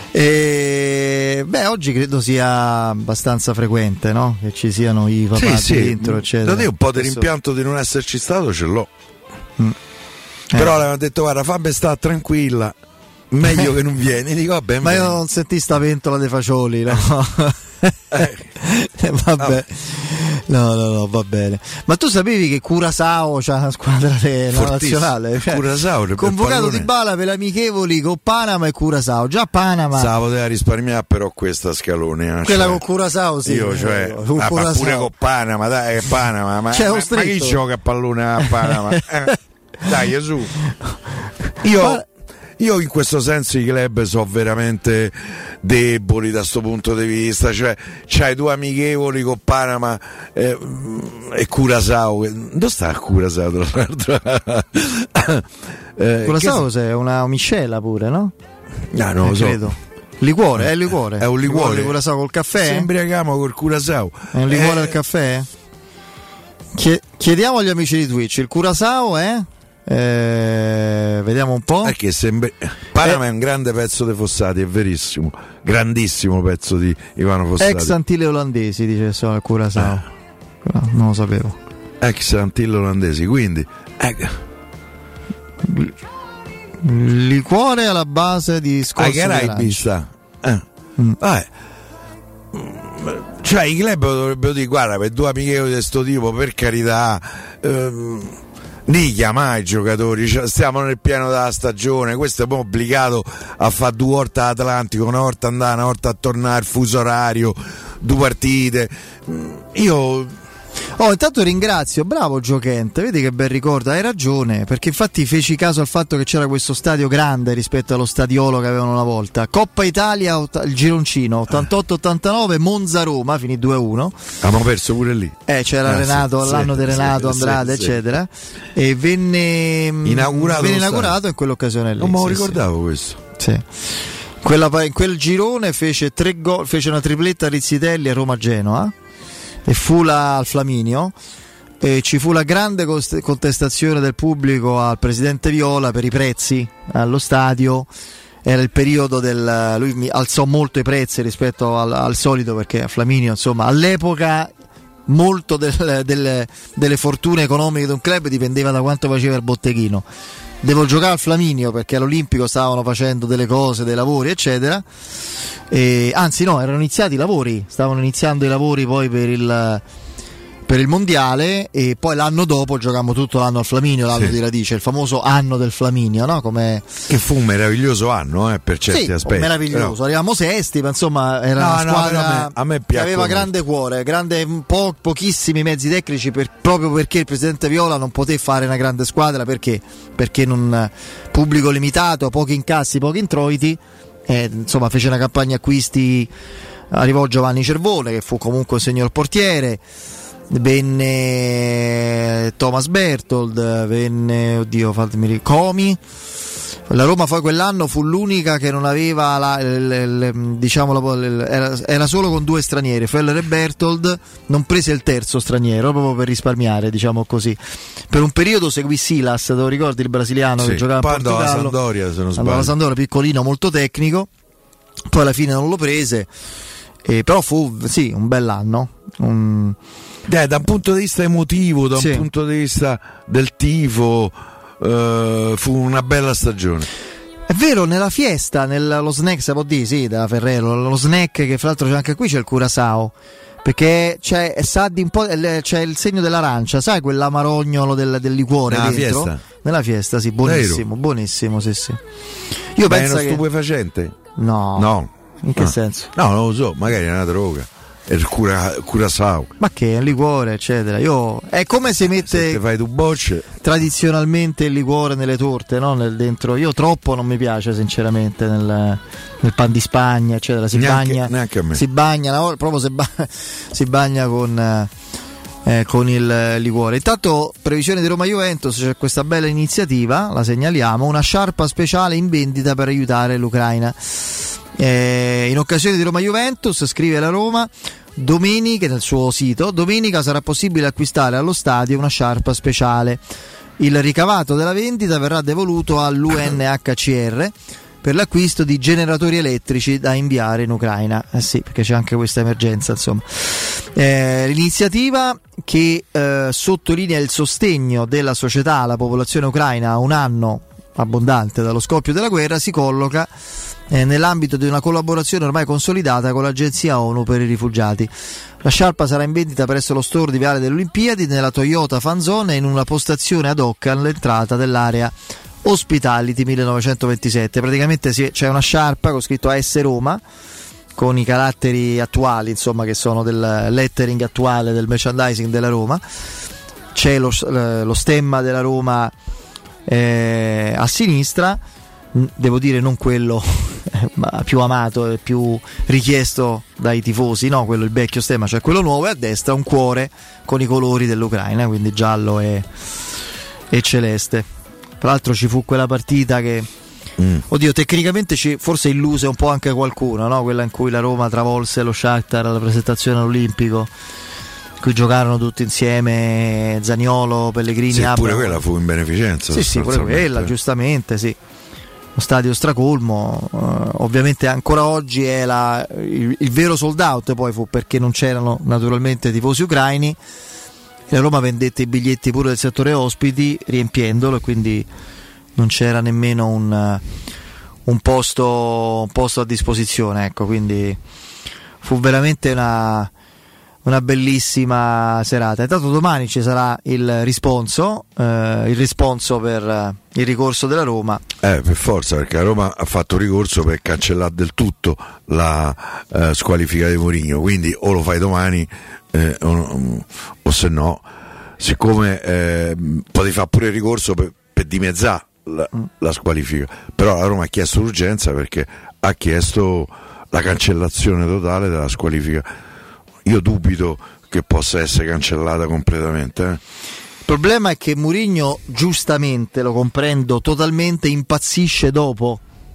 E, beh, oggi credo sia abbastanza frequente, no? Che ci siano i papà sì, dentro, sì. eccetera. Da te un po' di rimpianto di non esserci stato ce l'ho. Mm. Però eh. le hanno detto guarda Fabio sta tranquilla, meglio che non vieni. Dico, vabbè, ma io non sentì sta pentola dei fagioli, no? eh. Vabbè. No, no, no, va bene. Ma tu sapevi che Curaçao c'ha una squadra de- nazionale? Cioè, Curaçao, convocato Di Bala per le amichevoli con Panama e Curaçao. Già Panama. Sa poteva risparmiare però questa scalone. Eh? Quella cioè, con Curaçao, sì. Io, cioè, con ah, ma pure con Panama, dai, è Panama. Ma, ma, ma chi gioca a pallone a Panama? eh, dai, su. Io. Ma... Io in questo senso i club sono veramente deboli da sto punto di vista, cioè c'hai due amichevoli con Panama eh, e Curaçao. Dove sta Curaçao tra l'altro? eh, Curaçao che... è una miscela pure, no? No, non lo so. Credo. Liquore, è liquore. È un liquore. liquore Curaçao col caffè? Ci imbriachiamo col Curaçao. È un liquore eh... al caffè? Chiediamo agli amici di Twitch, il Curaçao è? Eh, vediamo un po'. Perché sembra... Panama eh. è un grande pezzo dei Fossati, è verissimo, grandissimo pezzo di Ivano Fossati. Ex Antille olandesi, dice solo il Curaçao. Eh. No, non lo sapevo. Ex Antille olandesi, quindi eh. liquore alla base di scorzo ai Caraibi sta. Eh. Mm. Eh. Cioè i club dovrebbero dire guarda, per due amichevoli di sto tipo, per carità, ehm, nicchia mai i giocatori, cioè, stiamo nel pieno della stagione, questo è poi obbligato a fare due volte all'Atlantico, una volta andare, una volta a tornare, fuso orario, due partite. Io Oh, intanto ringrazio, bravo Giochente, vedi che bel ricordo, hai ragione, perché infatti feci caso al fatto che c'era questo stadio grande rispetto allo stadiolo che avevano una volta. Coppa Italia, il gironcino, ottantotto ottantanove, Monza-Roma, finì due a uno. Abbiamo perso pure lì. Eh, c'era ah, Renato, sì, l'anno sì, di Renato, sì, Andrade, sì, eccetera. Sì. E venne inaugurato, venne inaugurato in quell'occasione lì. Non me lo sì, ricordavo sì. questo. Sì. Quella, in quel girone fece tre gol, fece una tripletta a Rizzitelli a Roma-Genoa. E fu la, al Flaminio, e ci fu la grande contestazione del pubblico al presidente Viola per i prezzi allo stadio. Era il periodo del, lui mi alzò molto i prezzi rispetto al, al solito, perché a Flaminio, insomma, all'epoca molto del, del, delle fortune economiche di un club dipendeva da quanto faceva il botteghino. Devo giocare al Flaminio perché all'Olimpico stavano facendo delle cose, dei lavori, eccetera. E, anzi no, erano iniziati i lavori, stavano iniziando i lavori poi per il per il mondiale, e poi l'anno dopo giocammo tutto l'anno al Flaminio, l'anno Sì. di Radice, il famoso anno del Flaminio, no? Come... Che fu un meraviglioso anno, eh, per certi sì, aspetti. meraviglioso. Però... Arrivavamo sesti, ma insomma era No, una no, squadra però a me- a me che piacque aveva molto. grande cuore, grande, po- pochissimi mezzi tecnici, per- proprio perché il presidente Viola non poté fare una grande squadra, perché perché non pubblico limitato, pochi incassi, pochi introiti, eh, insomma fece una campagna acquisti, arrivò Giovanni Cervone che fu comunque un signor portiere, venne Thomas Berthold, venne oddio fatemi ric- Comi. La Roma poi quell'anno fu l'unica che non aveva la, il, il, diciamo la, il, era, era solo con due stranieri, Feller e Berthold, non prese il terzo straniero proprio per risparmiare, diciamo così. Per un periodo seguì Silas, te lo ricordi, il brasiliano Sì, che giocava poi in andò alla Portogallo, Sampdoria, se non andò sbaglio. alla Sampdoria, piccolino, molto tecnico, poi alla fine non lo prese, eh, però fu sì un bell'anno. Un... Eh, da un punto di vista emotivo, da un Sì. punto di vista del tifo, eh, fu una bella stagione. È vero, nella fiesta, nello snack, si può dire, sì, da Ferrero, lo snack che fra l'altro c'è anche qui, c'è il Curaçao, perché c'è, sa di un po', c'è il segno dell'arancia, sai quell'amarognolo del, del liquore Nella dentro? fiesta? Nella fiesta, sì, buonissimo, buonissimo, sì, sì. Io Ma è penso uno che... stupefacente? No. No. In che No. senso? No, non lo so, magari è una droga. È il cura, Curaçao. Ma che è un liquore, eccetera. Io... È come si Se mette te fai tu bocce. tradizionalmente il liquore nelle torte, no? Nel dentro. Io troppo non mi piace, sinceramente, nel, nel pan di Spagna, eccetera. Si Neanche- bagna, neanche a me. si bagna, una volta- proprio si, ba- si bagna con, eh, eh, con il liquore. Intanto, previsione di Roma Juventus, c'è questa bella iniziativa, la segnaliamo, una sciarpa speciale in vendita per aiutare l'Ucraina. Eh, in occasione di Roma Juventus, scrive la Roma, domenica nel suo sito, domenica sarà possibile acquistare allo stadio una sciarpa speciale. Il ricavato della vendita verrà devoluto all'U N H C R per l'acquisto di generatori elettrici da inviare in Ucraina. Eh sì, perché c'è anche questa emergenza, insomma. Eh, l'iniziativa che eh, sottolinea il sostegno della società alla popolazione ucraina a un anno abbondante dallo scoppio della guerra si colloca eh, nell'ambito di una collaborazione ormai consolidata con l'Agenzia ONU per i rifugiati. La sciarpa sarà in vendita presso lo store di Viale delle Olimpiadi, nella Toyota Fan Zone e in una postazione ad hoc all'entrata dell'area Hospitality millenovecentoventisette. Praticamente si- c'è una sciarpa con scritto A S Roma con i caratteri attuali, insomma, che sono del lettering attuale del merchandising della Roma. C'è lo, lo stemma della Roma eh, a sinistra, devo dire non quello più amato e più richiesto dai tifosi, no, quello il vecchio stemma, cioè quello nuovo, e a destra un cuore con i colori dell'Ucraina, quindi giallo e, e celeste. Tra l'altro ci fu quella partita che mm. oddio, tecnicamente ci forse illuse un po' anche qualcuno, no? Quella in cui la Roma travolse lo Shakhtar alla presentazione all'Olimpico, in cui giocarono tutti insieme Zaniolo, Pellegrini, Sì, pure Abramo. quella fu in beneficenza. Sì, sì, pure sostanzialmente. quella, giustamente, sì. Lo stadio stracolmo, eh, ovviamente ancora oggi è la, il, il vero sold out, poi fu perché non c'erano naturalmente tifosi ucraini. La Roma vendette i biglietti pure del settore ospiti riempiendolo, e quindi non c'era nemmeno un, un, posto, un posto a disposizione, ecco, quindi fu veramente una, una bellissima serata. Intanto domani ci sarà il risponso, eh, il risponso per eh, il ricorso della Roma. Eh, per forza, perché la Roma ha fatto ricorso per cancellare del tutto la eh, squalifica di Mourinho, quindi o lo fai domani eh, o, o se no, siccome eh, potevi fare pure il ricorso per, per dimezzare la, la squalifica, però la Roma ha chiesto l'urgenza perché ha chiesto la cancellazione totale della squalifica. Io dubito che possa essere cancellata completamente, eh. Il problema è che Mourinho, giustamente, lo comprendo totalmente, impazzisce dopo,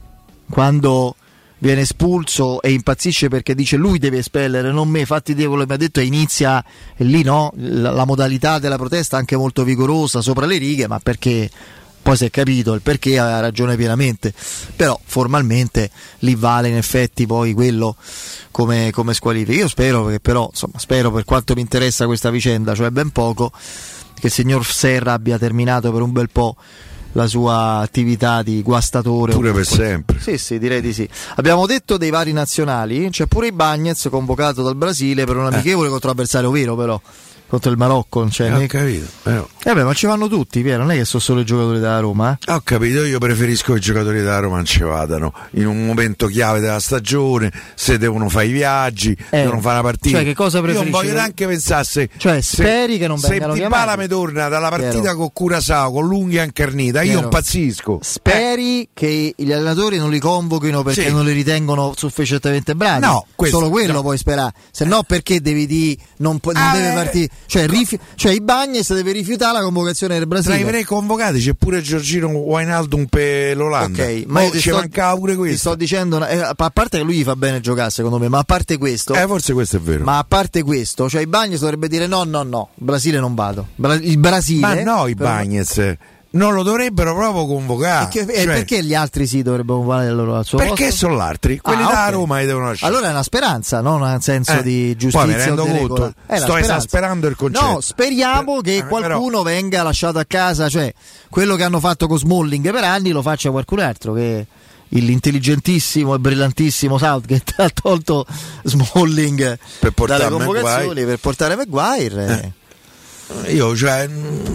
quando viene espulso, e impazzisce perché dice lui deve espellere, non me, fatti dire quello che mi ha detto, e inizia, e lì no, la, la modalità della protesta anche molto vigorosa, sopra le righe, ma perché poi si è capito il perché, ha ragione pienamente, però formalmente lì vale in effetti poi quello come, come squalifica. Io spero che però, insomma, spero, per quanto mi interessa questa vicenda, cioè ben poco, che il signor Serra abbia terminato per un bel po' la sua attività di guastatore. Pure per sempre. Sì, sì, direi di sì. Abbiamo detto dei vari nazionali, c'è pure Ibañez convocato dal Brasile per un amichevole eh. contro avversario vero, però contro il Marocco, non c'è eh, né... ho capito eh. Eh beh, ma ci vanno tutti, Piero, non è che sono solo i giocatori della Roma eh? Ho capito, io preferisco che i giocatori della Roma non ci vadano in un momento chiave della stagione, se devono fare i viaggi, eh, devono fare una partita. Cioè, che cosa preferisci? Io non voglio neanche pensare se, cioè speri se, che non vengano se chiamati. Dybala mi torna dalla partita Piero. con Curaçao con l'unghia incarnita, io Piero. impazzisco. Speri eh. che gli allenatori non li convochino perché sì. non li ritengono sufficientemente bravi. No, questo, solo quello no. puoi sperare. Se no, perché devi di non, non ah, deve partire? Cioè, rifi- cioè i Bagnes deve rifiutare la convocazione del Brasile. Tra i tre convocati c'è pure Giorgino Wijnaldum per l'Olanda. Ok, ma oh, ci sto, mancava pure questo. Ti sto dicendo, eh, a parte che lui gli fa bene giocare, secondo me, ma a parte questo, eh, forse questo è vero. Ma a parte questo, cioè i Bagnes dovrebbe dire no, no, no, Brasile non vado. Bra- il Brasile. Ma no, i però... Bagnes non lo dovrebbero proprio convocare. Che, cioè, perché gli altri sì dovrebbero convocare loro al suo perché posto? sono gli altri? Quelli ah, da okay. Roma li devono lasciare. Allora è una speranza, non un senso eh, di giustizia. Poi mi rendo conto, sto esasperando il concetto. No, speriamo che eh, qualcuno però... venga lasciato a casa, cioè quello che hanno fatto con Smalling per anni lo faccia qualcun altro, che l'intelligentissimo e brillantissimo Southgate ha tolto Smalling per dalle convocazioni Maguire. Per portare Maguire. Eh. Io cioè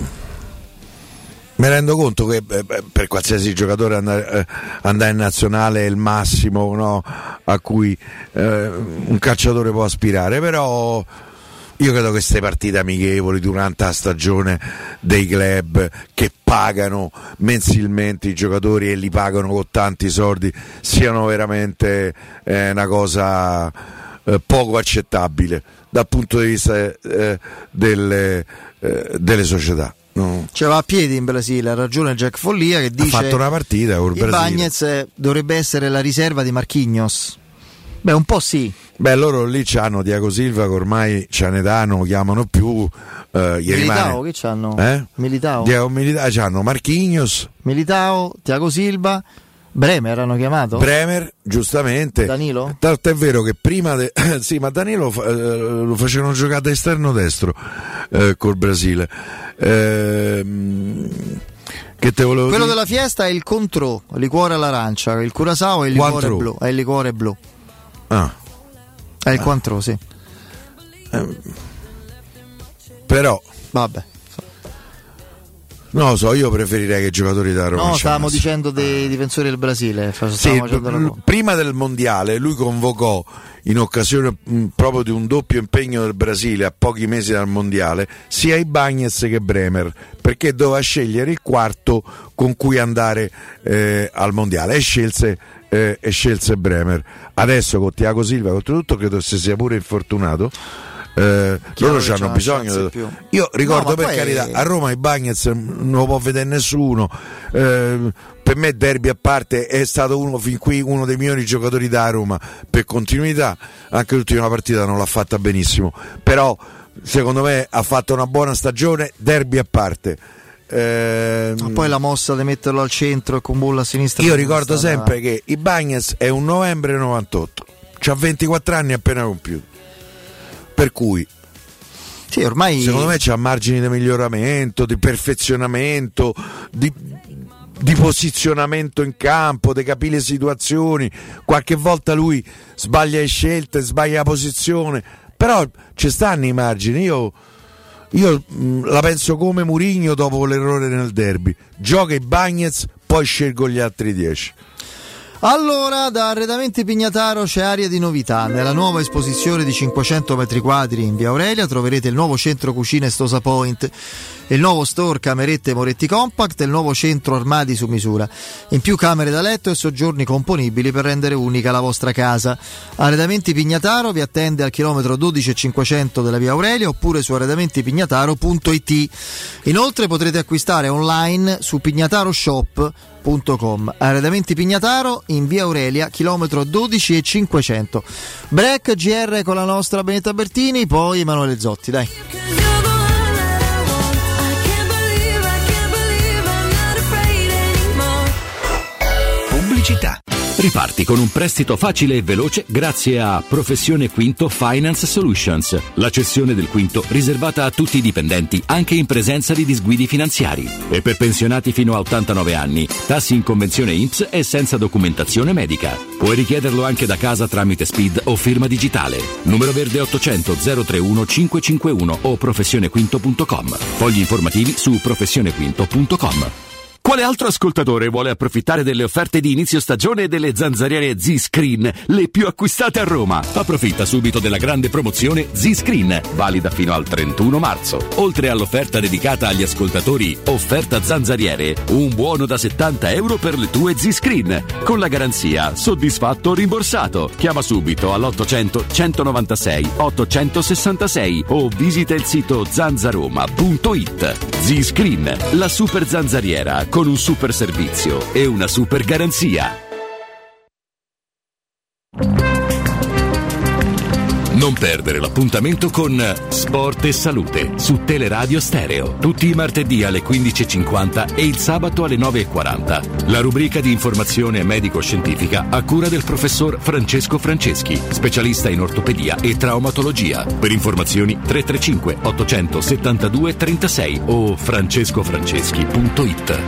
mi rendo conto che eh, per qualsiasi giocatore andare, eh, andare in nazionale è il massimo, no, a cui eh, un calciatore può aspirare, però io credo che queste partite amichevoli durante la stagione dei club che pagano mensilmente i giocatori e li pagano con tanti soldi siano veramente eh, una cosa eh, poco accettabile dal punto di vista eh, delle, eh, delle società. No. Cioè va a piedi in Brasile, ha ragione Jack Follia che dice ha fatto una partita col il Brasile. Bagnez dovrebbe essere la riserva di Marquinhos. Beh, un po' sì. Beh, loro lì c'hanno Thiago Silva che ormai c'hanno non lo chiamano più. Eh, gli Militao, rimane... che c'hanno? Eh? Militao. Diego Militao, c'hanno Marquinhos, Militao, Thiago Silva, Bremer hanno chiamato? Bremer, giustamente. Danilo? Tanto è vero che prima de... sì, ma Danilo eh, lo facevano giocare da esterno destro eh, col Brasile. Eh, che te volevo Quello dire? della fiesta è il Contrò, liquore all'arancia, il Curaçao è il liquore Cointreau. blu, è il liquore blu. Ah. È il ah. Cointreau, sì. Eh, però vabbè. Non lo so, io preferirei che i giocatori da Roma. No, stavamo dicendo dei difensori del Brasile. Sì, l- prima del mondiale lui convocò in occasione mh, proprio di un doppio impegno del Brasile a pochi mesi dal mondiale sia Ibañez che Bremer, perché doveva scegliere il quarto con cui andare eh, al mondiale e scelse, eh, e scelse Bremer. Adesso con Thiago Silva, oltretutto credo se sia pure infortunato. Eh, loro hanno bisogno di... io ricordo, no, per carità, è... a Roma i Bagnets non lo può vedere nessuno, eh, per me derby a parte è stato uno fin qui uno dei migliori giocatori da Roma per continuità, anche l'ultima partita non l'ha fatta benissimo, però secondo me ha fatto una buona stagione, derby a parte. Eh, Ma poi la mossa di metterlo al centro e con Bulla a sinistra, io ricordo stata... sempre che i Bagnets è un novembre novantotto, c'ha ventiquattro anni appena compiuti, per cui sì, ormai secondo me c'ha margini di miglioramento, di perfezionamento, di, di posizionamento in campo, di capire le situazioni. Qualche volta lui sbaglia le scelte, sbaglia la posizione, però ci stanno i margini. Io, io mh, la penso come Mourinho dopo l'errore nel derby: gioca i Bagnets, poi scelgo gli altri dieci. Allora, da Arredamenti Pignataro c'è aria di novità. Nella nuova esposizione di cinquecento metri quadri in via Aurelia troverete il nuovo centro cucine Stosa Point, il nuovo store camerette Moretti Compact e il nuovo centro armadi su misura. In più camere da letto e soggiorni componibili per rendere unica la vostra casa. Arredamenti Pignataro vi attende al chilometro dodici e cinquecento della via Aurelia oppure su arredamenti pignataro punto it. Inoltre potrete acquistare online su pignataroshop punto com. Arredamenti Pignataro in via Aurelia, chilometro dodici e cinquecento. Break G R con la nostra Benetta Bertini, poi Emanuele Zotti, dai. Pubblicità. Riparti con un prestito facile e veloce grazie a Professione Quinto Finance Solutions, la cessione del quinto riservata a tutti i dipendenti anche in presenza di disguidi finanziari. E per pensionati fino a ottantanove anni, tassi in convenzione I N P S e senza documentazione medica. Puoi richiederlo anche da casa tramite S P I D o firma digitale. Numero verde ottocento zero trentuno cinquecentocinquantuno o professionequinto punto com. Fogli informativi su professionequinto punto com. Quale altro ascoltatore vuole approfittare delle offerte di inizio stagione delle zanzariere Z-Screen, le più acquistate a Roma? Approfitta subito della grande promozione Z-Screen, valida fino al trentuno marzo. Oltre all'offerta dedicata agli ascoltatori Offerta Zanzariere, un buono da settanta euro per le tue Z-Screen, con la garanzia soddisfatto o rimborsato. Chiama subito all'ottocento centonovantasei ottocentosessantasei o visita il sito zanzaroma punto it. Z-Screen, la super zanzariera con un super servizio e una super garanzia. Non perdere l'appuntamento con Sport e Salute su Teleradio Stereo, tutti i martedì alle quindici e cinquanta e il sabato alle nove e quaranta. La rubrica di informazione medico-scientifica a cura del professor Francesco Franceschi, specialista in ortopedia e traumatologia. Per informazioni tre tre cinque ottocentosettantadue trentasei o francescofranceschi punto it.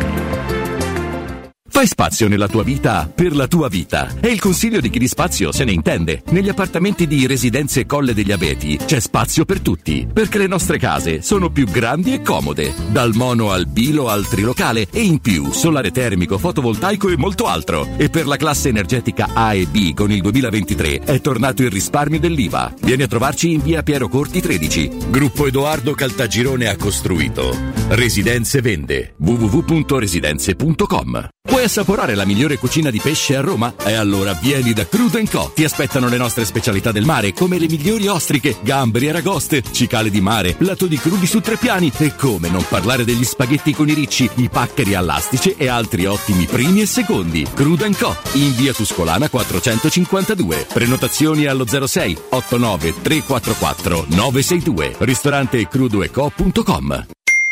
Fai spazio nella tua vita per la tua vita. È il consiglio di chi di spazio se ne intende. Negli appartamenti di Residenze Colle degli Abeti c'è spazio per tutti, perché le nostre case sono più grandi e comode. Dal mono al bilo al trilocale e in più solare termico, fotovoltaico e molto altro. E per la classe energetica A e B con il duemilaventitré è tornato il risparmio dell'I V A. Vieni a trovarci in via Piero Corti tredici. Gruppo Edoardo Caltagirone ha costruito. Residenze vende. w w w punto residenze punto com. Vuoi assaporare la migliore cucina di pesce a Roma? E allora vieni da Crudo and Co. Ti aspettano le nostre specialità del mare, come le migliori ostriche, gamberi e aragoste, cicale di mare, latoni crudi su tre piani e come non parlare degli spaghetti con i ricci, i paccheri all'astice e altri ottimi primi e secondi. Crudo and Co. in via Tuscolana quattrocentocinquantadue. Prenotazioni allo zero sei ottantanove trequarantaquattro nove sei due. Ristorante crudo e co punto com.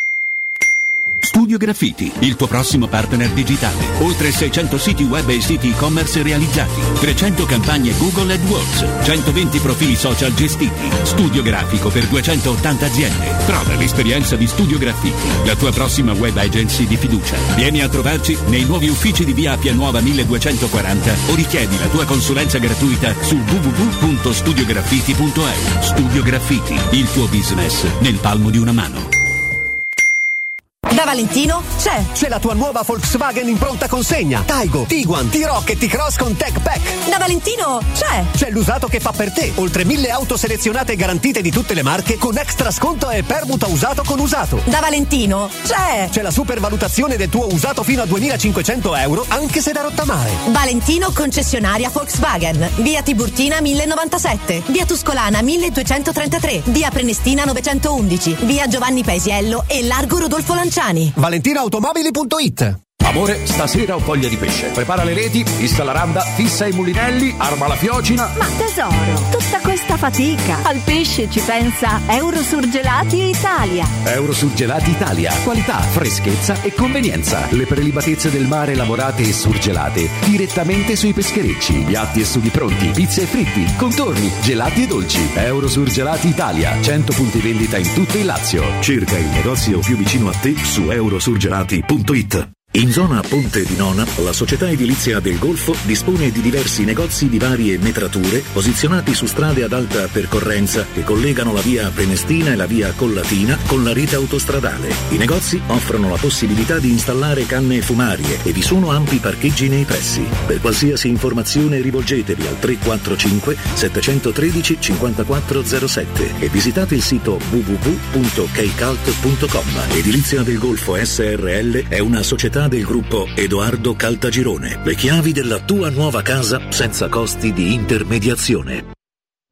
Studio Graffiti, il tuo prossimo partner digitale. Oltre seicento siti web e siti e-commerce realizzati, trecento campagne Google AdWords, centoventi profili social gestiti. Studio grafico per duecentottanta aziende. Prova l'esperienza di Studio Graffiti, la tua prossima web agency di fiducia. Vieni a trovarci nei nuovi uffici di via Appia Nuova milleduecentoquaranta o richiedi la tua consulenza gratuita su w w w punto studio graffiti punto e u. Studio Graffiti, il tuo business nel palmo di una mano. Da Valentino c'è! C'è la tua nuova Volkswagen in pronta consegna. Taigo, Tiguan, T-Roc e T-Cross con Tech Pack. Da Valentino c'è! C'è l'usato che fa per te. Oltre mille auto selezionate e garantite di tutte le marche con extra sconto e permuta usato con usato. Da Valentino c'è! C'è la supervalutazione del tuo usato fino a duemilacinquecento euro anche se da rottamare. Valentino concessionaria Volkswagen. Via Tiburtina millenovantasette. Via Tuscolana milleduecentotrentatré. Via Prenestina novecentoundici. Via Giovanni Paesiello e Largo Rodolfo Lanciani. valentinoautomobili punto it. Amore, stasera ho voglia di pesce. Prepara le reti, fissa la randa, fissa i mulinelli, arma la fiocina. Ma tesoro, tutta questa fatica. Al pesce ci pensa Eurosurgelati Italia. Eurosurgelati Italia. Qualità, freschezza e convenienza. Le prelibatezze del mare lavorate e surgelate direttamente sui pescherecci. Piatti e sughi pronti, pizze e fritti, contorni, gelati e dolci. Eurosurgelati Italia. cento punti vendita in tutto il Lazio. Cerca il negozio più vicino a te su eurosurgelati punto it. In zona Ponte di Nona, la società edilizia del Golfo dispone di diversi negozi di varie metrature posizionati su strade ad alta percorrenza che collegano la via Prenestina e la via Collatina con la rete autostradale. I negozi offrono la possibilità di installare canne fumarie e vi sono ampi parcheggi nei pressi. Per qualsiasi informazione rivolgetevi al tre quattro cinque sette uno tre cinque zero sette e visitate il sito w w w punto keycult punto com. Edilizia del Golfo S R L è una società del gruppo Edoardo Caltagirone. Le chiavi della tua nuova casa senza costi di intermediazione.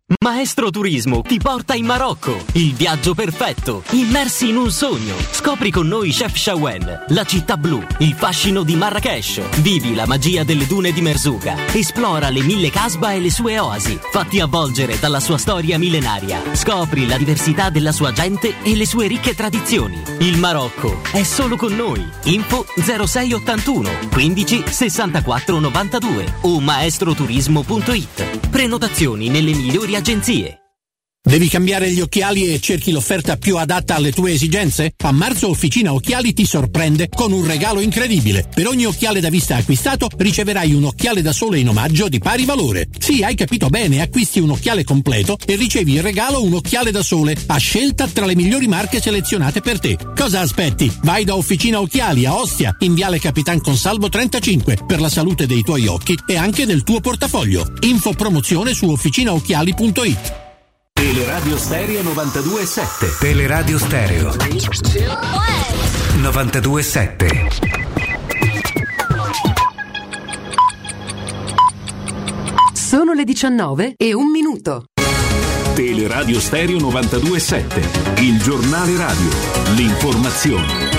Maestro Turismo ti porta in Marocco, il viaggio perfetto, immersi in un sogno. Scopri con noi Chefchaouen, la città blu, il fascino di Marrakesh. Vivi la magia delle dune di Merzouga. Esplora le mille casba e le sue oasi. Fatti avvolgere dalla sua storia millenaria. Scopri la diversità della sua gente e le sue ricche tradizioni. Il Marocco è solo con noi. Info zero sei ottantuno quindici sessantaquattro novantadue o maestroturismo punto it. Prenotazioni nelle migliori agenzie. Devi cambiare gli occhiali e cerchi l'offerta più adatta alle tue esigenze? A marzo Officina Occhiali ti sorprende con un regalo incredibile. Per ogni occhiale da vista acquistato riceverai un occhiale da sole in omaggio di pari valore. Sì, hai capito bene, acquisti un occhiale completo e ricevi in regalo un occhiale da sole a scelta tra le migliori marche selezionate per te. Cosa aspetti? Vai da Officina Occhiali a Ostia, in Viale Capitan Consalvo trentacinque, per la salute dei tuoi occhi e anche del tuo portafoglio. Info promozione su officinaocchiali punto it. Teleradio Stereo novantadue sette. Teleradio Stereo novantadue sette. Sono le diciannove e un minuto. Teleradio Stereo novantadue sette, il giornale radio, l'informazione.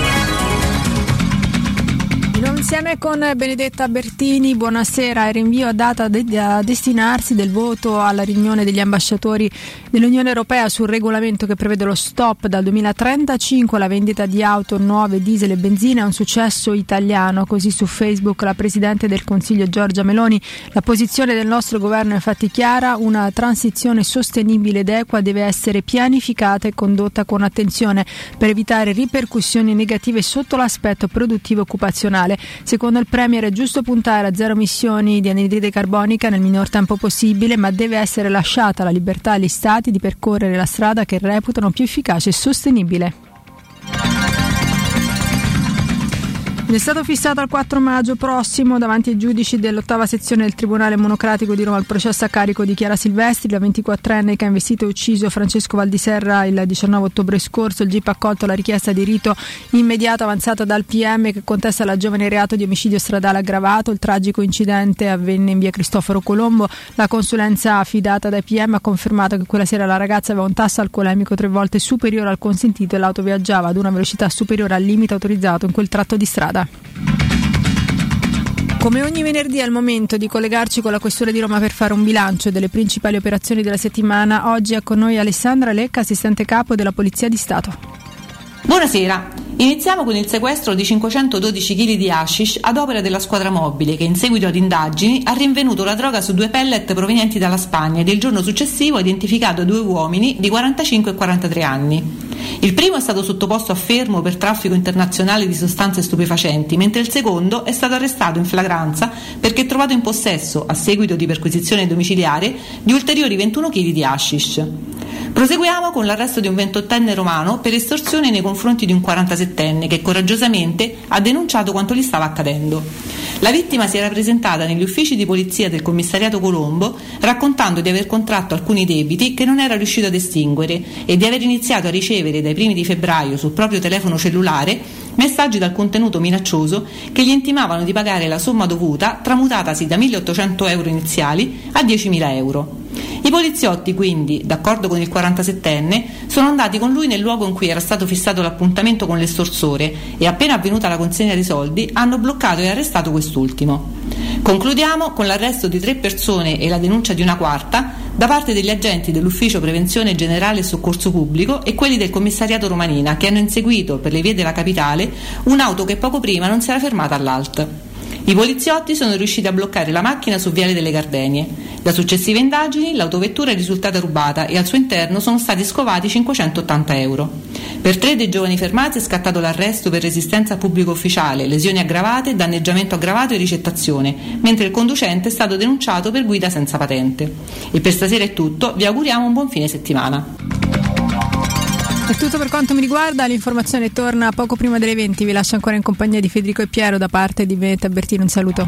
Insieme con Benedetta Bertini, buonasera. Il rinvio a data de- a destinarsi del voto alla riunione degli ambasciatori dell'Unione Europea sul regolamento che prevede lo stop dal duemilatrentacinque alla vendita di auto nuove, diesel e benzina è un successo italiano. Così su Facebook la Presidente del Consiglio Giorgia Meloni. La posizione del nostro governo è infatti chiara: una transizione sostenibile ed equa deve essere pianificata e condotta con attenzione per evitare ripercussioni negative sotto l'aspetto produttivo e occupazionale. Secondo il Premier è giusto puntare a zero emissioni di anidride carbonica nel minor tempo possibile, ma deve essere lasciata la libertà agli Stati di percorrere la strada che reputano più efficace e sostenibile. È stato fissato al quattro maggio prossimo davanti ai giudici dell'ottava sezione del Tribunale Monocratico di Roma il processo a carico di Chiara Silvestri, la ventiquattrenne che ha investito e ucciso Francesco Valdiserra il diciannove ottobre scorso. Il G I P ha accolto la richiesta di rito immediato avanzata dal P M che contesta alla giovane il reato di omicidio stradale aggravato. Il tragico incidente avvenne in via Cristoforo Colombo. La consulenza affidata dai P M ha confermato che quella sera la ragazza aveva un tasso alcolemico tre volte superiore al consentito e l'auto viaggiava ad una velocità superiore al limite autorizzato in quel tratto di strada. Come ogni venerdì è il momento di collegarci con la Questura di Roma per fare un bilancio delle principali operazioni della settimana. Oggi è con noi Alessandra Lecca, assistente capo della Polizia di Stato. Buonasera. Iniziamo con il sequestro di cinquecentododici chili di hashish ad opera della squadra mobile che in seguito ad indagini ha rinvenuto la droga su due pellet provenienti dalla Spagna ed il giorno successivo ha identificato due uomini di quarantacinque e quarantatré anni. Il primo è stato sottoposto a fermo per traffico internazionale di sostanze stupefacenti, mentre il secondo è stato arrestato in flagranza perché trovato in possesso, a seguito di perquisizione domiciliare, di ulteriori ventuno chili di hashish. Proseguiamo con l'arresto di un ventottenne romano per estorsione nei confronti di un quarantasettenne che coraggiosamente ha denunciato quanto gli stava accadendo. La vittima si era presentata negli uffici di polizia del commissariato Colombo raccontando di aver contratto alcuni debiti che non era riuscito ad estinguere e di aver iniziato a ricevere dai primi di febbraio sul proprio telefono cellulare messaggi dal contenuto minaccioso che gli intimavano di pagare la somma dovuta, tramutatasi da milleottocento euro iniziali a diecimila euro. I poliziotti quindi, d'accordo con il quarantasettenne, sono andati con lui nel luogo in cui era stato fissato l'appuntamento con l'estorsore e appena avvenuta la consegna dei soldi hanno bloccato e arrestato quest'ultimo. Concludiamo con l'arresto di tre persone e la denuncia di una quarta da parte degli agenti dell'Ufficio Prevenzione Generale e Soccorso Pubblico e quelli del Commissariato Romanina che hanno inseguito per le vie della capitale un'auto che poco prima non si era fermata all'A L T. I poliziotti sono riusciti a bloccare la macchina su Viale delle Gardenie. Da successive indagini l'autovettura è risultata rubata e al suo interno sono stati scovati cinquecentottanta euro. Per tre dei giovani fermati è scattato l'arresto per resistenza a pubblico ufficiale, lesioni aggravate, danneggiamento aggravato e ricettazione, mentre il conducente è stato denunciato per guida senza patente. E per stasera è tutto, vi auguriamo un buon fine settimana. È tutto per quanto mi riguarda, l'informazione torna poco prima delle venti, vi lascio ancora in compagnia di Federico e Piero da parte di Benedetta Bertini, un saluto.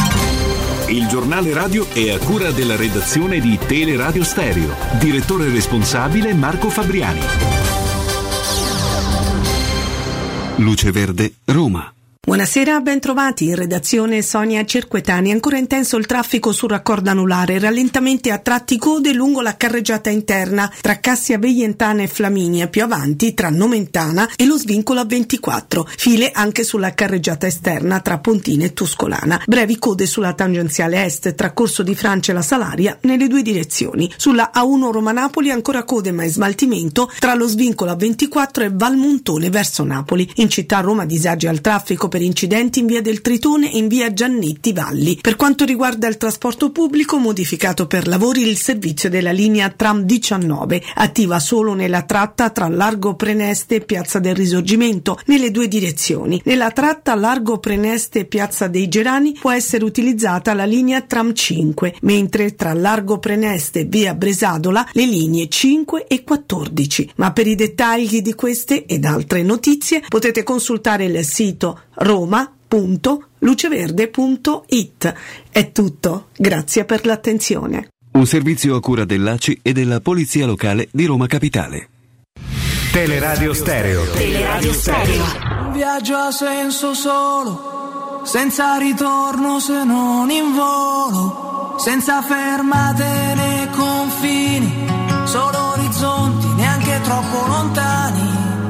Il giornale radio è a cura della redazione di Teleradio Stereo, direttore responsabile Marco Fabriani. Luce Verde, Roma. Buonasera, ben trovati. In redazione Sonia Cerquetani. Ancora intenso il traffico sul raccordo anulare, rallentamenti a tratti code lungo la carreggiata interna tra Cassia Veientana e Flaminia, più avanti tra Nomentana e lo svincolo A ventiquattro. File anche sulla carreggiata esterna tra Pontina e Tuscolana. Brevi code sulla tangenziale est tra Corso di Francia e la Salaria nelle due direzioni. Sulla A uno Roma-Napoli ancora code ma in smaltimento tra lo svincolo A ventiquattro e Valmontone verso Napoli. In città Roma disagi al traffico per incidenti in via del Tritone e in via Giannetti Valli. Per quanto riguarda il trasporto pubblico, modificato per lavori il servizio della linea tram diciannove, attiva solo nella tratta tra Largo Preneste e Piazza del Risorgimento, nelle due direzioni. Nella tratta Largo Preneste e Piazza dei Gerani può essere utilizzata la linea tram cinque, mentre tra Largo Preneste e via Bresadola le linee cinque e quattordici. Ma per i dettagli di queste ed altre notizie potete consultare il sito roma punto luceverde punto it. È tutto, grazie per l'attenzione. Un servizio a cura dell'A C I e della Polizia Locale di Roma Capitale. Teleradio Stereo. Teleradio Stereo. Un viaggio a senso solo, senza ritorno se non in volo, senza fermate né confini, solo orizzonti neanche troppo lontani.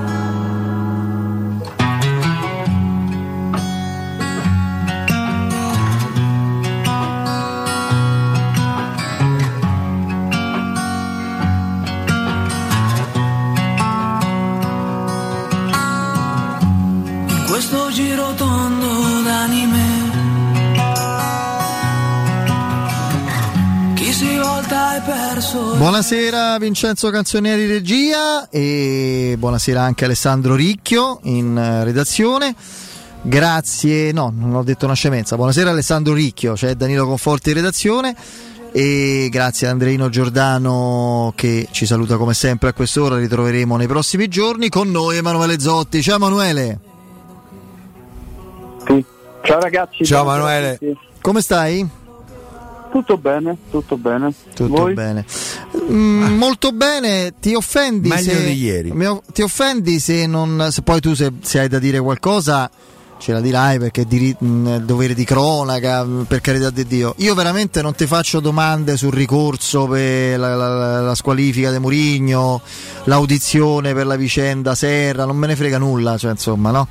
Questo giro tondo d'anime, chi si volta è perso. Buonasera Vincenzo Canzonieri regia e buonasera anche Alessandro Ricchio in redazione. Grazie, no, non ho detto una scemenza. Buonasera Alessandro Ricchio, c'è Danilo Conforti in redazione e grazie a Andreino Giordano che ci saluta come sempre a quest'ora. Ritroveremo nei prossimi giorni. Con noi Emanuele Zotti. Ciao Emanuele. Ciao ragazzi. Ciao Emanuele. Come stai? Tutto bene, tutto bene. Tutto Voi? bene. Mm, molto bene. Ti offendi Meglio se di ieri. Ti offendi se non se poi tu se, se hai da dire qualcosa ce la dirai perché è diri, mh, dovere di cronaca, per carità di Dio. Io veramente non ti faccio domande sul ricorso per la, la, la squalifica di Mourinho, l'audizione per la vicenda Serra, non me ne frega nulla, cioè insomma, no?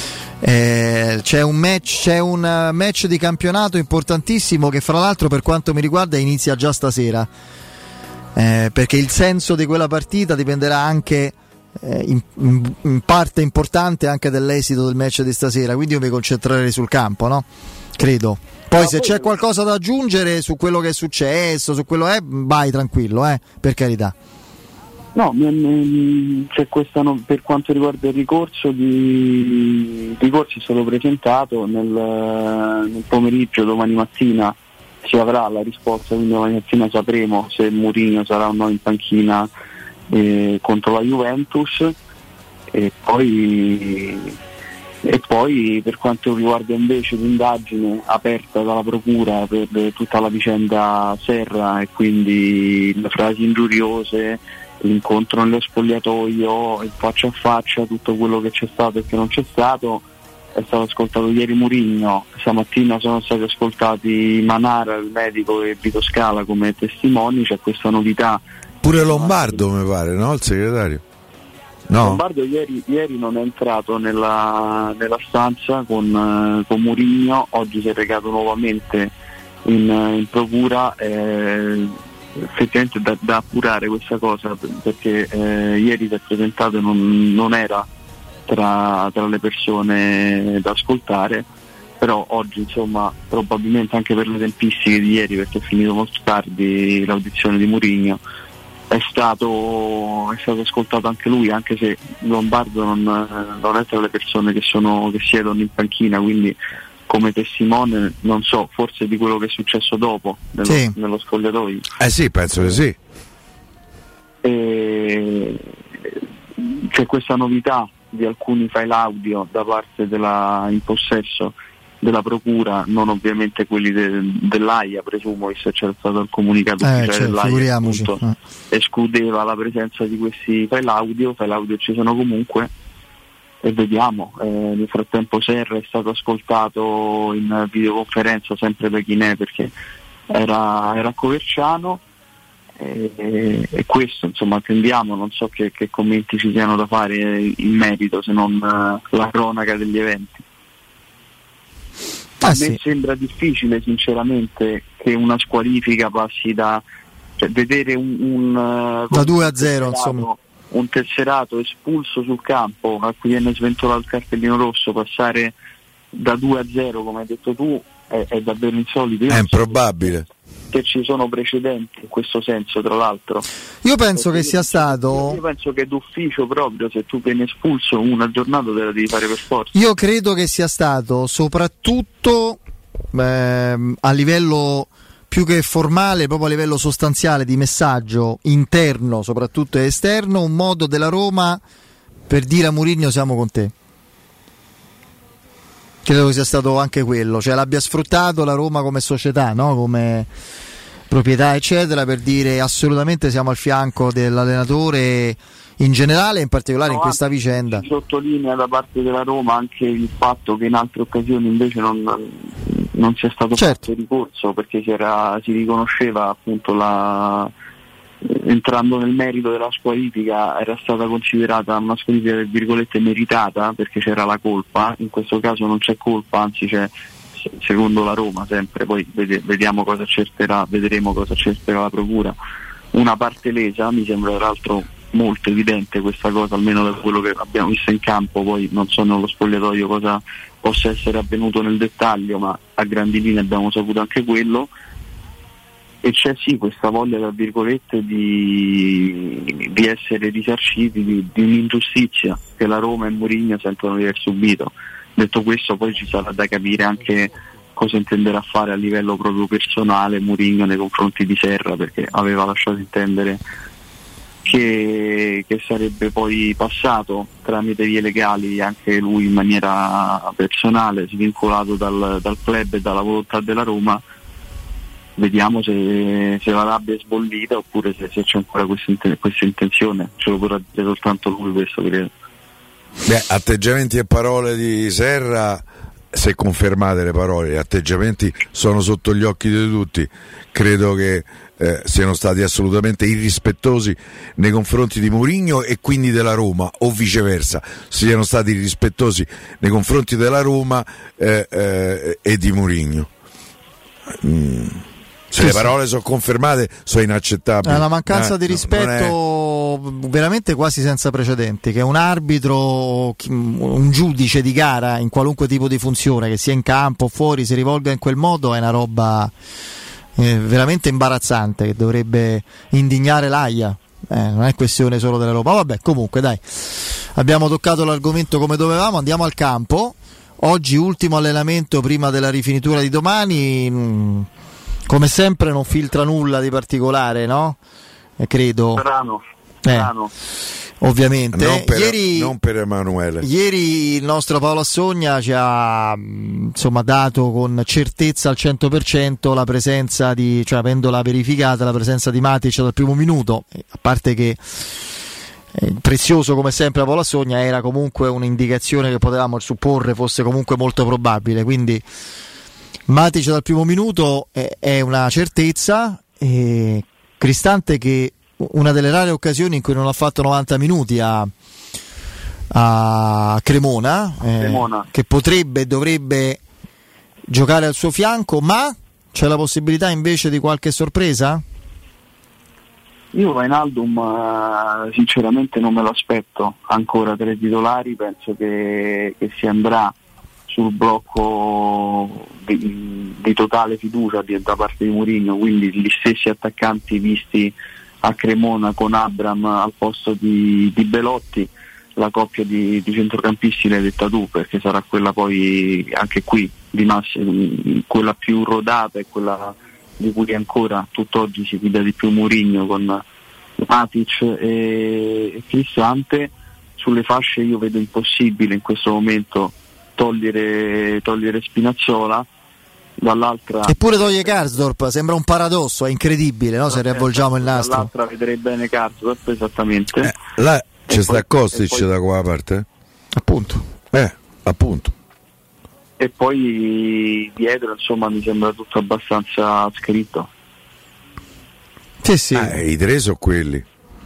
Eh, c'è un match c'è un match di campionato importantissimo che fra l'altro per quanto mi riguarda inizia già stasera, eh, perché il senso di quella partita dipenderà anche eh, in, in parte importante anche dall'esito del match di stasera, quindi io mi concentrerei sul campo, no? Credo. Poi se c'è qualcosa da aggiungere su quello che è successo, su quello è, vai tranquillo, eh, per carità. No, c'è questa no, per quanto riguarda il ricorso, di, il ricorso è stato presentato nel, nel pomeriggio, domani mattina si avrà la risposta, quindi domani mattina sapremo se Mourinho sarà o no in panchina eh, contro la Juventus e poi, e poi per quanto riguarda invece l'indagine aperta dalla Procura per tutta la vicenda Serra e quindi le frasi ingiuriose, l'incontro nello spogliatoio, il faccia a faccia, tutto quello che c'è stato e che non c'è stato, è stato ascoltato ieri Mourinho, stamattina sono stati ascoltati Manara, il medico, e Vito Scala come testimoni. C'è questa novità. Pure Lombardo mi pare, no? Il segretario? No. Lombardo ieri, ieri non è entrato nella, nella stanza con, con Mourinho, oggi si è recato nuovamente in, in procura. Eh, effettivamente da, da appurare questa cosa perché eh, ieri si è presentato e non, non era tra, tra le persone da ascoltare, però oggi insomma probabilmente anche per le tempistiche di ieri, perché è finito molto tardi l'audizione di Mourinho, è stato, è stato ascoltato anche lui, anche se Lombardo non, non è tra le persone che, sono, che siedono in panchina, quindi come testimone, non so, forse di quello che è successo dopo nello, sì. nello spogliatoio. Eh sì, penso che sì. E c'è questa novità di alcuni file audio da parte della in possesso della procura, non ovviamente quelli de, dell'AIA, presumo, visto che c'era stato il comunicato eh, ufficiale cioè, dell'AIA, appunto, eh. escludeva la presenza di questi file audio, file audio ci sono comunque. e vediamo. Eh, nel frattempo Serra è stato ascoltato in videoconferenza sempre da Chinè perché era, era a Coverciano, e, e, e questo insomma attendiamo, non so che, che commenti ci siano da fare in merito se non uh, la cronaca degli eventi. A ah, me sì. sembra difficile sinceramente che una squalifica passi da, cioè, vedere un, un da due a zero insomma, un tesserato espulso sul campo a cui viene sventolato il cartellino rosso, passare da due a zero come hai detto tu è, è davvero insolito. Io è improbabile che ci sono precedenti in questo senso, tra l'altro. Io penso che sia stato io penso che d'ufficio proprio se tu vieni espulso una giornata te la devi fare per forza. Io credo che sia stato soprattutto ehm, a livello più che formale, proprio a livello sostanziale di messaggio interno soprattutto e esterno, un modo della Roma per dire a Mourinho siamo con te. Credo che sia stato anche quello, cioè l'abbia sfruttato la Roma come società, no? Come proprietà eccetera, per dire assolutamente siamo al fianco dell'allenatore in generale e in particolare no, in questa vicenda. Si sottolinea da parte della Roma anche il fatto che in altre occasioni invece non, non sia stato certo. fatto ricorso, perché si, era, si riconosceva appunto la, entrando nel merito della squalifica, era stata considerata una squalifica tra virgolette meritata perché c'era la colpa. In questo caso non c'è colpa, anzi c'è, secondo la Roma sempre, poi vediamo cosa accerterà, vedremo cosa accerterà la procura, una parte lesa. Mi sembra tra l'altro molto evidente questa cosa, almeno da quello che abbiamo visto in campo. Poi non so nello spogliatoio cosa possa essere avvenuto nel dettaglio, ma a grandi linee abbiamo saputo anche quello. E c'è sì questa voglia tra virgolette di, di essere risarciti di, di un'ingiustizia che la Roma e Mourinho sentono di aver subito. Detto questo, poi ci sarà da capire anche cosa intenderà fare a livello proprio personale Mourinho nei confronti di Serra, perché aveva lasciato intendere che, che sarebbe poi passato tramite vie legali anche lui in maniera personale, svincolato dal, dal club e dalla volontà della Roma. Vediamo se, se la rabbia è sbollita oppure se, se c'è ancora questa, questa intenzione. Ce lo potrà dire soltanto lui questo, credo. Beh, atteggiamenti e parole di Serra, se confermate le parole, gli atteggiamenti sono sotto gli occhi di tutti. Credo che eh, siano stati assolutamente irrispettosi nei confronti di Mourinho e quindi della Roma, o viceversa, siano stati irrispettosi nei confronti della Roma eh, eh, e di Mourinho. Mm. Se sì, le parole sì. sono confermate, sono inaccettabili. È una mancanza eh, di rispetto è... veramente quasi senza precedenti, che un arbitro, un giudice di gara in qualunque tipo di funzione, che sia in campo o fuori, si rivolga in quel modo, è una roba eh, veramente imbarazzante, che dovrebbe indignare l'Aia. Eh, non è questione solo della Roma. Vabbè, comunque dai, abbiamo toccato l'argomento come dovevamo, andiamo al campo. Oggi ultimo allenamento prima della rifinitura di domani. Mh, come sempre non filtra nulla di particolare, no? Eh, credo. Strano, strano. Eh, ovviamente. Non per, ieri, non per Emanuele. Ieri il nostro Paolo Assogna ci ha insomma dato con certezza al cento per cento la presenza di, cioè avendola verificata, la presenza di Matic dal primo minuto, a parte che eh, prezioso come sempre Paolo Assogna, era comunque un'indicazione che potevamo supporre fosse comunque molto probabile, quindi Matic dal primo minuto è, è una certezza. E Cristante, che una delle rare occasioni in cui non ha fatto novanta minuti a, a Cremona, eh, Cremona, che potrebbe e dovrebbe giocare al suo fianco, ma c'è la possibilità invece di qualche sorpresa? Io Wijnaldum uh, sinceramente non me lo aspetto ancora tra i titolari, penso che, che si andrà sul blocco di, di totale fiducia da parte di Mourinho, quindi gli stessi attaccanti visti a Cremona con Abram al posto di, di Belotti, la coppia di, di centrocampisti l'hai detta tu, perché sarà quella poi anche qui di massimo, quella più rodata e quella di cui ancora tutt'oggi si fida di più Mourinho, con Matic e, e Cristante. Sulle fasce io vedo impossibile in questo momento togliere, togliere Spinazzola, dall'altra eppure toglie Karsdorp, sembra un paradosso, è incredibile, no? Se riavvolgiamo il nastro, dall'altra vedrei bene Karsdorp, esattamente. Eh, là c'è sta Kostic da quella parte? Appunto. Eh, appunto. E poi dietro, insomma, mi sembra tutto abbastanza scritto. Sì, sì. Eh, i tre sono quelli.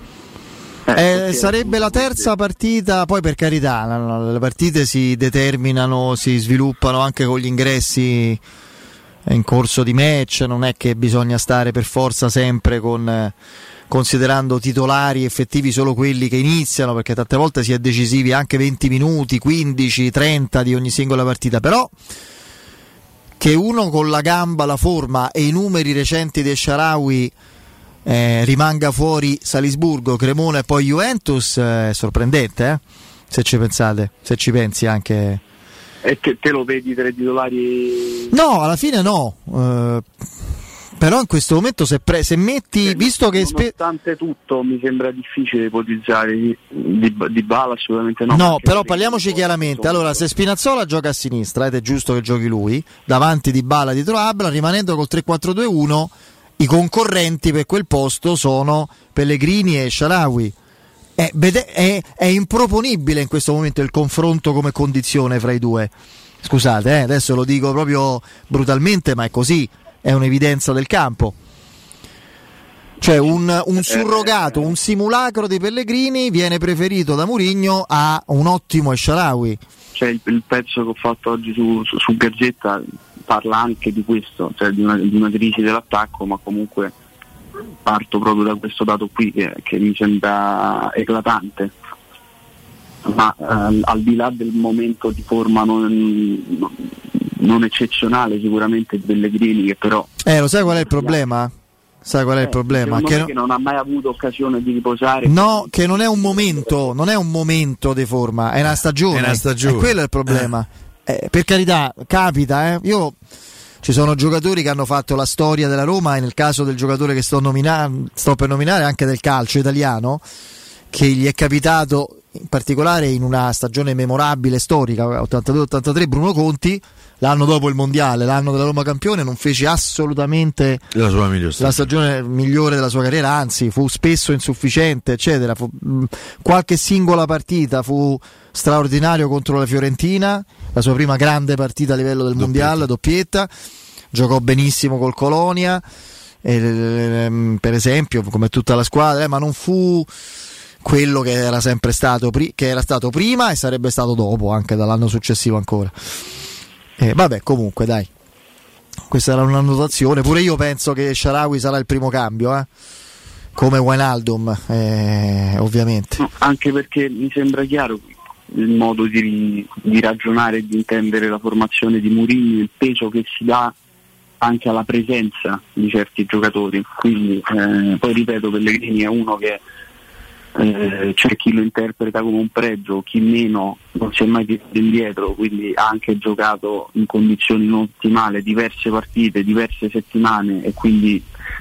Eh, sarebbe la terza partita, poi per carità, le partite si determinano, si sviluppano anche con gli ingressi in corso di match, non è che bisogna stare per forza sempre con considerando titolari effettivi solo quelli che iniziano, perché tante volte si è decisivi anche venti minuti, quindici, trenta di ogni singola partita, però che uno con la gamba, la forma e i numeri recenti dei Shaarawy Eh, rimanga fuori Salisburgo, Cremona e poi Juventus è sorprendente, eh? Se ci pensate, se ci pensi anche. E te, te lo vedi tra i titolari? No, alla fine no, eh, però in questo momento se, pre- se metti, eh, visto che nonostante spe- tutto mi sembra difficile ipotizzare di, di, di Bala, assolutamente no. No, però parliamoci chiaramente. Allora, se Spinazzola gioca a sinistra ed è giusto che giochi lui, davanti di Bala dietro Abram, rimanendo col tre quattro due uno, i concorrenti per quel posto sono Pellegrini e Shaarawy. È, è, è improponibile in questo momento il confronto come condizione fra i due. Scusate, eh, adesso lo dico proprio brutalmente, ma è così, è un'evidenza del campo. Cioè un, un surrogato, un simulacro di Pellegrini viene preferito da Mourinho a un ottimo Shaarawy. Cioè il, il pezzo che ho fatto oggi su, su, su Gazzetta parla anche di questo, cioè di una, di una crisi dell'attacco, ma comunque parto proprio da questo dato qui che, che mi sembra eclatante. Ma ehm, al di là del momento di forma non, non eccezionale sicuramente di Pellegrini, che però eh lo sai qual è il problema? Sai qual è eh, il problema? Che, no... che non ha mai avuto occasione di riposare. No, che non è un momento, non è un momento di forma, è una stagione. È una stagione. E quello è il problema. Eh, per carità, capita, eh. Io ci sono giocatori che hanno fatto la storia della Roma, e nel caso del giocatore che sto, nominando, sto per nominare, anche del calcio italiano, che gli è capitato in particolare in una stagione memorabile, storica, ottantadue ottantatré, Bruno Conti, l'anno dopo il mondiale, l'anno della Roma campione, non fece assolutamente la, sua migliore stagione. la stagione migliore della sua carriera, anzi fu spesso insufficiente, eccetera. Fu, mh, qualche singola partita fu straordinario contro la Fiorentina, la sua prima grande partita a livello del doppietta. mondiale, doppietta, giocò benissimo col Colonia, e, per esempio, come tutta la squadra, eh, ma non fu quello che era sempre stato, pri- che era stato prima e sarebbe stato dopo, anche dall'anno successivo ancora. Eh, vabbè, comunque dai, questa era una notazione. Pure io penso che Shaarawy sarà il primo cambio, eh? Come Wijnaldum, eh, ovviamente. No, anche perché mi sembra chiaro il modo di, di ragionare e di intendere la formazione di Mourinho, il peso che si dà anche alla presenza di certi giocatori. Quindi eh, poi ripeto, Pellegrini è uno che Eh, c'è chi lo interpreta come un pregio, chi meno, non si è mai tirato indietro, quindi ha anche giocato in condizioni non ottimali diverse partite, diverse settimane, e quindi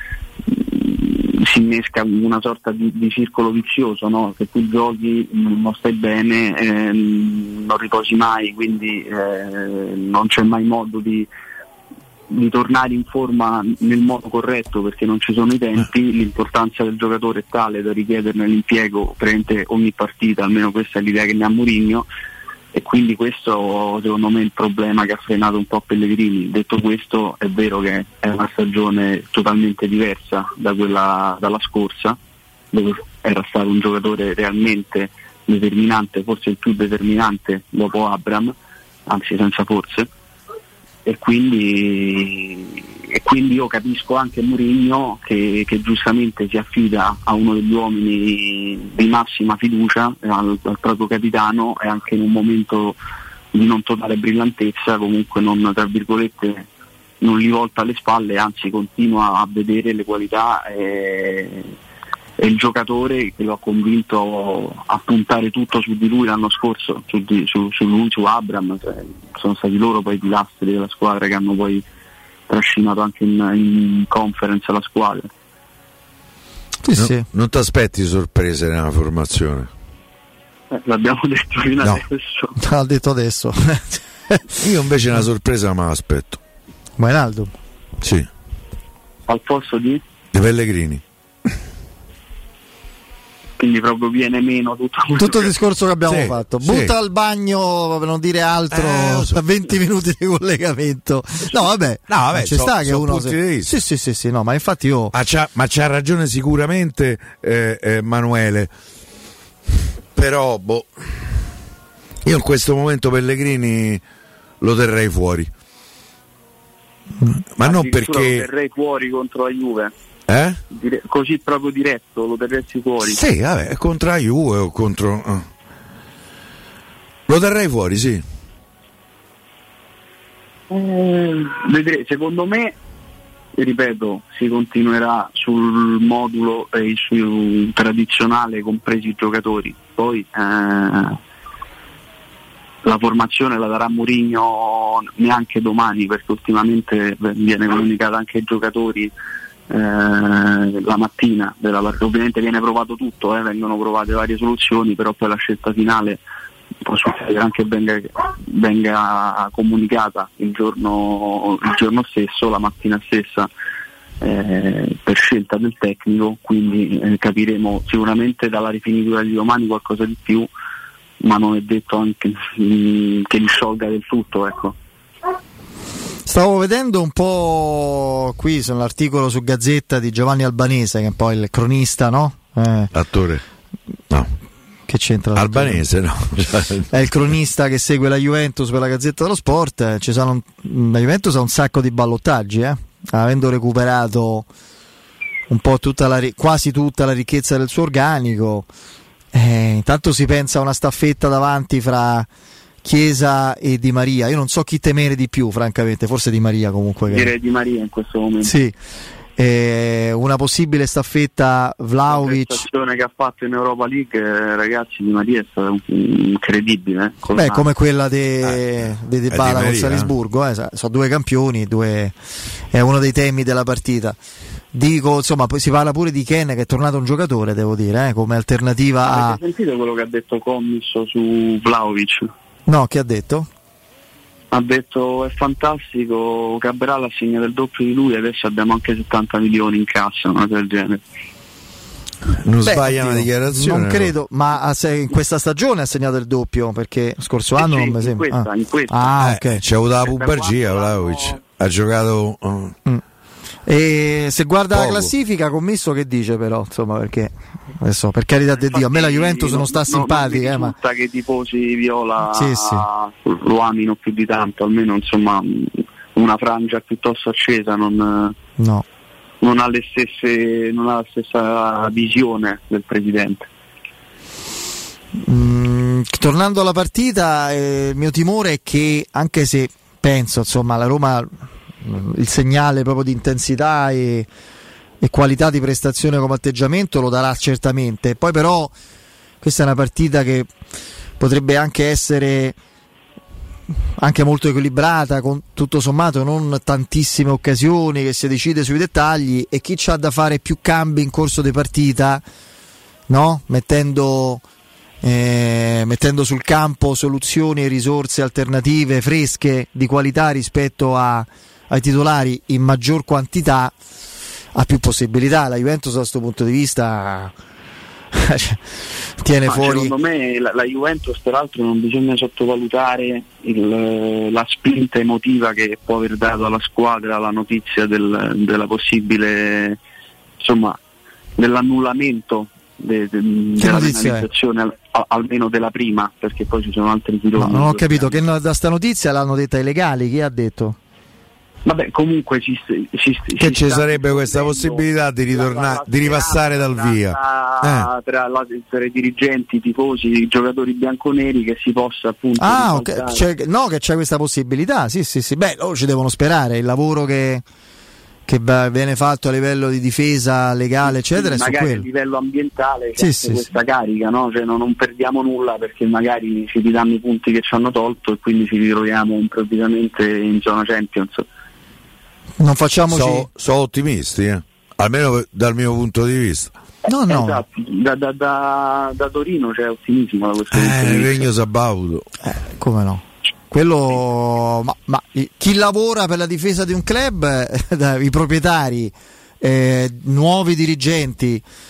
mh, si innesca una sorta di, di circolo vizioso, no? Che tu giochi, non stai bene, eh, non riposi mai, quindi eh, non c'è mai modo di di tornare in forma nel modo corretto, perché non ci sono i tempi. L'importanza del giocatore è tale da richiederne l'impiego presente ogni partita, almeno questa è l'idea che ne ha Mourinho, e quindi questo secondo me è il problema che ha frenato un po' Pellegrini. Detto questo, è vero che è una stagione totalmente diversa da quella dalla scorsa, dove era stato un giocatore realmente determinante, forse il più determinante dopo Abram, anzi senza forse. E quindi, e quindi io capisco anche Mourinho che, che giustamente si affida a uno degli uomini di massima fiducia, al, al proprio capitano, e anche in un momento di non totale brillantezza comunque non, tra virgolette, non gli volta le spalle, anzi continua a vedere le qualità e, e il giocatore che lo ha convinto a puntare tutto su di lui l'anno scorso, su, di, su, su lui, su Abram. Cioè, sono stati loro poi i pilastri della squadra che hanno poi trascinato anche in, in conference la squadra. Sì, no, sì. Non ti aspetti sorprese nella formazione? Eh, l'abbiamo detto fino no. adesso. L'ha detto adesso. Io invece una sorpresa me l'aspetto. Wijnaldum? Sì. Al posto di? Di Pellegrini. quindi proprio viene meno tutto, tutto il discorso che abbiamo sì, fatto. sì. Butta al bagno per non dire altro, eh, so. venti minuti di collegamento. No, vabbè, no, vabbè ci so, sta che so uno se... sì, sì, sì, sì, no, ma infatti io ah, c'ha, ma c'ha ragione sicuramente eh, eh, Manuele. Però boh, io in questo momento Pellegrini lo terrei fuori. Ma non perché lo terrei fuori contro la Juve. Eh? Dire, così proprio diretto lo terresti fuori? Sì, vabbè, contro la Juve o contro uh. lo terrei fuori, sì. Eh, vedrete, secondo me, ripeto, si continuerà sul modulo eh, sul tradizionale, compresi i giocatori. Poi eh, la formazione la darà Mourinho neanche domani, perché ultimamente viene comunicata anche ai giocatori eh, la mattina della partita. Ovviamente viene provato tutto, eh, vengono provate varie soluzioni, però poi la scelta finale può succedere anche venga, venga comunicata il giorno, il giorno stesso, la mattina stessa, eh, per scelta del tecnico, quindi eh, capiremo sicuramente dalla rifinitura di domani qualcosa di più, ma non è detto anche mh, che li sciolga del tutto, ecco. Stavo vedendo un po' qui sull'articolo su Gazzetta di Giovanni Albanese, che è un po' il cronista, no? Eh, Attore? No. Che c'entra? Albanese, no? È il cronista che segue la Juventus per la Gazzetta dello Sport. Ci sono un, la Juventus ha un sacco di ballottaggi, eh? Avendo recuperato un po' tutta la, quasi tutta la ricchezza del suo organico. Eh, intanto si pensa a una staffetta davanti fra Chiesa e Di Maria. Io non so chi temere di più, francamente, forse Di Maria comunque. Che... Direi Di Maria in questo momento. Sì. Eh, una possibile staffetta Vlahovic. La prestazione che ha fatto in Europa League, eh, ragazzi, Di Maria è stata incredibile. Eh, Beh, come quella di eh, De Dybala con Salisburgo, eh, sono due campioni, due... è uno dei temi della partita. Dico, insomma, poi si parla pure di Ken che è tornato un giocatore, devo dire, eh, come alternativa a. Avete sentito quello che ha detto Commisso su Vlahovic? No, che ha detto? Ha detto è fantastico, Cabral assegna il doppio di lui, adesso abbiamo anche settanta milioni in cassa, una cosa del genere. Non Beh, sbaglia una dichiarazione. Non credo, no. Ma in questa stagione ha segnato il doppio, perché scorso anno sì, non mi sembra. In questa, ah. in questa. Ah, eh, ok. C'è avuto la pubargia, Vlahovic. Ha giocato. Uh. Mm. E se guarda Poco. La classifica, Commisso che dice però, insomma, perché adesso per carità di Dio, a me la Juventus non sta no, simpatica, non eh, ma che i tifosi viola sì, sì. lo amino più di tanto, almeno insomma una frangia piuttosto accesa non, no. non ha le stesse non ha la stessa visione del presidente. Mm, tornando alla partita, eh, il mio timore è che, anche se penso insomma la Roma il segnale proprio di intensità e, e qualità di prestazione come atteggiamento lo darà certamente, poi però questa è una partita che potrebbe anche essere anche molto equilibrata, con tutto sommato non tantissime occasioni, che si decide sui dettagli, e chi c'ha da fare più cambi in corso di partita, no? mettendo Eh, mettendo sul campo soluzioni e risorse alternative fresche di qualità rispetto a, ai titolari in maggior quantità, ha più possibilità. La Juventus da questo punto di vista tiene Ma fuori. Secondo me la, la Juventus, peraltro, non bisogna sottovalutare il, la spinta emotiva che può aver dato alla squadra la notizia del, della possibile, insomma, dell'annullamento de, de, della penalizzazione, al, a, almeno della prima, perché poi ci sono altri filoni. No, non ho capito, che no, da sta notizia l'hanno detta i legali, chi ha detto? Vabbè, comunque ci, ci, ci che ci sarebbe questa possibilità di ritornare, di ripassare dal via tra, eh. tra, la, tra i dirigenti, i tifosi, i giocatori bianconeri, che si possa appunto ah ok, c'è, no, che c'è questa possibilità, sì sì sì, beh, loro ci devono sperare, il lavoro che che viene fatto a livello di difesa legale eccetera, sì, su magari quello. a livello ambientale sì, c'è sì, questa sì. carica, no? Cioè non, non perdiamo nulla, perché magari ci ridanno i punti che ci hanno tolto e quindi ci ritroviamo improvvisamente in zona Champions. Non facciamoci sono so ottimisti, eh? Almeno dal mio punto di vista. No, no. Esatto. Da, da, da, da Torino c'è ottimismo da questo punto eh, di il vista. Regno Sabaudo, eh, come no? Quello, ma, ma chi lavora per la difesa di un club, eh, i proprietari, eh, nuovi dirigenti,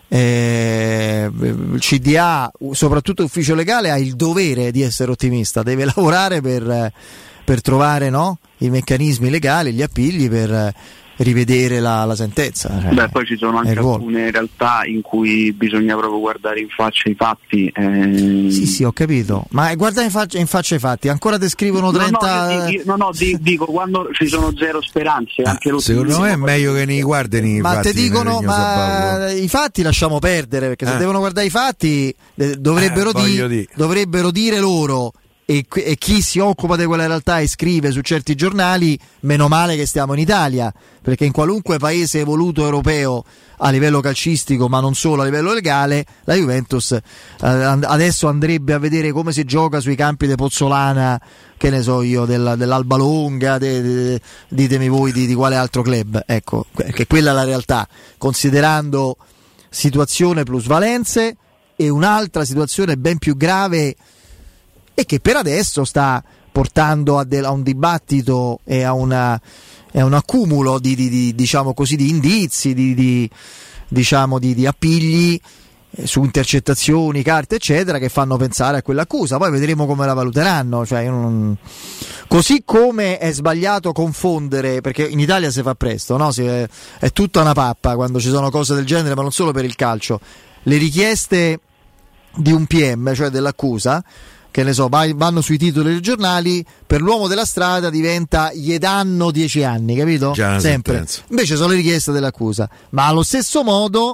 Eh, il C D A, soprattutto l'ufficio legale, ha il dovere di essere ottimista, deve lavorare per, per trovare, no, i meccanismi legali, gli appigli per rivedere la, la sentenza. Cioè, beh, poi ci sono anche alcune realtà in cui bisogna proprio guardare in faccia i fatti. Eh... Sì, sì, ho capito. Ma guarda in faccia, in faccia i fatti, ancora descrivono trenta. No, no, io, no, no dico quando ci sono zero speranze. Ah, anche secondo me è meglio che ne guardino. Ma te dicono, ma i fatti lasciamo perdere, perché se eh. devono guardare i fatti dovrebbero, eh, di, di. dovrebbero dire loro. E, e chi si occupa di quella realtà e scrive su certi giornali, meno male che stiamo in Italia, perché in qualunque paese evoluto europeo a livello calcistico, ma non solo a livello legale, la Juventus eh, adesso andrebbe a vedere come si gioca sui campi di Pozzolana, che ne so io, della, dell'Alba Longa, de, de, ditemi voi di, di quale altro club. Ecco, che quella è la realtà, considerando situazione plusvalenze e un'altra situazione ben più grave e che per adesso sta portando a, de- a un dibattito e a, una, e a un accumulo di, di, di, diciamo così, di indizi, di, di, diciamo di, di appigli eh, su intercettazioni, carte eccetera, che fanno pensare a quell'accusa. Poi vedremo come la valuteranno. Cioè, io non... Così come è sbagliato confondere, perché in Italia si fa presto, no? Si è, è tutta una pappa quando ci sono cose del genere, ma non solo per il calcio. Le richieste di un P M, cioè dell'accusa, che ne so, vanno sui titoli dei giornali, per l'uomo della strada diventa gli danno dieci anni, capito? Sempre. Sentenza. Invece sono le richieste dell'accusa, ma allo stesso modo,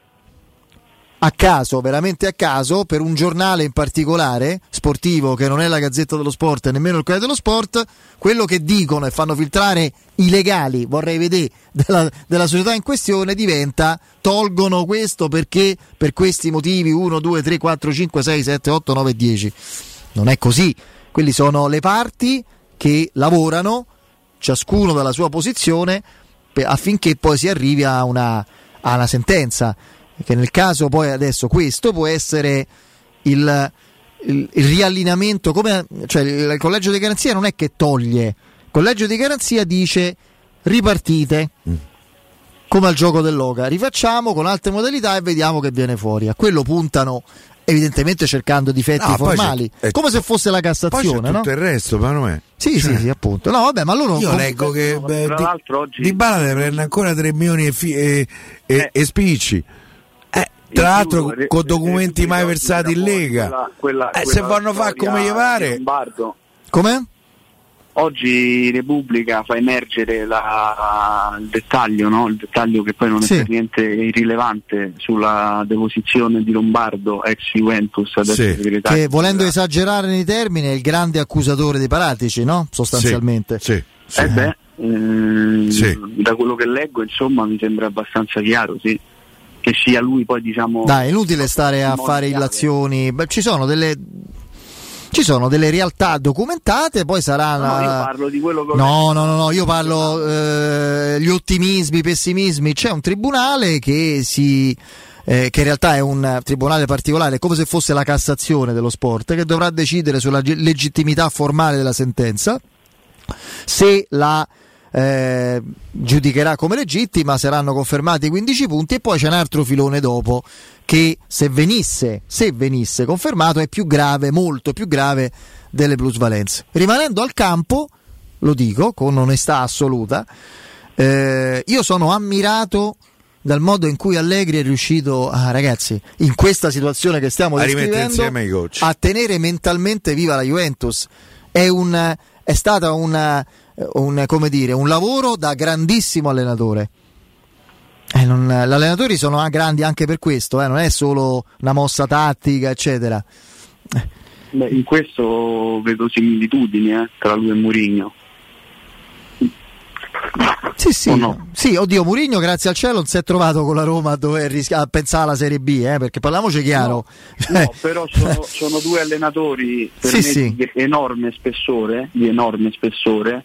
a caso, veramente a caso, per un giornale in particolare sportivo che non è la Gazzetta dello Sport e nemmeno il Corriere dello Sport, quello che dicono e fanno filtrare i legali, vorrei vedere, della, della società in questione, diventa tolgono questo perché per questi motivi uno, due, tre, quattro, cinque, sei, sette, otto, nove, dieci. Non è così. Quelli sono le parti che lavorano ciascuno dalla sua posizione per, affinché poi si arrivi a una, a una sentenza, che nel caso poi adesso questo può essere il, il, il riallineamento, come, cioè il, il collegio di garanzia non è che toglie, il collegio di garanzia dice ripartite mm. come al gioco dell'oca, rifacciamo con altre modalità e vediamo che viene fuori. A quello puntano, evidentemente cercando difetti no, formali, è, come se fosse la Cassazione, poi c'è no? tutto il resto, ma non è. Sì, cioè, sì, sì, appunto. No, vabbè, ma loro io com- leggo che no, beh, tra di, l'altro oggi Di Bala ne prende ancora tre milioni e, fi- e, e, eh. e spicci. Eh, tra l'altro re, con documenti re, mai versati in Lega. Quella, quella, eh, quella se vanno fare come gli pare. Come? Oggi Repubblica fa emergere la, il dettaglio, no? Il dettaglio che poi non è sì. per niente irrilevante sulla deposizione di Lombardo, ex Juventus, adesso sì. segretario. Che volendo esagerare nei termini è il grande accusatore dei Paratici, no? Sostanzialmente. Sì. Sì. Sì. Eh beh, eh, sì. da quello che leggo, insomma, mi sembra abbastanza chiaro, sì. Che sia lui poi, diciamo. Dai, è inutile stare a fare illazioni. Beh, ci sono delle. Ci sono delle realtà documentate, poi sarà. No, la... io parlo di quello che. No, no, no, no, io parlo eh, gli ottimismi, i pessimismi. C'è un tribunale che si. Eh, che in realtà è un tribunale particolare, come se fosse la Cassazione dello sport, che dovrà decidere sulla legittimità formale della sentenza. Se la eh, giudicherà come legittima, saranno confermati i quindici punti, e poi c'è un altro filone dopo che se venisse, se venisse confermato è più grave, molto più grave delle plusvalenze. Rimanendo al campo, lo dico con onestà assoluta, eh, io sono ammirato dal modo in cui Allegri è riuscito a, ragazzi, in questa situazione che stiamo a descrivendo, a tenere mentalmente viva la Juventus. È un è stata una, un, come dire, un lavoro da grandissimo allenatore. Eh, non, gli allenatori sono grandi anche per questo, eh, non è solo una mossa tattica, eccetera. Beh, in questo vedo similitudini eh, tra lui e Mourinho. Sì, sì, no? Sì, oddio, Mourinho grazie al cielo non si è trovato con la Roma a dover rischi- a pensare alla Serie B, eh, perché parliamoci chiaro. No, no però sono, sono due allenatori per sì, me sì. di enorme spessore, di enorme spessore,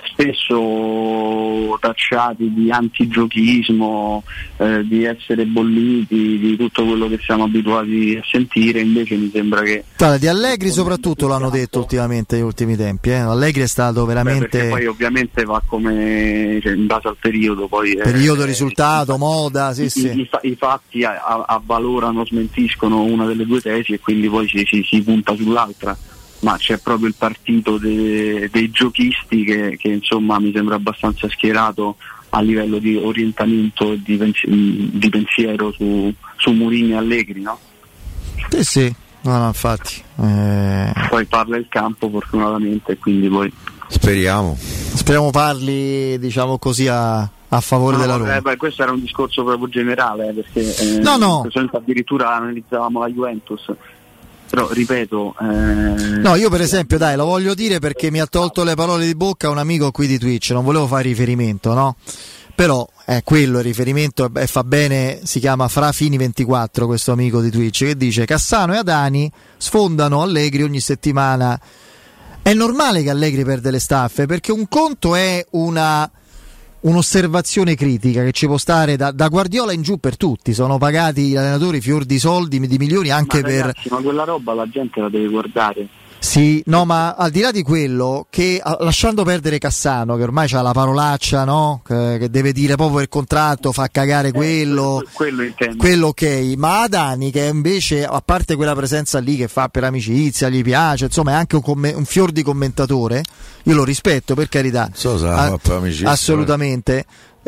spesso tacciati di antigiochismo, eh, di essere bolliti, di tutto quello che siamo abituati a sentire. Invece mi sembra che Guarda, di Allegri soprattutto l'hanno detto ultimamente, negli ultimi tempi, eh? Allegri è stato veramente... Beh, perché poi ovviamente va come, cioè, in base al periodo, poi periodo, eh, risultato, i, moda, sì, i, sì. I, i fatti a, a, avvalorano, smentiscono una delle due tesi e quindi poi si, si, si punta sull'altra. Ma c'è proprio il partito de, dei giochisti che, che insomma mi sembra abbastanza schierato a livello di orientamento e di, pensi- di pensiero su, su Mourinho e Allegri, no? Sì, sì, no, no, infatti. Eh... Poi parla il campo fortunatamente e quindi poi... Speriamo. Speriamo parli, diciamo così, a, a favore no, della Roma. Eh, beh, questo era un discorso proprio generale, eh, perché eh, no, no. addirittura analizzavamo la Juventus. Però ripeto eh... no, io per esempio dai lo voglio dire perché mi ha tolto le parole di bocca un amico qui di Twitch, non volevo fare riferimento, no? Però è quello il riferimento e fa bene, si chiama Frafini ventiquattro questo amico di Twitch, che dice Cassano e Adani sfondano Allegri ogni settimana. È normale che Allegri perde le staffe, perché un conto è una un'osservazione critica che ci può stare da, da Guardiola in giù per tutti, sono pagati gli allenatori fior di soldi, di milioni anche ma ragazzi, per... ma quella roba la gente la deve guardare. Sì, no, ma al di là di quello, che lasciando perdere Cassano, che ormai c'ha la parolaccia, no? Che, che deve dire proprio il contratto, fa cagare quello, eh, quello, quello, quello ok, ma Adani che invece, a parte quella presenza lì che fa per amicizia, gli piace, insomma è anche un, comm- un fior di commentatore, io lo rispetto per carità, so se a- per amicizia, assolutamente,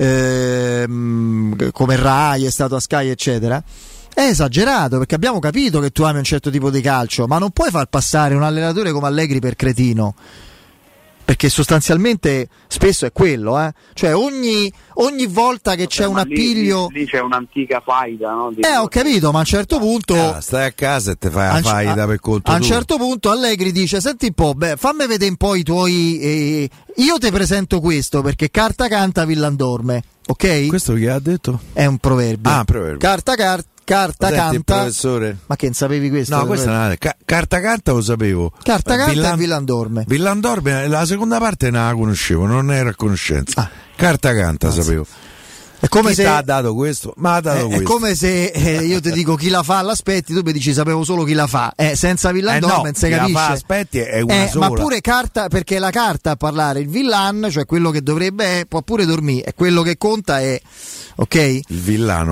eh. ehm, come Rai è stato a Sky eccetera. È esagerato, perché abbiamo capito che tu ami un certo tipo di calcio, ma non puoi far passare un allenatore come Allegri per cretino, perché sostanzialmente spesso è quello, eh? Cioè ogni, ogni volta che c'è ma un appiglio lì, lì c'è un'antica faida, no? Eh ho capito, ma a un certo punto ah, stai a casa e te fai la faida per conto a un tuo. certo punto Allegri dice senti un po', beh, fammi vedere un po' i tuoi eh, io ti presento questo perché carta canta villan dorme, ok? Questo chi ha detto? È un proverbio. Ah, proverbio. Carta carta Carta Senti, canta, professore. Ma che non sapevi questo? No, questa è una... Ca- carta canta lo sapevo. Carta canta Villan... e villan dorme. Villan dorme, la seconda parte non la conoscevo, non era a conoscenza. Ah. Carta canta Anzi. sapevo. È come chi se ti ha dato questo? Ma ha dato è, questo. È come se eh, io ti dico chi la fa l'aspetti, tu mi dici sapevo solo chi la fa. Eh, senza villan eh dorme no, non si chi capisce. La fa aspetti è una eh, sola. Ma pure carta, perché è la carta a parlare, il villan, cioè quello che dovrebbe, può pure dormire, e quello che conta è, ok? Il villano.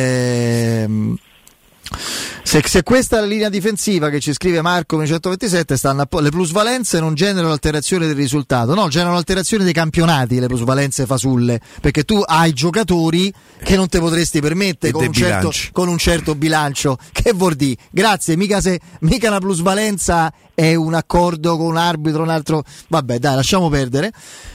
Ehm Se, se questa è la linea difensiva che ci scrive Marco millecentoventisette, stanno a po- le plusvalenze non generano alterazione del risultato, no, generano alterazione dei campionati, le plusvalenze fasulle, perché tu hai giocatori che non te potresti permettere con un, certo, con un certo bilancio. Che vuol dire? Grazie, mica, se, mica una plusvalenza è un accordo con un arbitro, un altro, vabbè dai, lasciamo perdere.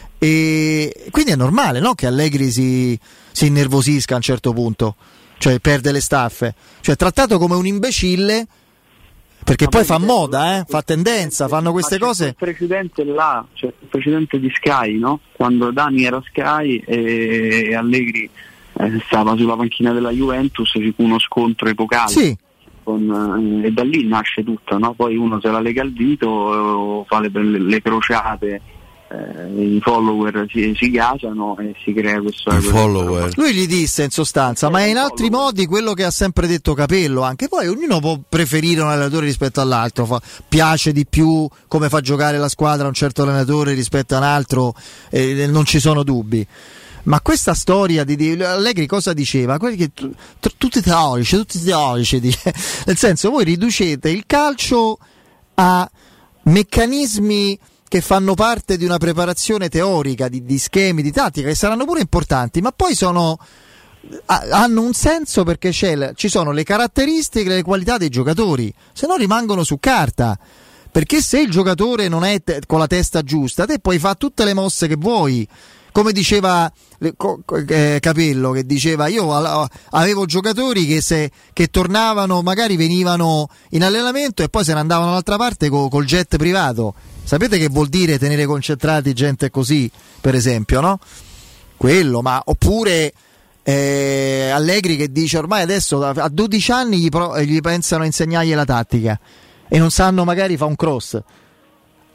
E quindi è normale, no, che Allegri si, si innervosisca a un certo punto, cioè perde le staffe, cioè trattato come un imbecille, perché ma poi fa moda, eh? Fa tendenza, fanno queste cose. Il precedente là, cioè il precedente di Sky, no? Quando Dani era Sky e Allegri eh, stava sulla panchina della Juventus, ci fu uno scontro epocale. Sì. Con, eh, e da lì nasce tutto, no? Poi uno se la lega al dito, fa le, le crociate. Eh, i follower si, si gasano e si crea questo, follower. Lui gli disse in sostanza, eh, ma è in altri follower. Modi quello che ha sempre detto Capello, anche poi ognuno può preferire un allenatore rispetto all'altro, fa, piace di più come fa giocare la squadra un certo allenatore rispetto a un altro, eh, non ci sono dubbi. Ma questa storia di, di Allegri cosa diceva? Quelli che t- t- tutti teorici, tutti teorici, dice. Nel senso, voi riducete il calcio a meccanismi che fanno parte di una preparazione teorica, di, di schemi, di tattica, che saranno pure importanti, ma poi sono a, hanno un senso perché c'è, ci sono le caratteristiche e le qualità dei giocatori, se no rimangono su carta. Perché se il giocatore non è te, con la testa giusta, te puoi fare tutte le mosse che vuoi. Come diceva eh, Capello, che diceva io avevo giocatori che, se, che tornavano, magari venivano in allenamento e poi se ne andavano dall'altra parte co, col jet privato. Sapete che vuol dire tenere concentrati gente così, per esempio, no? Quello, ma oppure eh, Allegri che dice ormai adesso a dodici anni gli, pro, gli pensano a insegnargli la tattica e non sanno magari fa un cross.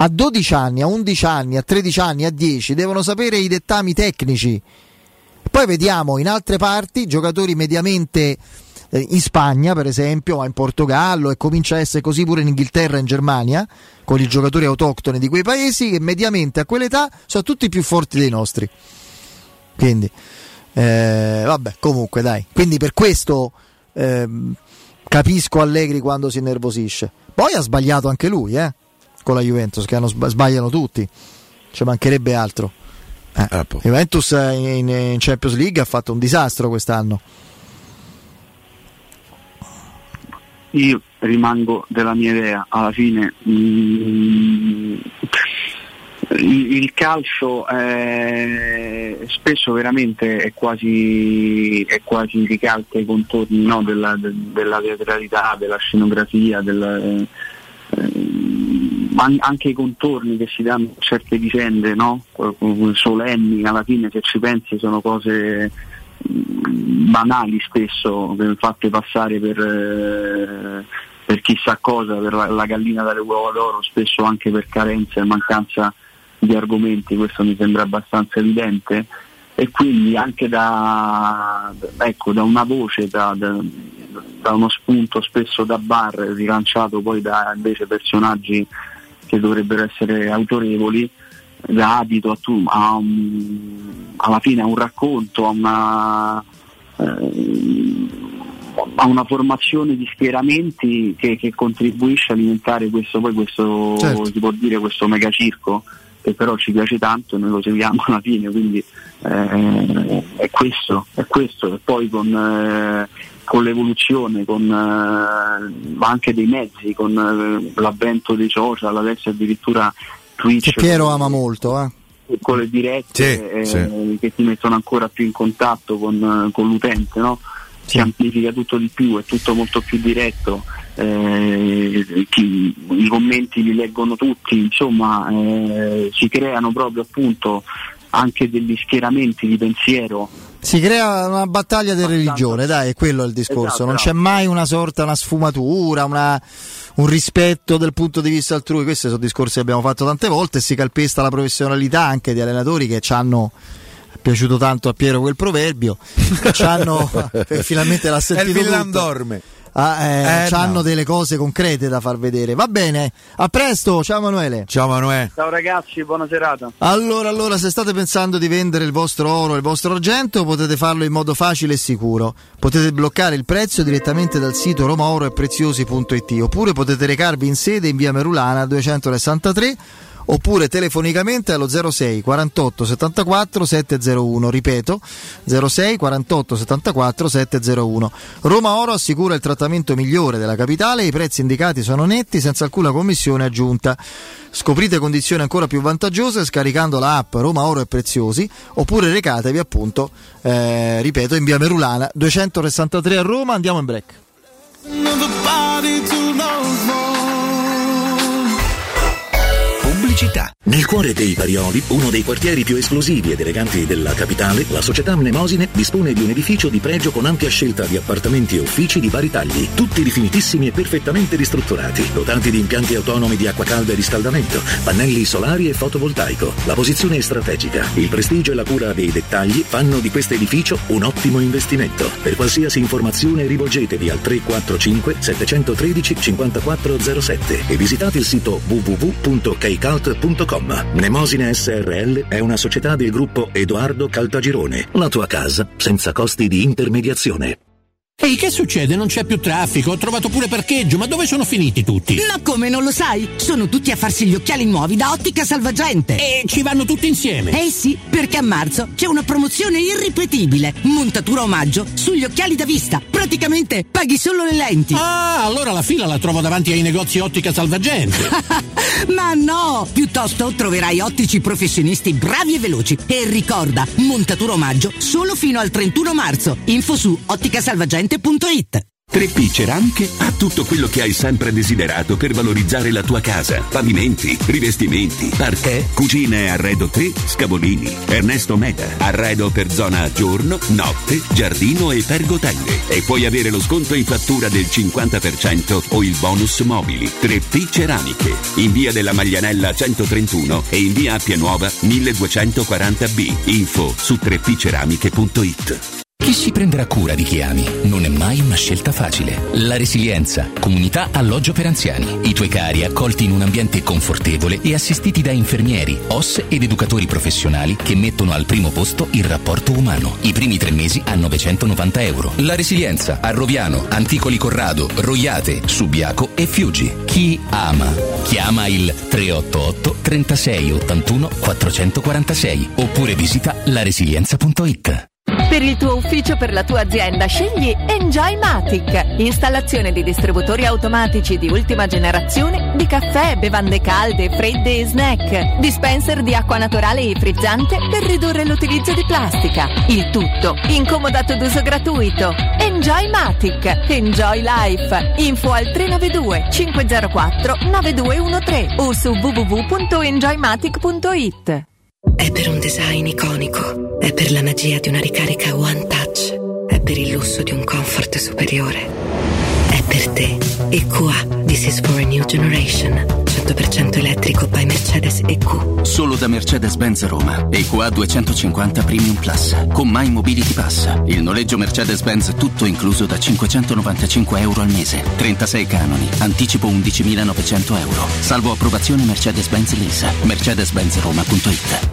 a dodici anni, a undici anni, a tredici anni, a dieci devono sapere i dettami tecnici. Poi vediamo in altre parti giocatori mediamente eh, in Spagna per esempio, ma in Portogallo, e comincia a essere così pure in Inghilterra e in Germania, con i giocatori autoctoni di quei paesi che mediamente a quell'età sono tutti più forti dei nostri. Quindi eh, vabbè, comunque dai, quindi per questo eh, capisco Allegri quando si innervosisce. Poi ha sbagliato anche lui eh, con la Juventus, che hanno, sbagliano tutti, ci mancherebbe altro. Eh, ah, Juventus in, in Champions League ha fatto un disastro quest'anno. Io rimango della mia idea, alla fine mm, il, il calcio è, spesso veramente è quasi è quasi ricalca i contorni, no, della, de, della teatralità, della scenografia, del, eh, anche i contorni che si danno a certe vicende, no? Solenni, alla fine se ci pensi sono cose banali spesso, fatte passare per, eh, per chissà cosa, per la, la gallina dalle uova d'oro, spesso anche per carenza e mancanza di argomenti. Questo mi sembra abbastanza evidente, e quindi anche da, ecco, da una voce, da, da, da uno spunto spesso da bar, rilanciato poi da invece personaggi che dovrebbero essere autorevoli, da adito a, tu, a un, alla fine a un racconto, a una, eh, a una formazione di schieramenti che, che contribuisce a alimentare questo, poi questo, certo, si può dire questo megacirco, che però ci piace tanto e noi lo seguiamo alla fine, quindi eh, è questo, è questo, e poi con, eh, con l'evoluzione, con eh, anche dei mezzi, con eh, l'avvento dei social, adesso addirittura Twitch, che Piero ama molto, eh. con le dirette, sì, eh, sì, che ti mettono ancora più in contatto con, con l'utente, no? Si amplifica tutto di più, è tutto molto più diretto, eh, chi, i commenti li leggono tutti, insomma eh, si creano proprio appunto anche degli schieramenti di pensiero. Si crea una battaglia di religione, dai, è quello il discorso, esatto, non c'è mai una sorta, una sfumatura, una, un rispetto del punto di vista altrui. Questi sono discorsi che abbiamo fatto tante volte, e si calpesta la professionalità anche di allenatori che ci hanno, è piaciuto tanto a Piero quel proverbio, ci hanno finalmente l'ha sentito, è il villan dorme. Ah, eh, eh, hanno no. delle cose concrete da far vedere. Va bene, a presto, ciao Emanuele. Ciao Emanuele. Ciao ragazzi, buona serata. Allora, allora, se state pensando di vendere il vostro oro e il vostro argento, potete farlo in modo facile e sicuro. Potete bloccare il prezzo direttamente dal sito roma oro e preziosi punto it, oppure potete recarvi in sede in via Merulana duecentosessantatré, oppure telefonicamente allo zero sei quarantotto settantaquattro settecentouno, ripeto zero sei quarantotto settantaquattro settecentouno. Roma Oro assicura il trattamento migliore della capitale, i prezzi indicati sono netti senza alcuna commissione aggiunta. Scoprite condizioni ancora più vantaggiose scaricando la app Roma Oro e Preziosi, oppure recatevi appunto eh, ripeto in via Merulana duecentosessantatré a Roma. Andiamo in break. Pubblicità. Nel cuore dei Parioli, uno dei quartieri più esclusivi ed eleganti della capitale, la società Mnemosine dispone di un edificio di pregio con ampia scelta di appartamenti e uffici di vari tagli, tutti rifinitissimi e perfettamente ristrutturati, dotati di impianti autonomi di acqua calda e riscaldamento, pannelli solari e fotovoltaico. La posizione è strategica, il prestigio e la cura dei dettagli fanno di questo edificio un ottimo investimento. Per qualsiasi informazione rivolgetevi al tre quattro cinque sette uno tre cinque quattro zero sette e visitate il sito w w w punto keycult punto com. Mnemosine S R L è una società del gruppo Edoardo Caltagirone. La tua casa senza costi di intermediazione. Ehi, che succede? Non c'è più traffico, ho trovato pure parcheggio, ma dove sono finiti tutti? Ma come, non lo sai? Sono tutti a farsi gli occhiali nuovi da Ottica Salvagente. E ci vanno tutti insieme? Eh sì, perché a marzo c'è una promozione irripetibile, montatura omaggio sugli occhiali da vista. Praticamente paghi solo le lenti. Ah, allora la fila la trovo davanti ai negozi Ottica Salvagente. Ma no, piuttosto troverai ottici professionisti bravi e veloci. E ricorda, montatura omaggio solo fino al trentuno marzo. Info su ottica salvagente punto it. tre P Ceramiche ha tutto quello che hai sempre desiderato per valorizzare la tua casa. Pavimenti, rivestimenti, parquet, cucina e arredo tre, Scavolini. Ernesto Meda, arredo per zona giorno, notte, giardino e pergotende. E puoi avere lo sconto in fattura del cinquanta per cento o il bonus mobili. tre P Ceramiche, in via della Maglianella centotrentuno e in via Appia Nuova milleduecentoquaranta B. Info su tre p ceramiche punto it. Chi si prenderà cura di chi ami? Non è mai una scelta facile. La Resilienza, comunità alloggio per anziani. I tuoi cari accolti in un ambiente confortevole e assistiti da infermieri, O S ed educatori professionali che mettono al primo posto il rapporto umano. I primi tre mesi a novecentonovanta euro. La Resilienza a Roviano, Anticoli Corrado, Roiate, Subiaco e Fiuggi. Chi ama? Chiama il tre otto otto trentasei ottantuno quattrocentoquarantasei oppure visita la resilienza punto it. Per il tuo ufficio, per la tua azienda, scegli Enjoymatic. Installazione di distributori automatici di ultima generazione di caffè, bevande calde, fredde e snack. Dispenser di acqua naturale e frizzante per ridurre l'utilizzo di plastica. Il tutto in comodato d'uso gratuito. Enjoymatic. Enjoy life. Info al tre nove due cinque zero quattro nove due uno tre o su w w w punto enjoymatic punto it. È per un design iconico, è per la magia di una ricarica One Touch, è per il lusso di un comfort superiore. È per te. E Q A, This is for a new generation. cento per cento elettrico by Mercedes E Q. Solo da Mercedes-Benz Roma. E Q A duecentocinquanta Premium Plus. Con My Mobility Pass. Il noleggio Mercedes-Benz tutto incluso da cinquecentonovantacinque euro al mese. trentasei canoni. Anticipo undicimilanovecento euro. Salvo approvazione Mercedes-Benz Lease. mercedes benz roma punto it.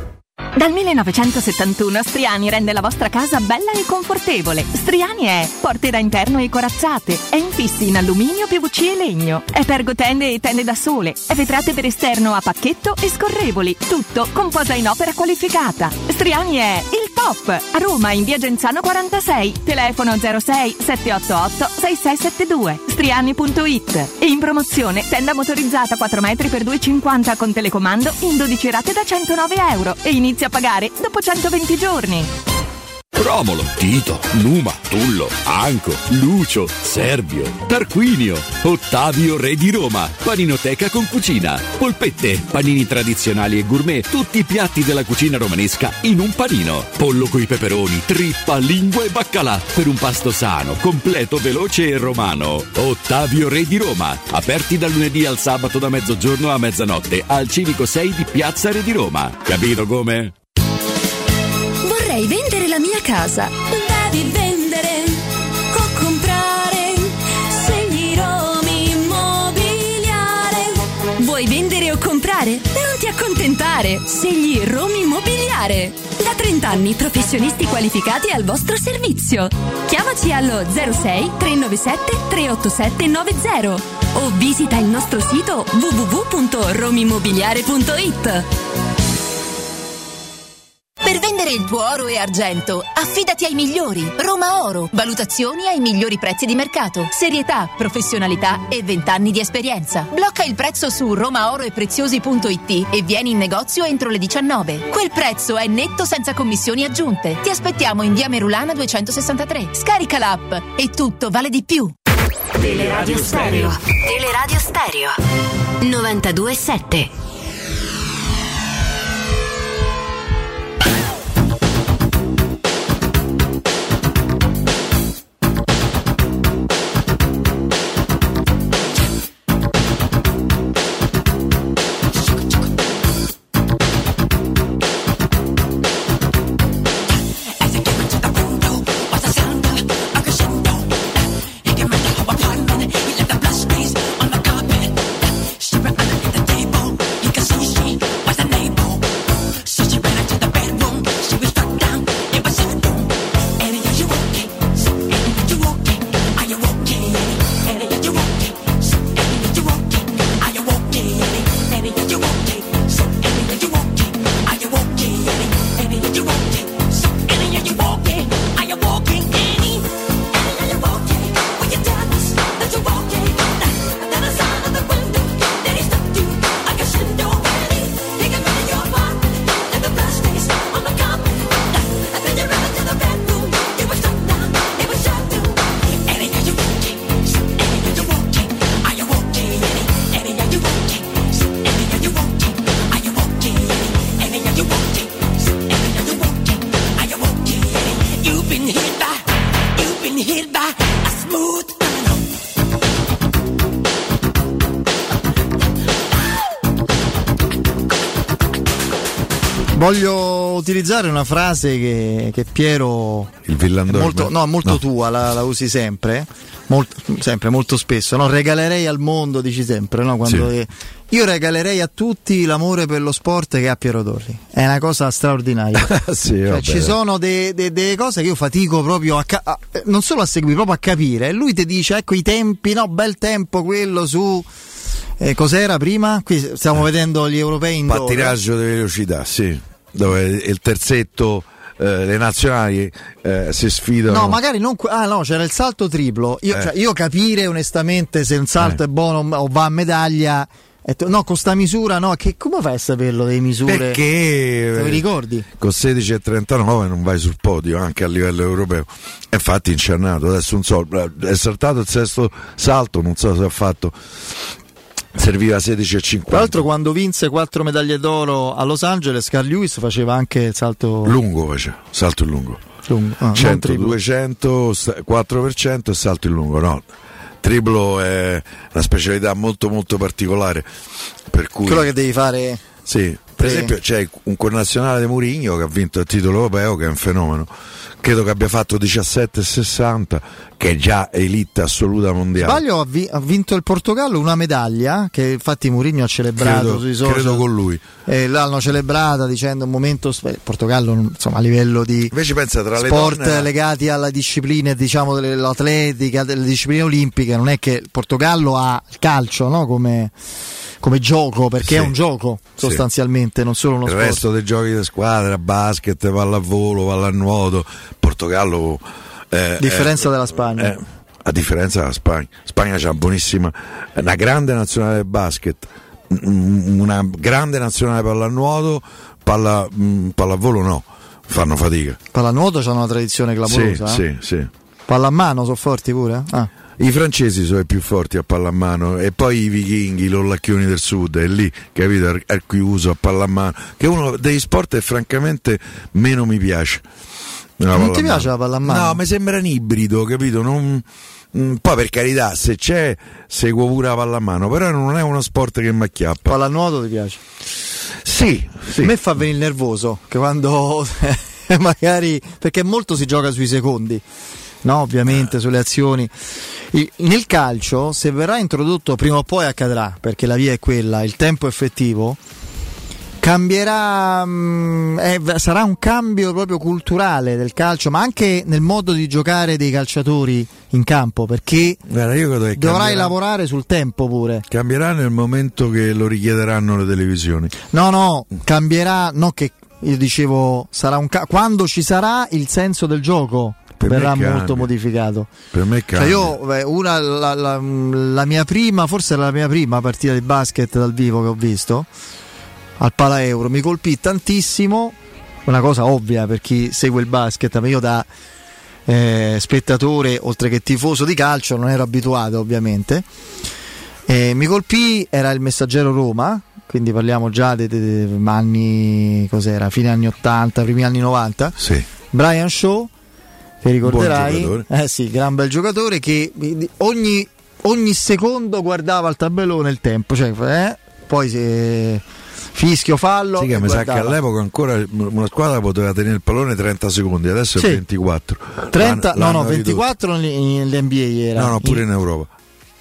Dal millenovecentosettantuno Striani rende la vostra casa bella e confortevole. Striani è porte da interno e corazzate, è infissi in alluminio, P V C e legno, è pergotende e tende da sole, è vetrate per esterno a pacchetto e scorrevoli, tutto con posa in opera qualificata. Striani è il top! A Roma in via Genzano quarantasei, telefono zero sei sette otto otto sei sei sette due, striani punto it. E in promozione tenda motorizzata quattro metri per due e cinquanta con telecomando in dodici rate da centonove euro e inizia a pagare dopo centoventi giorni. Romolo, Tito, Numa, Tullo, Anco, Lucio, Servio, Tarquinio, Ottavio Re di Roma, paninoteca con cucina, polpette, panini tradizionali e gourmet, tutti i piatti della cucina romanesca in un panino, pollo coi peperoni, trippa, lingua e baccalà per un pasto sano, completo, veloce e romano. Ottavio Re di Roma, aperti dal lunedì al sabato da mezzogiorno a mezzanotte al Civico sei di Piazza Re di Roma. Capito come? Vorrei vendere la mia casa. Devi vendere o comprare. Scegli Romi Immobiliare. Vuoi vendere o comprare? Non ti accontentare. Scegli Romi Immobiliare. Da trenta anni professionisti qualificati al vostro servizio. Chiamaci allo zero sei tre nove sette tre otto sette nove zero o visita il nostro sito w w w punto romi immobiliare punto it. Per vendere il tuo oro e argento, affidati ai migliori. Roma Oro. Valutazioni ai migliori prezzi di mercato. Serietà, professionalità e vent'anni di esperienza. Blocca il prezzo su romaoroepreziosi punto it e vieni in negozio entro le diciannove. Quel prezzo è netto senza commissioni aggiunte. Ti aspettiamo in via Merulana duecentosessantatré. Scarica l'app e tutto vale di più. Teleradio Stereo. Teleradio Stereo. novantadue sette. You Voglio utilizzare una frase che, che Piero il Villandorme molto, no, molto no. tua, la, la usi sempre, molto, sempre, molto spesso, no? Regalerei al mondo, dici sempre, no? Quando sì. Io regalerei a tutti l'amore per lo sport che ha Piero Torri. È una cosa straordinaria. sì, cioè, ci sono delle de, de cose che io fatico proprio a, ca- a non solo a seguire, proprio a capire. E lui ti dice, ecco i tempi, no, bel tempo quello su eh, cos'era prima? Qui stiamo eh. vedendo gli europei in pattinaggio di velocità, sì. Dove il terzetto, eh, le nazionali eh, si sfidano. No, magari non. Ah, no, c'era il salto triplo. Io, eh. cioè, io capire onestamente se un salto eh. è buono o va a medaglia. No, con sta misura, no, che come fai a saperlo delle misure? Perché te mi ricordi? Con sedici e trentanove non vai sul podio anche a livello europeo. Infatti incernato, adesso non so, è saltato il sesto salto, non so se ha fatto. Serviva sedici e cinquanta. Tra l'altro quando vinse quattro medaglie d'oro a Los Angeles, Carl Lewis faceva anche il salto lungo, faceva, salto in lungo. lungo. Ah, cento, duecento, quattro per cento e salto in lungo, no. Triplo è una specialità molto molto particolare, per cui quello che devi fare. Sì, per eh. esempio c'è un connazionale di Mourinho che ha vinto il titolo europeo, che è un fenomeno. Credo che abbia fatto diciassette e sessanta, che è già elite assoluta mondiale. Sbaglio, ha, vi- ha vinto il Portogallo una medaglia che infatti Mourinho ha celebrato credo, sui social. Credo con lui. E l'hanno celebrata dicendo un momento. Il Portogallo, insomma, a livello di invece pensa tra sport le donne... legati alla disciplina, diciamo, dell'atletica, delle discipline olimpiche, non è che il Portogallo ha il calcio, no? Come. come gioco, perché sì. è un gioco sostanzialmente, sì. non solo uno il sport. Il resto dei giochi di squadra, basket, pallavolo, pallanuoto, Portogallo eh, differenza eh, della Spagna. Eh, a differenza della Spagna. Spagna c'ha buonissima, una grande nazionale del basket, una grande nazionale pallanuoto, palla, pallavolo no, fanno fatica. Pallanuoto c'ha una tradizione clamorosa. Sì, eh? sì, sì. Pallamano sono forti pure? Ah. I francesi sono i più forti a pallamano e poi i vichinghi, i lollacchioni del sud, è lì, capito, al cui uso a pallamano, che è uno degli sport che francamente meno mi piace. Non ti piace la pallamano? No, mi sembra un ibrido, capito? Non, mh, poi per carità, se c'è, seguo pure la pallamano, però non è uno sport che mi acchiappa. Pallanuoto ti piace? Sì, sì. A me fa venire nervoso, che quando magari, perché molto si gioca sui secondi. No, ovviamente sulle azioni. Nel calcio, se verrà introdotto, prima o poi accadrà, perché la via è quella, il tempo effettivo cambierà, mh, eh, sarà un cambio proprio culturale del calcio, ma anche nel modo di giocare dei calciatori in campo, perché Guarda, io credo che dovrai cambierà, lavorare sul tempo pure. Cambierà nel momento che lo richiederanno le televisioni. No, no, cambierà, no, che io dicevo sarà un ca- quando ci sarà il senso del gioco. Per verrà molto modificato. Per me cambia. Cioè io beh, una, la, la, la mia prima, forse era la mia prima partita di basket dal vivo che ho visto al Pala Euro, mi colpì tantissimo, una cosa ovvia per chi segue il basket, ma io da eh, spettatore oltre che tifoso di calcio non ero abituato ovviamente. E mi colpì, era il Messaggero Roma, quindi parliamo già dei, dei, dei anni, cos'era, fine anni ottanta, primi anni novanta. Sì. Brian Shaw, che ricorderai, eh sì, gran bel giocatore che ogni, ogni secondo guardava il tabellone il tempo, cioè eh, poi se fischio fallo. Sì, che mi sa che all'epoca ancora una squadra poteva tenere il pallone trenta secondi, adesso è sì. ventiquattro. trenta, l'hanno, no, no, ventiquattro nell'N B A era. No, no, pure in, in Europa.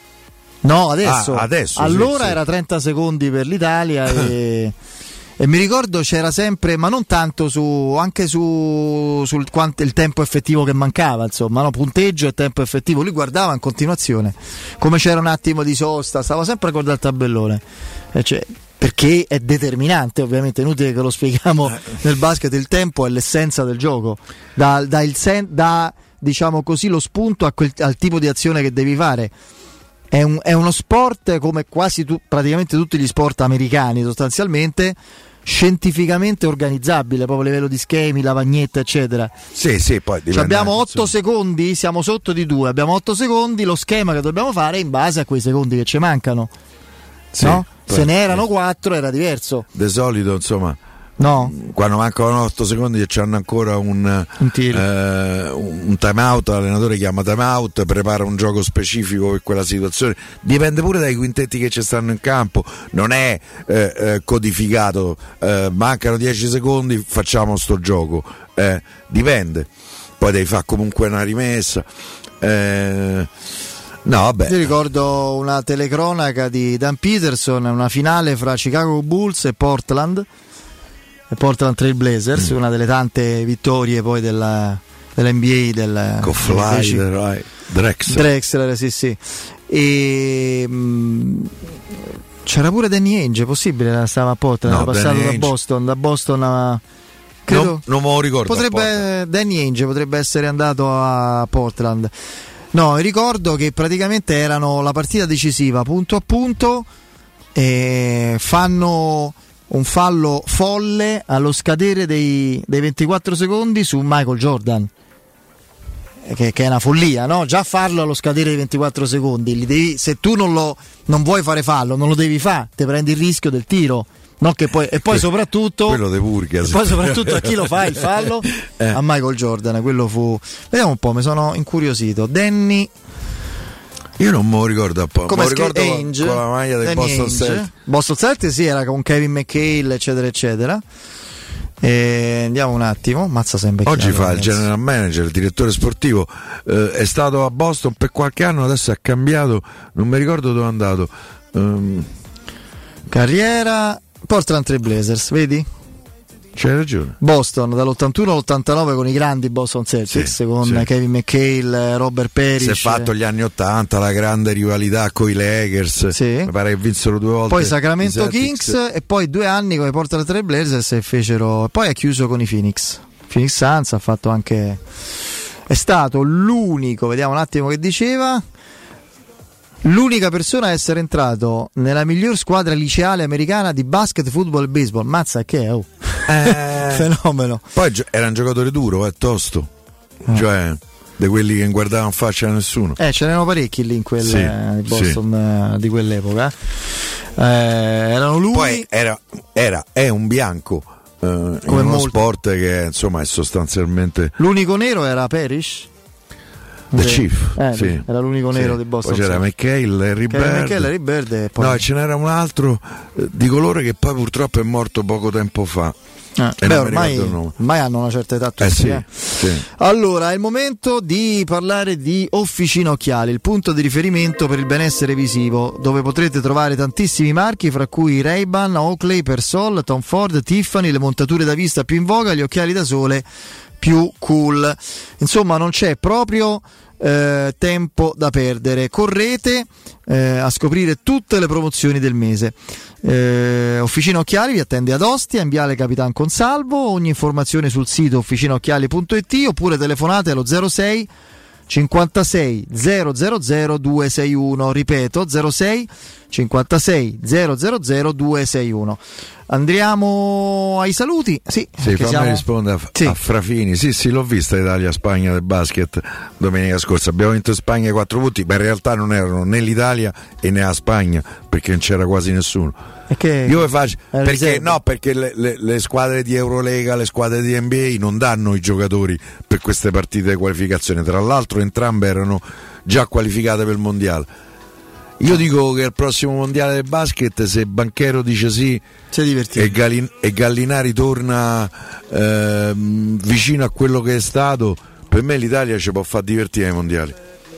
No, adesso. Ah, adesso allora sì, era sì. trenta secondi per l'Italia e E mi ricordo c'era sempre, ma non tanto su, anche su sul quanto il tempo effettivo che mancava, insomma, no? Punteggio e tempo effettivo. Lui guardava in continuazione, come c'era un attimo di sosta, stava sempre a guardare il tabellone. E cioè, perché è determinante, ovviamente, inutile che lo spieghiamo nel basket, il tempo è l'essenza del gioco. Da, da, il sen, da diciamo così, lo spunto a quel, al tipo di azione che devi fare. È, un, è uno sport come quasi tu, praticamente tutti gli sport americani sostanzialmente, scientificamente organizzabile proprio a livello di schemi, lavagnetta eccetera. Sì, sì, poi cioè abbiamo otto secondi, siamo sotto di due, abbiamo otto secondi, lo schema che dobbiamo fare è in base a quei secondi che ci mancano, sì, no? Se ne erano quattro era diverso. De solito insomma No. Quando mancano otto secondi e c'hanno ancora un, un, eh, un time out, l'allenatore chiama time out, prepara un gioco specifico per quella situazione. Dipende pure dai quintetti che ci stanno in campo, non è eh, eh, codificato, eh, mancano dieci secondi, facciamo sto gioco, eh, dipende, poi devi fare comunque una rimessa. Eh, no, vabbè. Io ricordo una telecronaca di Dan Peterson, una finale fra Chicago Bulls e Portland e Portland Trail Blazers, mm. una delle tante vittorie poi della, dell'N B A del con Flyder, right. Drexler. Drexler, sì sì. E mh, c'era pure Danny Ainge, possibile, stava a Portland, no, era passato da Boston, da Boston a credo, non, non me lo ricordo. Potrebbe Danny Ainge potrebbe essere andato a Portland. No, ricordo che praticamente erano la partita decisiva punto a punto e fanno un fallo folle allo scadere dei, dei ventiquattro secondi su Michael Jordan, che, che è una follia, no? Già farlo allo scadere dei ventiquattro secondi, li devi, se tu non, lo, non vuoi fare fallo non lo devi fare, ti prendi il rischio del tiro, no? Che poi, e poi soprattutto quello de purga, e poi soprattutto a chi lo fa il fallo? eh. A Michael Jordan, quello fu, vediamo un po', mi sono incuriosito. Danny, io non me lo ricordo, come me lo ricordo Ainge, con la maglia del Boston Celtics. Boston Celtics sì, era con Kevin McHale eccetera eccetera. E andiamo un attimo, mazza sempre oggi fa il general manager, il direttore sportivo, eh, è stato a Boston per qualche anno, adesso ha cambiato, non mi ricordo dove è andato. Um, carriera Portland Trail Blazers, vedi? C'hai ragione. Boston dall'ottantuno all'ottantanove con i grandi Boston Celtics, sì, con sì. Kevin McHale, Robert Parrish. Si è fatto gli anni ottanta la grande rivalità con i Lakers, sì. Mi pare che vinsero due volte. Poi Sacramento Kings e poi due anni con i Portland Trail Blazers e fecero, e poi ha chiuso con i Phoenix. Phoenix Suns ha fatto anche, è stato l'unico, vediamo un attimo che diceva, l'unica persona a essere entrato nella miglior squadra liceale americana di basket, football e baseball. Mazza che è, oh. eh, fenomeno. Poi gi- era un giocatore duro, è tosto, eh. cioè di quelli che non guardavano in faccia a nessuno. Eh, ce n'erano parecchi lì in quel sì, eh, Boston sì. eh, di quell'epoca. Eh, erano lui. Poi era, era è un bianco eh, in uno molti. sport che insomma è sostanzialmente. L'unico nero era Parrish. The Chief, eh, sì. Era l'unico nero sì. di Boston. Poi c'era McHale, Larry Bird. Larry Bird e poi... No, ce n'era un altro eh, di colore che poi purtroppo è morto poco tempo fa. Eh, beh, ormai, ormai hanno una certa età tutti, eh sì, eh. sì. Allora è il momento di parlare di Officina Occhiali, il punto di riferimento per il benessere visivo, dove potrete trovare tantissimi marchi, fra cui Ray-Ban, Oakley, Persol, Tom Ford, Tiffany, le montature da vista più in voga, gli occhiali da sole più cool. Insomma, non c'è proprio eh, tempo da perdere. Correte eh, a scoprire tutte le promozioni del mese. Eh, Officina Occhiali vi attende ad Ostia, in Viale Capitan Consalvo. Ogni informazione sul sito officinaocchiali punto it oppure telefonate allo zero sei cinquantasei zero zero zero due sei uno. Ripeto, zero sei cinquantasei zero zero zero due sei uno. Andiamo ai saluti. Sì, sì fammi siamo... rispondere a, sì. a Frafini. Sì, sì, l'ho vista Italia-Spagna del basket domenica scorsa. Abbiamo vinto in Spagna quattro punti, ma in realtà non erano né l'Italia e né la Spagna, perché non c'era quasi nessuno. Che Io faccio perché no, perché le, le, le squadre di Eurolega, le squadre di N B A non danno i giocatori per queste partite di qualificazione. Tra l'altro entrambe erano già qualificate per il mondiale. Io dico che al prossimo mondiale del basket, se Banchero dice sì e, Gallin- e Gallinari torna eh, vicino a quello che è stato, per me l'Italia ci può far divertire ai mondiali.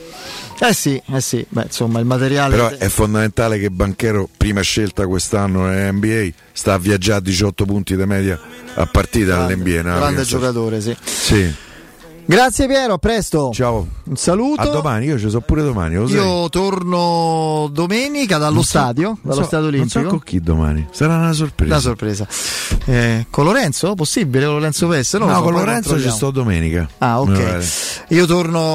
Eh sì, eh sì, beh, insomma il materiale. Però è fondamentale che Banchero, prima scelta quest'anno nell'N B A, sta a viaggiare a diciotto punti di media a partita all'N B A. Grande, grande giocatore, sì. Sì. Grazie Piero, a presto. Ciao. Un saluto. A domani, io ci sono pure domani. Lo io sai. torno domenica dallo non stadio, so, dallo so, stadio olimpico. Non so con chi domani. Sarà una sorpresa. Una sorpresa. Eh, con Lorenzo? Possibile con Lorenzo Vesse? No, so, con Lorenzo ci sto domenica. Ah, ok. Io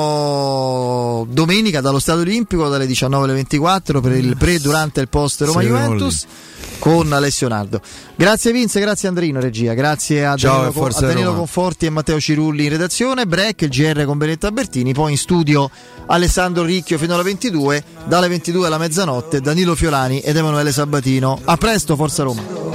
torno domenica dallo stadio olimpico dalle diciannove alle ventiquattro per il pre, durante e il post Roma Juventus con Alessio Nardo. Grazie Vince, grazie Andrino regia, grazie a Ciao, Danilo, a Danilo Conforti e Matteo Cirulli in redazione, break, il G R con Benetta Bertini, poi in studio Alessandro Ricchio fino alle ventidue, dalle ventidue alla mezzanotte Danilo Fiolani ed Emanuele Sabatino. A presto, Forza Roma.